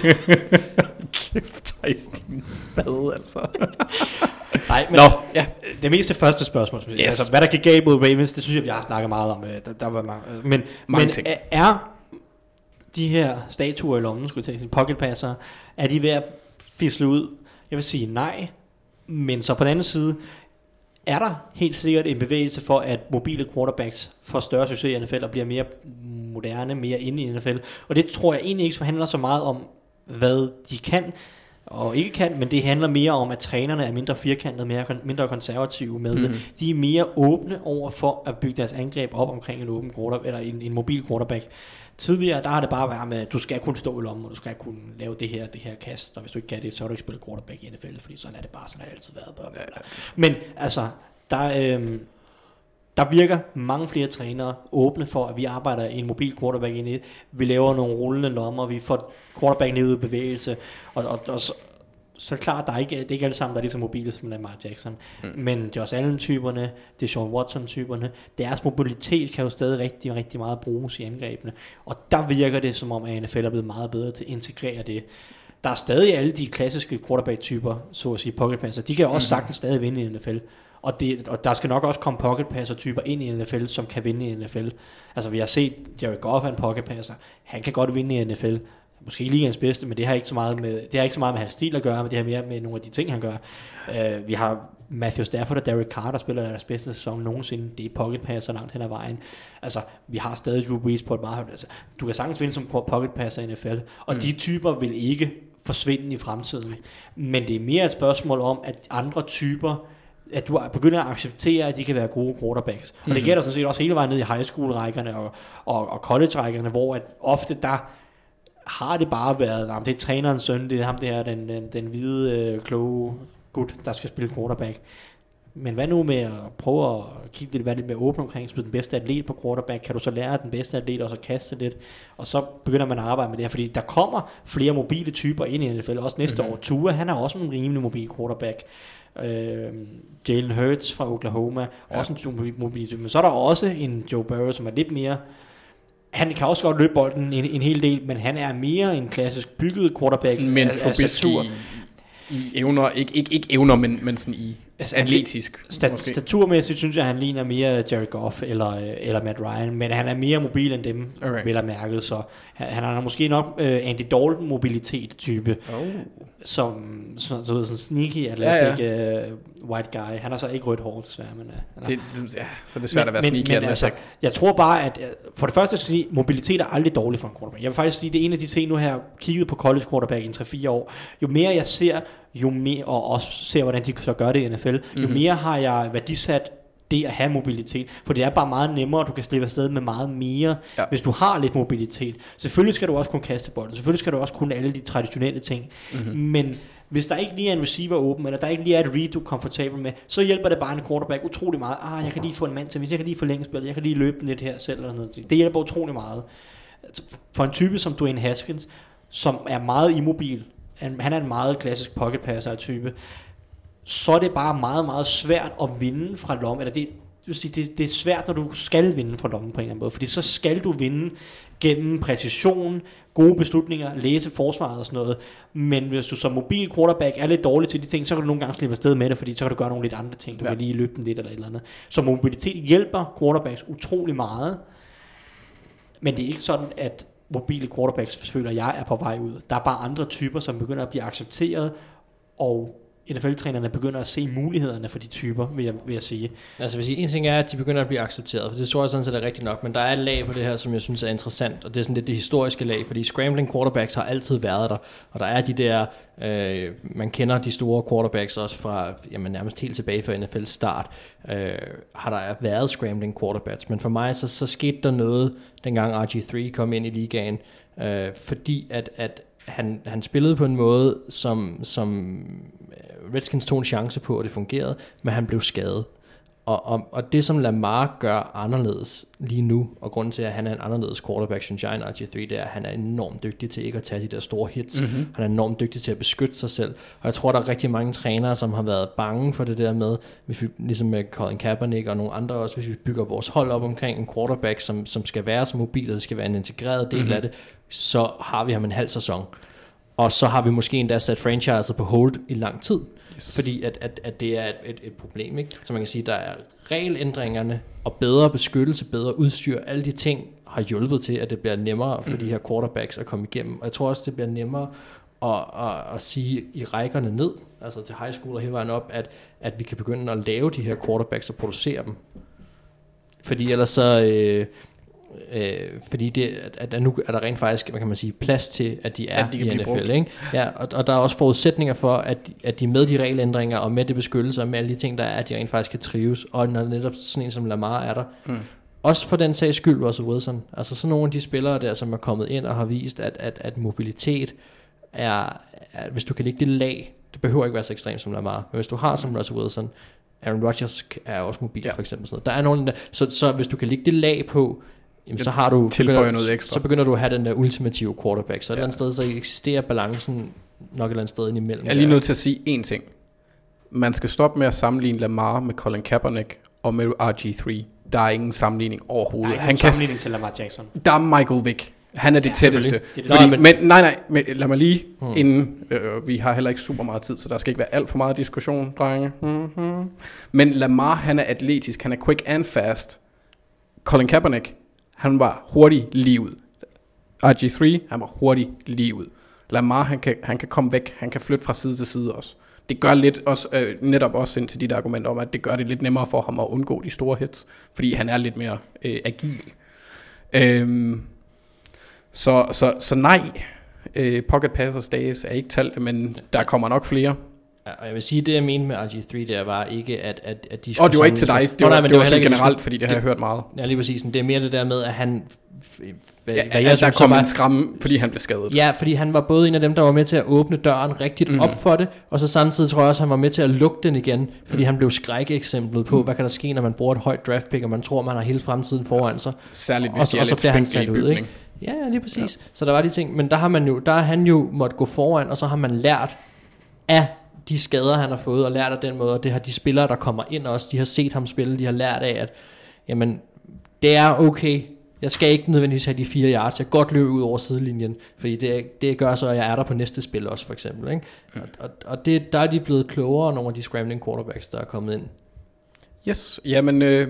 Speaker 4: kæft, din spade, altså.
Speaker 5: Nej, men
Speaker 4: Nå, ja.
Speaker 5: Det meste første spørgsmål, yes. altså, hvad der gik galt mod Ravens, det synes jeg, vi har snakket meget om. Der, der var mange, men
Speaker 4: mange
Speaker 5: men er, er de her statuer i lommen, skulle jeg tænke, pocket passer, er de ved at fisle ud? Jeg vil sige nej, men så på den anden side, er der helt sikkert en bevægelse for, at mobile quarterbacks får større succes i N F L og bliver mere moderne, mere inde i N F L. Og det tror jeg egentlig ikke, som handler så meget om, hvad de kan og ikke kan, men det handler mere om, at trænerne er mindre firkantede, mere, mindre konservative med mm-hmm. det. De er mere åbne over for at bygge deres angreb op omkring en åben quarterback, eller en, en mobil quarterback. Tidligere, der har det bare været med, at du skal kunne stå i lommen, og du skal kunne lave det her, det her kast, og hvis du ikke kan det, så har du ikke spillet quarterback i N F L, fordi sådan er det bare, sådan har det altid været. Bla, bla, bla. Men altså, der, øhm, der virker mange flere trænere åbne for, at vi arbejder i en mobil quarterback ind i. Vi laver nogle rullende lommer, vi får quarterback ned i bevægelse, og, og, og så, så er det klart, at der er ikke, det er ikke alle sammen, der er lige så mobile som Lamar Jackson. Mm. Men Josh Allen-typerne, Deshaun Watson-typerne, deres mobilitet kan jo stadig rigtig, rigtig meget bruges i angrebene. Og der virker det, som om at N F L er blevet meget bedre til at integrere det. Der er stadig alle de klassiske quarterback-typer, så at sige pocket passer. De kan jo også mm-hmm. sagtens stadig vinde i N F L. Og, det, og der skal nok også komme pocket passer typer ind i N F L, som kan vinde i N F L. Altså vi har set Jared Goff er en pocket passer. Han kan godt vinde i N F L. Måske ikke ligaens bedste, men det har ikke så meget med det har ikke så meget med hans stil at gøre, men det har mere med nogle af de ting han gør. Uh, vi har Matthew Stafford og Derek Carr, der spiller deres bedste sæson nogensinde. Det er pocket passer langt hen ad vejen. Altså vi har stadig Drew Brees på et meget altså, du kan sagtens vinde som pocket passer i N F L, og mm. de typer vil ikke forsvinde i fremtiden. Men det er mere et spørgsmål om at andre typer, at du begynder at acceptere, at de kan være gode quarterbacks. Og mm-hmm. det gælder sådan set også hele vejen ned i high school-rækkerne og, og, og college-rækkerne, hvor at ofte der har det bare været, jamen, det er trænerens søn, det er ham der, den, den, den hvide, øh, kloge gut, der skal spille quarterback. Men hvad nu med at prøve at kigge lidt, hvad lidt mere åbent omkring, spille den bedste atlet på quarterback, kan du så lære den bedste atlet og så kaste lidt, og så begynder man at arbejde med det her, fordi der kommer flere mobile typer ind i N F L, også næste mm-hmm. år. Tua, han er også en rimelig mobil quarterback. Øh, Jalen Hurts fra Oklahoma, ja. Også en mobil type, men så er der også en Joe Burrow, som er lidt mere, han kan også godt løbe bolden en, en hel del, men han er mere en klassisk bygget quarterback.
Speaker 4: Sådan men af, af statur. I, i evner, ikke, ikke, ikke evner, men, men sådan i altså, atletisk.
Speaker 5: Stat, staturmæssigt synes jeg, han ligner mere Jared Goff eller, eller Matt Ryan, men han er mere mobil end dem, okay. vel at mærke, så han, han har måske nok uh, Andy Dalton mobilitet type, oh. som så, så ved, sådan sneaky atletic ja, ja. Uh, white guy. Han har så ikke rødt hår, desværre, men uh,
Speaker 4: det, ja, så er det svært men, at være sneaky.
Speaker 5: Men, men altså, jeg tror bare, at for det første at sige, mobilitet er aldrig dårligt for en quarterback. Jeg vil faktisk sige, det er en af de ting, nu her kigget på college quarterback i tre fire år. Jo mere jeg ser, jo mere, og også ser, hvordan de så gør det i N F L, jo mm-hmm. mere har jeg værdisat det at have mobilitet, for det er bare meget nemmere, du kan slippe afsted med meget mere, ja. Hvis du har lidt mobilitet. Selvfølgelig skal du også kunne kaste bolden, selvfølgelig skal du også kunne alle de traditionelle ting, mm-hmm. men hvis der ikke lige er en receiver åben, eller der ikke lige er et read, du er komfortabel med, så hjælper det bare en quarterback utrolig meget. Ah, jeg kan lige få en mand til, hvis jeg kan lige forlænge spillet, jeg kan lige løbe lidt her selv, eller noget. Det hjælper utrolig meget. For en type som Dwayne Haskins, som er meget immobil, han er en meget klassisk pocket passer type, så er det bare meget, meget svært at vinde fra lommen. Eller det, det, vil sige, det, det er svært, når du skal vinde fra lommen på en eller anden måde. Fordi så skal du vinde gennem præcision, gode beslutninger, læse forsvaret og sådan noget. Men hvis du som mobil quarterback er lidt dårlig til de ting, så kan du nogle gange slippe afsted med det, fordi så kan du gøre nogle lidt andre ting. Du ja. kan lige løbe den lidt eller et eller andet. Så mobilitet hjælper quarterbacks utrolig meget. Men det er ikke sådan, at mobile quarterbacks, føler jeg, er på vej ud. Der er bare andre typer, som begynder at blive accepteret, og N F L-trænerne begynder at se mulighederne for de typer, vil jeg, vil jeg sige.
Speaker 6: Altså hvis en ting er, at de begynder at blive accepteret, for det tror jeg sådan set er rigtigt nok, men der er et lag på det her, som jeg synes er interessant, og det er sådan lidt det historiske lag, fordi scrambling quarterbacks har altid været der, og der er de der, øh, man kender de store quarterbacks også fra, jamen nærmest helt tilbage fra N F L's start, øh, har der været scrambling quarterbacks, men for mig så, så skete der noget, dengang R G tre kom ind i ligaen, øh, fordi at, at han, han spillede på en måde, som, som Redskins tog en chance på, og det fungerede, men han blev skadet. Og, og, og det, som Lamar gør anderledes lige nu, og grunden til, at han er en anderledes quarterback, synes jeg, end R G tre, det er, at han er enormt dygtig til ikke at tage de der store hits. Mm-hmm. Han er enormt dygtig til at beskytte sig selv. Og jeg tror, der er rigtig mange trænere, som har været bange for det der med, hvis vi, ligesom med Colin Kaepernick og nogle andre også, hvis vi bygger vores hold op omkring en quarterback, som, som skal være så mobil, og det skal være en integreret del mm-hmm. af det, så har vi ham en halv sæson. Og så har vi måske endda sat franchiset på hold i lang tid, yes. fordi at, at, at det er et, et, et problem, ikke? Så man kan sige, der er regelændringerne og bedre beskyttelse, bedre udstyr, alle de ting har hjulpet til, at det bliver nemmere for mm. de her quarterbacks at komme igennem. Og jeg tror også, det bliver nemmere at, at, at sige i rækkerne ned, altså til high school og hele vejen op, at, at vi kan begynde at lave de her quarterbacks og producere dem. Fordi ellers så... Øh, Øh, fordi det, at, at nu er der rent faktisk, hvad kan man sige, plads til, at de er at de i N F L, ikke? Ja, og, og der er også forudsætninger for, at, at de med de regelændringer og med det beskyttelse og med alle de ting, der er, at de rent faktisk kan trives, og når netop sådan en som Lamar er der. Mm. Også for den sags skyld, Russell Wilson. Altså sådan nogle af de spillere der, som er kommet ind og har vist, at, at, at mobilitet er, at hvis du kan lægge det lag, det behøver ikke være så ekstremt som Lamar, men hvis du har som Russell Wilson, Aaron Rodgers er også mobil, ja. For eksempel. Sådan noget. Der er nogen der, så, så hvis du kan lægge det lag på, jamen, så har du begynder, noget ekstra. Så begynder du at have den der ultimative quarterback. Så et ja. eller andet sted, så eksisterer balancen nok et eller andet sted ind imellem.
Speaker 4: Jeg er lige nødt til at sige én ting. Man skal stoppe med at sammenligne Lamar med Colin Kaepernick og med R G tre. Der er ingen sammenligning overhovedet.
Speaker 5: Der er ingen
Speaker 4: Han
Speaker 5: sammenligning kan... til Lamar Jackson.
Speaker 4: Der er Michael Vick. Han er det ja, tætteste. Det er det.
Speaker 5: Fordi,
Speaker 4: Nå, men, men, nej, nej, men lad mig lige, hmm. inden, øh, vi har heller ikke super meget tid, så der skal ikke være alt for meget diskussion, drenge. Mm-hmm. Men Lamar, han er atletisk, han er quick and fast. Colin Kaepernick, han var hurtig lige ud. R G tre, han var hurtig lige ud. Lamar, han kan, han kan komme væk, han kan flytte fra side til side også. Det gør lidt også, øh, netop også ind til dit argument om, at det gør det lidt nemmere for ham at undgå de store hits, fordi han er lidt mere øh, agil. Øhm, så, så, så nej, øh, pocket passers days er ikke talt, men der kommer nok flere.
Speaker 6: Og jeg vil sige, det jeg mente med R G tre, det var ikke, at, at, at de
Speaker 4: skulle... Og det var ikke til dig, det var, oh, nej, det var, det var generelt, ikke, fordi det har jeg hørt meget.
Speaker 6: Ja, lige præcis. Det er mere det der med, at han...
Speaker 4: Hvad, ja, hvad jeg altså, der kom en skræmme, fordi han blev skadet.
Speaker 6: Ja, fordi han var både en af dem, der var med til at åbne døren rigtigt mm. op for det, og så samtidig tror jeg også, han var med til at lukke den igen, fordi mm. han blev skrækeksemplet på, mm. hvad kan der ske, når man bruger et højt draft pick, og man tror, man har hele fremtiden foran sig.
Speaker 4: Særligt, hvis
Speaker 6: og,
Speaker 4: de er
Speaker 6: og så
Speaker 4: lidt
Speaker 6: bliver han sat ud, ikke? Ja, lige præcis. Ja. Så der var de ting, men der har man jo, der har han jo måtte gå foran, og så har man lært af de skader, han har fået, og lært af den måde, og det har de spillere, der kommer ind også, de har set ham spille, de har lært af, at jamen, det er okay, jeg skal ikke nødvendigvis have de fire yards, jeg kan godt løbe ud over sidelinjen, fordi det, det gør så, at jeg er der på næste spil også, for eksempel, ikke? Mm. Og, og det, der er de blevet klogere, nogle af de scrambling quarterbacks, der er kommet ind.
Speaker 4: Yes, jamen, øh,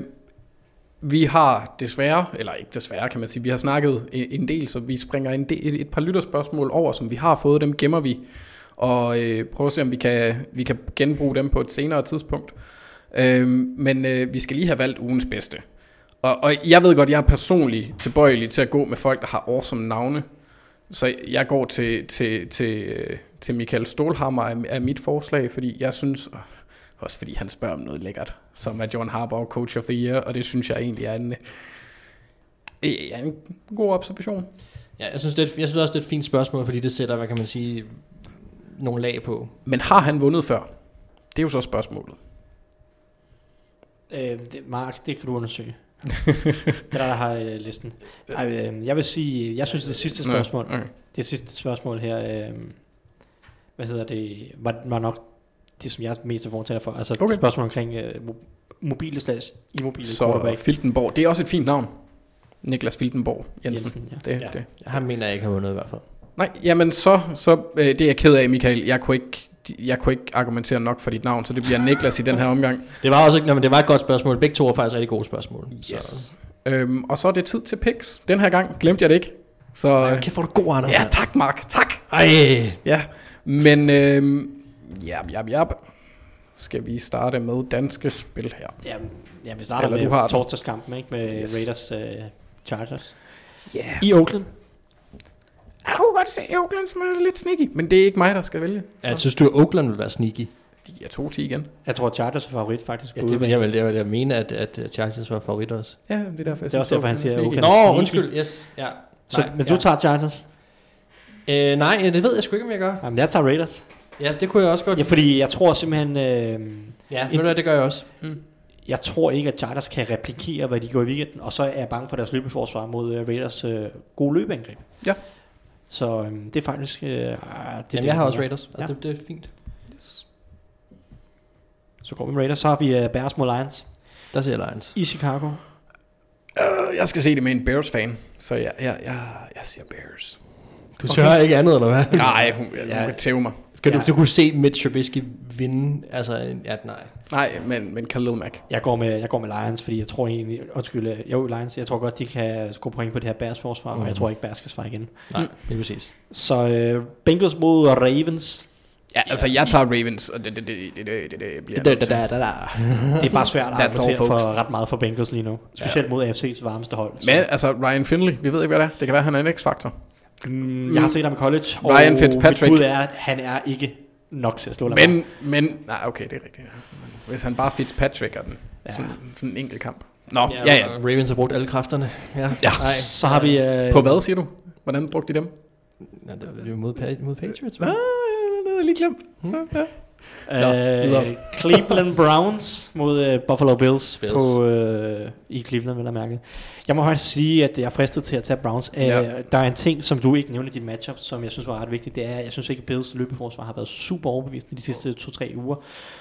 Speaker 4: vi har desværre, eller ikke desværre kan man sige, vi har snakket en del, så vi springer en del, et par lytterspørgsmål over, som vi har fået, dem gemmer vi, og øh, prøve at se, om vi kan, vi kan genbruge dem på et senere tidspunkt. Øh, men øh, vi skal lige have valgt ugens bedste. Og, og jeg ved godt, jeg er personligt tilbøjelig til at gå med folk, der har awesome navne. Så jeg går til, til, til, til Michael Stålhammer af, af mit forslag, fordi jeg synes, også fordi han spørger om noget lækkert, som er John Harbaugh Coach of the Year, og det synes jeg egentlig er en, er en god observation.
Speaker 6: Ja, jeg synes, det er, jeg synes også, det er et fint spørgsmål, fordi det sætter, hvad kan man sige, nogle lag på.
Speaker 4: Men har han vundet før? Det er jo så spørgsmålet.
Speaker 5: Øh, det, Mark, det kan du undersøge. Det der, der har øh, listen. Ej, øh, jeg vil sige, jeg synes det sidste spørgsmål, okay. det sidste spørgsmål her, øh, hvad hedder det, var, var nok det, som jeg er mest fortaler for. Altså
Speaker 4: Okay.
Speaker 5: spørgsmål omkring øh, mo- mobile slags immobile
Speaker 4: Så
Speaker 5: quarterback.
Speaker 4: Filtenborg, det er også et fint navn. Niklas Filtenborg Jensen.
Speaker 5: Jensen, ja.
Speaker 4: Det,
Speaker 5: Ja.
Speaker 4: det.
Speaker 6: Han mener jeg ikke har vundet i hvert fald.
Speaker 4: Nej, jamen så, så øh, det er jeg ked af, Michael. Jeg kunne ikke, jeg kunne ikke argumentere nok for dit navn, så det bliver Niklas i den her omgang.
Speaker 6: Det var også ikke, men det var et godt spørgsmål. Begge to var faktisk rigtig gode spørgsmål.
Speaker 4: Yes.
Speaker 6: Så.
Speaker 4: Øhm, og så er det tid til picks. Den her gang glemte jeg det ikke. Så
Speaker 6: Ja, kæft, hvor er du god, Anders.
Speaker 4: ja,
Speaker 6: mand.
Speaker 4: tak Mark, tak.
Speaker 6: Ej.
Speaker 4: Ja, men øhm, jap, jap, jap. Skal vi starte med danske spil her?
Speaker 5: Ja, ja, vi starter
Speaker 4: Eller du
Speaker 5: med
Speaker 4: har den.
Speaker 5: torsdagskampen, ikke? Med
Speaker 4: Yes.
Speaker 5: yes. Raiders uh, Chargers.
Speaker 4: Ja. Yeah.
Speaker 5: I Oakland.
Speaker 4: Jeg kunne godt se Oakland, som er lidt sneaky, men det er ikke mig, der skal vælge.
Speaker 6: Jeg synes du, at Oakland vil være sneaky?
Speaker 4: De er to ti igen.
Speaker 5: Jeg tror, at Chargers er favorit faktisk.
Speaker 6: Ja, det vil jeg vel. Jeg vil jeg mene, at, at Chargers var favorit også.
Speaker 4: Ja, det er derfor, jeg
Speaker 5: Det er også derfor, han siger
Speaker 4: sneaky.
Speaker 5: Oakland.
Speaker 6: Nå,
Speaker 5: Sneaky.
Speaker 6: undskyld. Yes. Ja.
Speaker 5: Så,
Speaker 6: Nej,
Speaker 5: men du
Speaker 6: ja.
Speaker 5: tager Chargers?
Speaker 6: Øh, nej, det ved jeg sgu ikke, om jeg gør.
Speaker 5: Jamen, jeg tager Raiders.
Speaker 6: Ja, det kunne jeg også godt.
Speaker 5: Ja, fordi jeg tror simpelthen... Øh,
Speaker 6: Ja, ved du hvad, det gør jeg også.
Speaker 4: Mm.
Speaker 5: jeg tror ikke, at Chargers kan replikere, hvad de gjorde i weekenden, og så er jeg bange for deres løbeforsvar mod uh, Raiders uh, gode løbeangreb.
Speaker 4: Ja.
Speaker 5: Så um, det er faktisk... Uh, det,
Speaker 6: Jamen,
Speaker 5: det,
Speaker 6: jeg har
Speaker 5: det,
Speaker 6: også Raiders. Altså,
Speaker 5: Ja.
Speaker 6: det, det er fint.
Speaker 4: Yes.
Speaker 5: Så går vi med Raiders. Så har vi uh, Bears mod Lions
Speaker 6: Der siger Lions.
Speaker 5: i Chicago.
Speaker 4: Uh, jeg skal se det med en Bears-fan, så jeg, jeg, jeg, jeg siger Bears.
Speaker 6: Du okay. tør ikke andet, eller hvad?
Speaker 4: Nej, hun, hun
Speaker 5: Ja.
Speaker 4: kan tæve mig.
Speaker 6: Skal du,
Speaker 5: Ja.
Speaker 6: du kunne se Mitch Trubisky vinde? Altså, ja, nej.
Speaker 4: Nej, men, men Khalil Mack.
Speaker 5: Jeg går, med, jeg går med Lions, fordi jeg tror egentlig... Undskyld, uh, jo, Lions. Jeg tror godt, de kan score point på det her Bears forsvar, mm. og jeg tror ikke, Bears skal svare igen.
Speaker 6: Nej, det er præcis.
Speaker 5: Så uh, Bengals mod Ravens.
Speaker 4: Ja, altså jeg tager Ravens, og det, det, det, det, det, det, det bliver
Speaker 6: Da,
Speaker 4: nødt
Speaker 6: da,
Speaker 4: til.
Speaker 6: da, da, da.
Speaker 5: Det er bare svært at
Speaker 4: That's all,
Speaker 5: argumentere
Speaker 4: folks.
Speaker 5: for ret meget for Bengals lige nu. Specielt mod A F C's varmeste hold. Så,
Speaker 4: Men altså Ryan Finley, vi ved ikke hvad det er. Det kan være han er en X-faktor.
Speaker 5: mm, jeg har set ham i college, og
Speaker 4: Ryan Fitzpatrick.
Speaker 5: mit bud er, at han er ikke nok til at slå Lamar.
Speaker 4: Men, men, nej okay, det er rigtigt. Men hvis han bare Fitzpatrick er den,
Speaker 5: Ja.
Speaker 4: sådan, sådan en enkelt kamp. Nå, ja, ja. ja.
Speaker 6: Ravens har brugt alle kræfterne. Ja.
Speaker 4: Ja.
Speaker 6: Nej.
Speaker 5: Så har vi... Øh,
Speaker 4: På hvad siger du? Hvordan brugte de dem?
Speaker 6: Ja, det er jo mod, Pa- mod Patriots.
Speaker 4: Ah,
Speaker 6: hva'?
Speaker 4: det er lige glemt. Ja.
Speaker 5: Øh, Cleveland Browns mod øh, Buffalo Bills,
Speaker 6: Bills.
Speaker 5: På, øh, i Cleveland, vil jeg mærke. Jeg må faktisk sige, at jeg er fristet til at tage Browns. Øh,
Speaker 4: Ja.
Speaker 5: Der er en ting, som du ikke nævnte i dit matchup, som jeg synes var ret vigtigt. Det er, jeg synes ikke, at Bills løbeforsvar har været super overbevisende de sidste to-tre uger.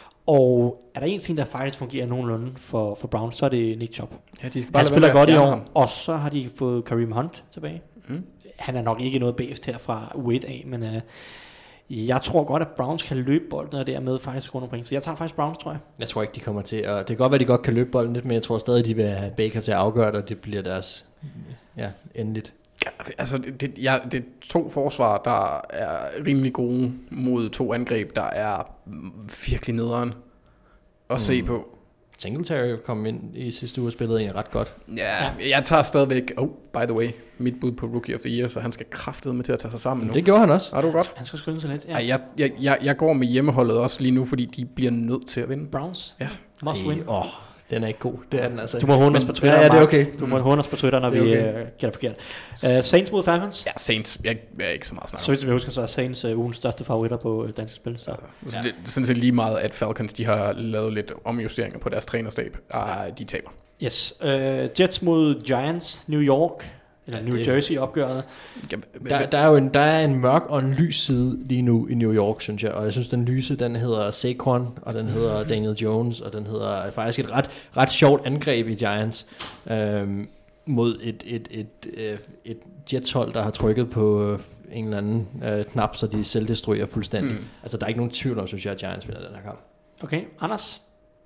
Speaker 5: Og er der en ting, der faktisk fungerer nogenlunde for, for Browns, så er det Nick Chubb.
Speaker 4: Ja, de skal
Speaker 5: Han
Speaker 4: bare lade
Speaker 5: spiller
Speaker 4: være med
Speaker 5: godt
Speaker 4: at
Speaker 5: i
Speaker 4: fjerne
Speaker 5: år,
Speaker 4: ham.
Speaker 5: og så har de fået Kareem Hunt tilbage.
Speaker 4: Mm.
Speaker 5: Han er nok ikke noget bedst her fra U et af, men øh, jeg tror godt, at Browns kan løbe bolden, og dermed faktisk score nogle point. Så jeg tager faktisk Browns, tror jeg.
Speaker 6: Jeg tror ikke, de kommer til. Og det kan godt være, at de godt kan løbe bolden lidt, men jeg tror stadig, de vil have Baker til at afgøre det, og det bliver deres ja, endeligt.
Speaker 4: Ja, altså, det, det, ja, det er to forsvar, der er rimelig gode mod to angreb, der er mm, virkelig nederen at mm. se på.
Speaker 6: Singletary kom ind i sidste uge og spillede egentlig ret godt.
Speaker 4: Ja, ja, jeg tager stadigvæk, oh, by the way, mit bud på Rookie of the Year, så han skal kraftedeme til at tage sig sammen nu.
Speaker 6: Det gjorde han også.
Speaker 4: Er du godt?
Speaker 5: Han skal skynde sig lidt. Ja.
Speaker 4: Ej, jeg, jeg, jeg, jeg går med hjemmeholdet også lige nu, fordi de bliver nødt til at vinde.
Speaker 5: Browns.
Speaker 4: Ja.
Speaker 5: Must win.
Speaker 6: Åh, oh, den er ikke god. Det er den altså.
Speaker 5: Du må håne os på Twitter,
Speaker 6: Ja, ja, det er
Speaker 5: Mark.
Speaker 6: okay.
Speaker 5: Du må håne os på Twitter, når
Speaker 4: Det er
Speaker 5: vi
Speaker 4: okay.
Speaker 5: uh, gætter forkert. Uh, Saints mod Falcons.
Speaker 4: Ja, Saints, jeg, jeg er ikke så meget snakke
Speaker 5: Så vidt jeg husker, så er Saints uh, ugens største favoritter på uh, dansk spil. Så.
Speaker 4: om. Så det er sådan set lige meget, at Falcons de har lavet lidt omjusteringer på deres trænerstab. Ah, de taber.
Speaker 5: Yes. Uh, Jets mod Giants, New York, eller
Speaker 6: Ja,
Speaker 5: New
Speaker 6: det-
Speaker 5: Jersey opgøret.
Speaker 6: Der, der er jo en, der er en mørk og en lys side lige nu i New York, synes jeg. Og jeg synes, den lyse, den hedder Saquon, og den hedder Daniel Jones, og den hedder faktisk et ret, ret sjovt angreb i Giants øhm, mod et, et, et, et, et Jets-hold, der har trykket på en eller anden øh, knap, så de selvdestruerer fuldstændig. Mm. Altså, der er ikke nogen tvivl om, synes jeg, at Giants vinder den her kamp.
Speaker 5: Okay, Anders.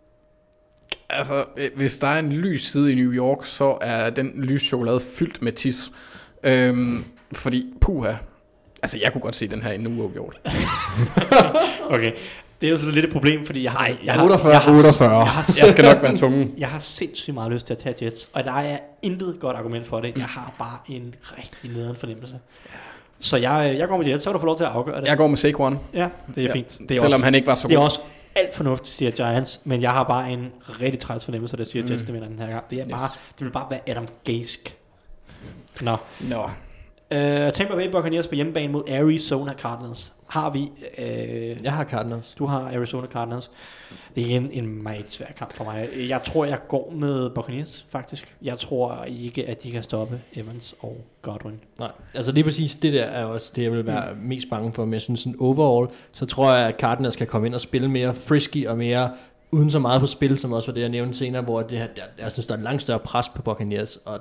Speaker 4: Altså, øh, hvis der er en lys side i New York, så er den lys chokolade fyldt med tis. Øhm, fordi, puha, altså jeg kunne godt se den her endnu uafgjort.
Speaker 5: Okay. Det er jo så lidt et problem, fordi jeg har...
Speaker 4: Nej,
Speaker 5: jeg har,
Speaker 6: otteogfyrre,
Speaker 5: jeg har,
Speaker 6: otteogfyrre.
Speaker 5: Jeg har,
Speaker 4: Jeg skal nok være tvungen.
Speaker 5: jeg har sindssygt meget lyst til at tage Jets, og der er intet godt argument for det. Jeg har bare en rigtig nederen fornemmelse. Så jeg, jeg går med Jets, så kan du få lov til at afgøre det.
Speaker 4: Jeg går med Saquon,
Speaker 5: Ja, det er
Speaker 4: ja.
Speaker 5: fint. Det er
Speaker 4: selvom
Speaker 5: også,
Speaker 4: han ikke var så
Speaker 5: det er
Speaker 4: god.
Speaker 5: også alt fornuftigt, siger Giants, men jeg har bare en rigtig træls fornemmelse, der siger, at Jets
Speaker 4: Mm.
Speaker 5: det vinder den her gang. Det, er
Speaker 4: Yes.
Speaker 5: bare, det vil bare være Adam Gask. Nå.
Speaker 4: Nå,
Speaker 5: Uh, Tampa Bay Buccaneers på hjemmebane mod Arizona Cardinals. Har vi... Uh,
Speaker 6: Jeg har Cardinals.
Speaker 5: Du har Arizona Cardinals. Det er igen en meget svær kamp for mig. Jeg tror, jeg går med Buccaneers, faktisk. Jeg tror ikke, at de kan stoppe Evans og Godwin.
Speaker 6: Nej, altså lige præcis det der er også det, jeg vil være mm. mest bange for. Men jeg synes sådan overall, så tror jeg, at Cardinals kan komme ind og spille mere frisky og mere uden så meget på spil, som også var det, jeg nævnte senere, hvor det her, der, jeg synes, der er en langt større pres på Buccaneers, og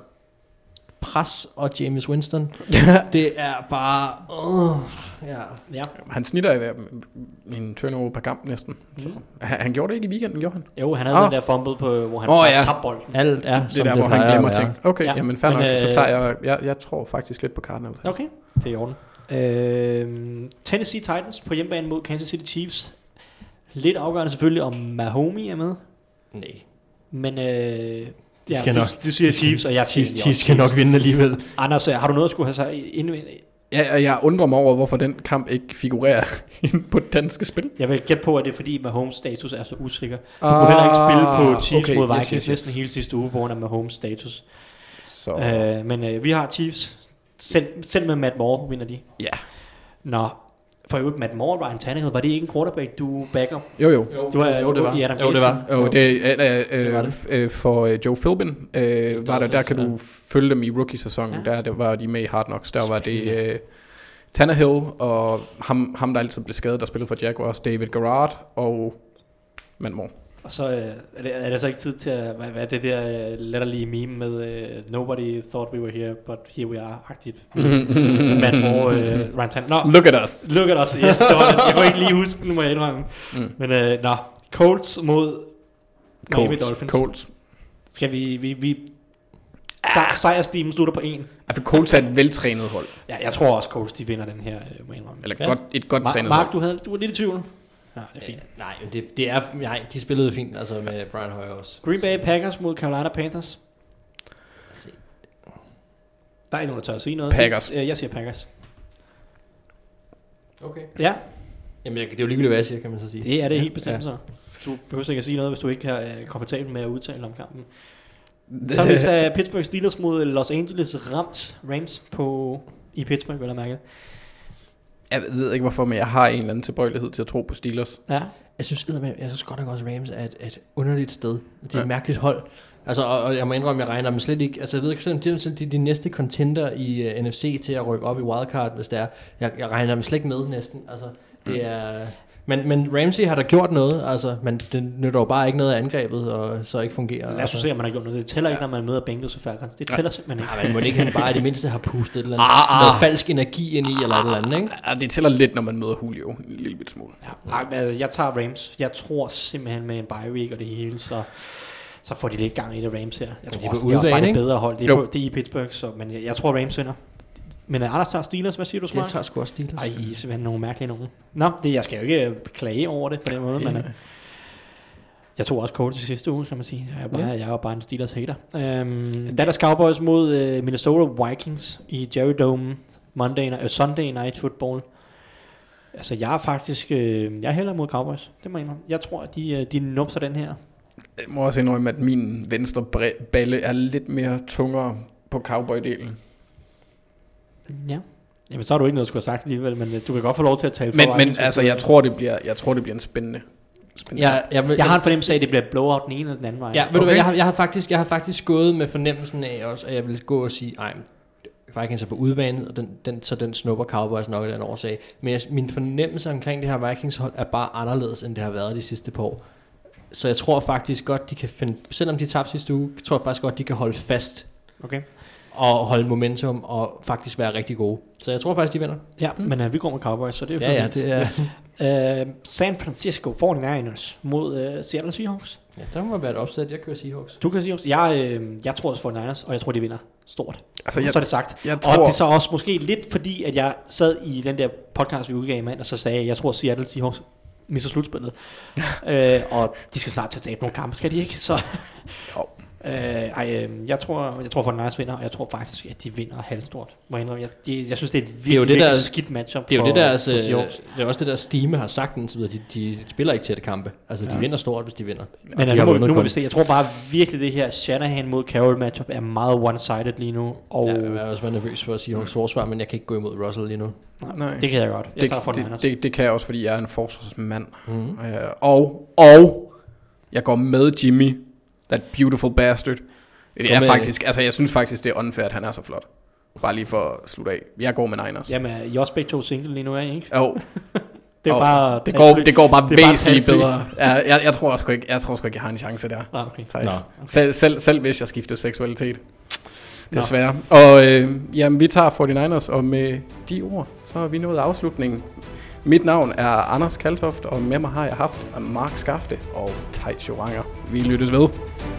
Speaker 6: pres og Jameis Winston, det er bare... Uh, ja.
Speaker 5: Ja.
Speaker 4: Han snitter i en turnover per kamp næsten. Så. Mm. Han, han gjorde det ikke i weekenden, gjorde han?
Speaker 5: Jo, han havde
Speaker 4: ah.
Speaker 5: den der fumble, på, hvor han
Speaker 4: oh,
Speaker 5: bare
Speaker 4: ja.
Speaker 5: tabte bolden.
Speaker 6: Alt er,
Speaker 4: det
Speaker 6: som
Speaker 4: der,
Speaker 6: det
Speaker 4: hvor han glemmer ting. Okay,
Speaker 5: ja.
Speaker 4: jamen fair
Speaker 5: Men,
Speaker 4: nok.
Speaker 5: øh,
Speaker 4: Så tager jeg, jeg... Jeg tror faktisk lidt på Cardinals.
Speaker 5: Okay, det er i orden. Øh, Tennessee Titans på hjemmebane mod Kansas City Chiefs. Lidt afgørende selvfølgelig, om Mahomes er med.
Speaker 6: Nej.
Speaker 5: Men... Øh, ja,
Speaker 6: skal
Speaker 5: du,
Speaker 6: nok,
Speaker 5: du siger Chiefs, og jeg siger
Speaker 6: Chiefs, Chiefs skal nok vinde alligevel.
Speaker 5: Anders, har du noget at skulle have sig indvendt?
Speaker 4: Ja, jeg undrer mig over, hvorfor den kamp ikke figurerer på det danske spil.
Speaker 5: Jeg vil gætte på, at det er fordi Mahomes status er så usikker. Du ah, kunne heller ikke spille på Chiefs
Speaker 4: okay,
Speaker 5: mod Vikings
Speaker 4: yes, yes, yes.
Speaker 5: næsten hele sidste uge, på grund af Mahomes status.
Speaker 4: Så.
Speaker 5: Øh, men øh, vi har Chiefs. Selv, selv med Matt Moore vinder de.
Speaker 4: Ja.
Speaker 5: Nå, for øvrigt Matt Moore og Ryan Tannehill, var det ikke en quarterback, du backer?
Speaker 4: Jo, jo.
Speaker 5: Det var,
Speaker 6: jo, det var.
Speaker 5: I Adam
Speaker 6: Jo, det var.
Speaker 4: Jo, det, øh, øh,
Speaker 6: det var det.
Speaker 4: Øh, for øh, Joe Philbin øh, var der, der kan
Speaker 6: ja.
Speaker 4: du følge dem i rookie-sæsonen.
Speaker 5: Ja.
Speaker 4: Der, der var de med i Hard Knocks. Der var det øh, Tannehill og ham, ham, der altid blev skadet, der spillede for Jaguars, David Garrard og Matt Moore.
Speaker 5: Og så øh, er, det, er det så ikke tid til at, hvad, hvad er det der uh, latterlige meme med uh, nobody thought we were here, but here we are-agtigt. Matt Moore, uh, Ryan Tannehill. Nå,
Speaker 4: Look at us.
Speaker 5: Look at us, yes. Det var, jeg kunne ikke lige huske, nu må jeg indrømme. Mm. Men uh, nå, Colts mod Miami Dolphins.
Speaker 4: Colts.
Speaker 5: Skal vi... vi, vi sej, sejrstimen slutter på en.
Speaker 4: Altså Colts er et veltrænet hold.
Speaker 5: Ja, jeg tror også, Colts de vinder den her, uh, må jeg indrømme.
Speaker 4: Eller
Speaker 5: ja.
Speaker 4: godt, et godt
Speaker 5: Ma-
Speaker 4: trænet
Speaker 5: Mark,
Speaker 4: hold.
Speaker 5: du, havde, du var lidt i tvivl. Ja, det er fint.
Speaker 6: Øh, nej, det, det er, nej, de spillede fint, altså med Brian Hoyer også.
Speaker 5: Green Bay Packers mod Carolina Panthers. Der er ikke nogen, der tør at sige noget.
Speaker 4: Packers.
Speaker 5: Jeg, jeg siger Packers.
Speaker 6: Okay.
Speaker 5: Ja.
Speaker 6: Jamen, det er jo ligegyldigt, hvad jeg siger, kan man så sige.
Speaker 5: Det er det helt bestemt
Speaker 6: ja.
Speaker 5: så. Du behøver ikke at sige noget, hvis du ikke er uh, komfortabel med at udtale om kampen. Så har vi så Pittsburgh Steelers mod Los Angeles Rams, Rams på, i Pittsburgh, vil jeg mærke.
Speaker 4: Jeg ved ikke hvorfor, men jeg har en eller anden tilbøjelighed til at tro på Steelers.
Speaker 5: Ja.
Speaker 6: Jeg synes, jeg synes godt nok også, Rams er et, et underligt sted. Det er
Speaker 4: ja.
Speaker 6: et mærkeligt hold. Altså, og, og jeg må indrømme, jeg regner dem slet ikke. Altså, jeg ved ikke, sådan, de er de, de næste contender i uh, N F C til at rykke op i wildcard, hvis det er. Jeg, jeg regner dem slet ikke med næsten. Altså, det mm. er... Men, men Ramsey har da gjort noget, altså, men det nytter jo bare ikke noget af angrebet, og så ikke fungerer.
Speaker 5: Lad os altså. se, om man har gjort noget. Det tæller ja. ikke, når man møder Bengals og Falcons. Det tæller ja. simpelthen ikke.
Speaker 6: Ja, men må ikke han bare i det mindste har pustet et eller andet, ah, noget falsk energi ind i, eller et eller andet, ikke?
Speaker 4: Ja, det tæller lidt, når man møder Julio, en lille bit smule.
Speaker 5: Ja, jeg tager Rams. Jeg tror simpelthen med en bye week og det hele, så... så får de lidt gang i det Rams her. Jeg tror
Speaker 6: de
Speaker 5: også, de er også bare et bedre hold. Det er, på, det er i Pittsburgh, så, men jeg, jeg tror Rams vinder. Men uh, Anders tager Steelers, hvad siger du, Smart?
Speaker 6: Jeg tager sgu også Steelers.
Speaker 5: Ej, I er simpelthen nogle mærkelige nogen. Nå, det, jeg skal jo ikke uh, klage over det på den måde, men uh, jeg tog også Colts i sidste uge, kan man sige. Jeg er bare, ja. jeg er bare en Steelers hater. Um, Dallas Cowboys mod uh, Minnesota Vikings i Jerry Dome Monday, uh, Sunday Night Football. Altså, jeg er faktisk, uh, jeg er hellere mod Cowboys, det må jeg indrømme. Jeg tror, at de, uh, de numser den her.
Speaker 4: Jeg må også indrømme, at min venstre balle er lidt mere tungere på Cowboy-delen.
Speaker 5: Ja. Jamen, så har du ikke noget, du skulle have sagt alligevel, men du kan godt få lov til at tale for
Speaker 4: Men, men altså, jeg tror, det bliver, jeg tror, det bliver en spændende... spændende
Speaker 6: jeg, jeg, jeg,
Speaker 5: jeg har en fornemmelse af, at det bliver blowout den ene eller den anden vej.
Speaker 6: Ja, ved okay. du hvad, jeg har, jeg, har faktisk, jeg har faktisk gået med fornemmelsen af også, at jeg vil gå og sige, ej, Vikings er på udebane, og den, den, så den snupper Cowboys nok af den årsag. Men jeg, min fornemmelse omkring det her Vikings-hold er bare anderledes, end det har været de sidste par år. Så jeg tror faktisk godt, de kan finde, selvom de tabte sidste uge, tror jeg faktisk godt, de kan holde fast.
Speaker 5: Okay.
Speaker 6: Og holde momentum og faktisk være rigtig gode. Så jeg tror faktisk, de vinder.
Speaker 5: Ja, mm. men uh, vi går med Cowboys, så det er jo
Speaker 6: ja, ja, det
Speaker 5: er... uh, San Francisco forty-niners mod uh, Seattle Seahawks.
Speaker 6: Ja, der må være et opsæt. Jeg kører Seahawks.
Speaker 5: Du kan Seahawks. Jeg, øh, jeg tror også forty-niners, og jeg tror, de vinder stort. Altså, jeg, så er det sagt.
Speaker 4: Jeg
Speaker 5: og
Speaker 4: tror...
Speaker 5: det er så også måske lidt fordi, at jeg sad i den der podcast, vi udgav mand, og så sagde jeg, jeg tror, Seattle Seahawks misser slutspillet. øh, og de skal snart til at tabe nogle kampe, skal de ikke? Så... Øh, ej, øh, jeg tror, jeg tror for Niners vinder, og jeg tror faktisk, at de vinder halvstort. Må jeg indrømme. Jeg, jeg, jeg synes, det er et virkelig,
Speaker 6: det er jo det
Speaker 5: virkelig
Speaker 6: der,
Speaker 5: skidt matchup.
Speaker 6: Det er jo
Speaker 5: for,
Speaker 6: det der, altså,
Speaker 5: for Seahawks.
Speaker 6: det er også det der Stime har sagt indtil videre. De, de spiller ikke tætte kampe. Altså, de
Speaker 4: Ja.
Speaker 6: vinder stort, hvis de vinder.
Speaker 5: Men
Speaker 6: de
Speaker 5: nu,
Speaker 6: har
Speaker 5: må,
Speaker 6: vundet
Speaker 5: nu må
Speaker 6: kun-
Speaker 5: vi se. Jeg tror bare virkelig, det her Shanahan mod Carroll matchup er meget one-sided lige nu. Og
Speaker 6: Ja, jeg er også meget nervøs for Seahawks forsvar, men jeg kan ikke gå imod Russell lige nu.
Speaker 4: Nej.
Speaker 5: det kan jeg godt. Jeg
Speaker 4: det,
Speaker 5: tager for
Speaker 4: det,
Speaker 5: Niners.
Speaker 4: det, det kan jeg også, fordi jeg er en forsvarsmand.
Speaker 6: Mm-hmm.
Speaker 4: Øh, og, og jeg går med Jimmy, that beautiful bastard. Det
Speaker 6: Kom
Speaker 4: er
Speaker 6: med.
Speaker 4: faktisk, altså jeg synes faktisk, det er unfair, at han er så flot. Bare lige for at slutte af. Jeg går med Niners.
Speaker 5: Jamen, I er også begge to single lige nu, er I ikke?
Speaker 4: Jo,
Speaker 5: Det er
Speaker 4: jo.
Speaker 5: bare...
Speaker 4: det går, det går bare
Speaker 5: Det er bare
Speaker 4: væsentligt
Speaker 5: talfri.
Speaker 4: bedre. Ja, jeg, jeg, tror sgu ikke, jeg tror sgu ikke, jeg har en chance der.
Speaker 5: Ah, okay.
Speaker 4: Thijs.
Speaker 6: Nå.
Speaker 4: Selv, selv, selv hvis jeg skifter seksualitet. Desværre. Og øh, jamen, vi tager forty-niners, og med de ord, så har vi nået afslutningen. Mit navn er Anders Kaltoft, og med mig har jeg haft Mark Skafte og Thijs Joranger. Vi lyttes ved.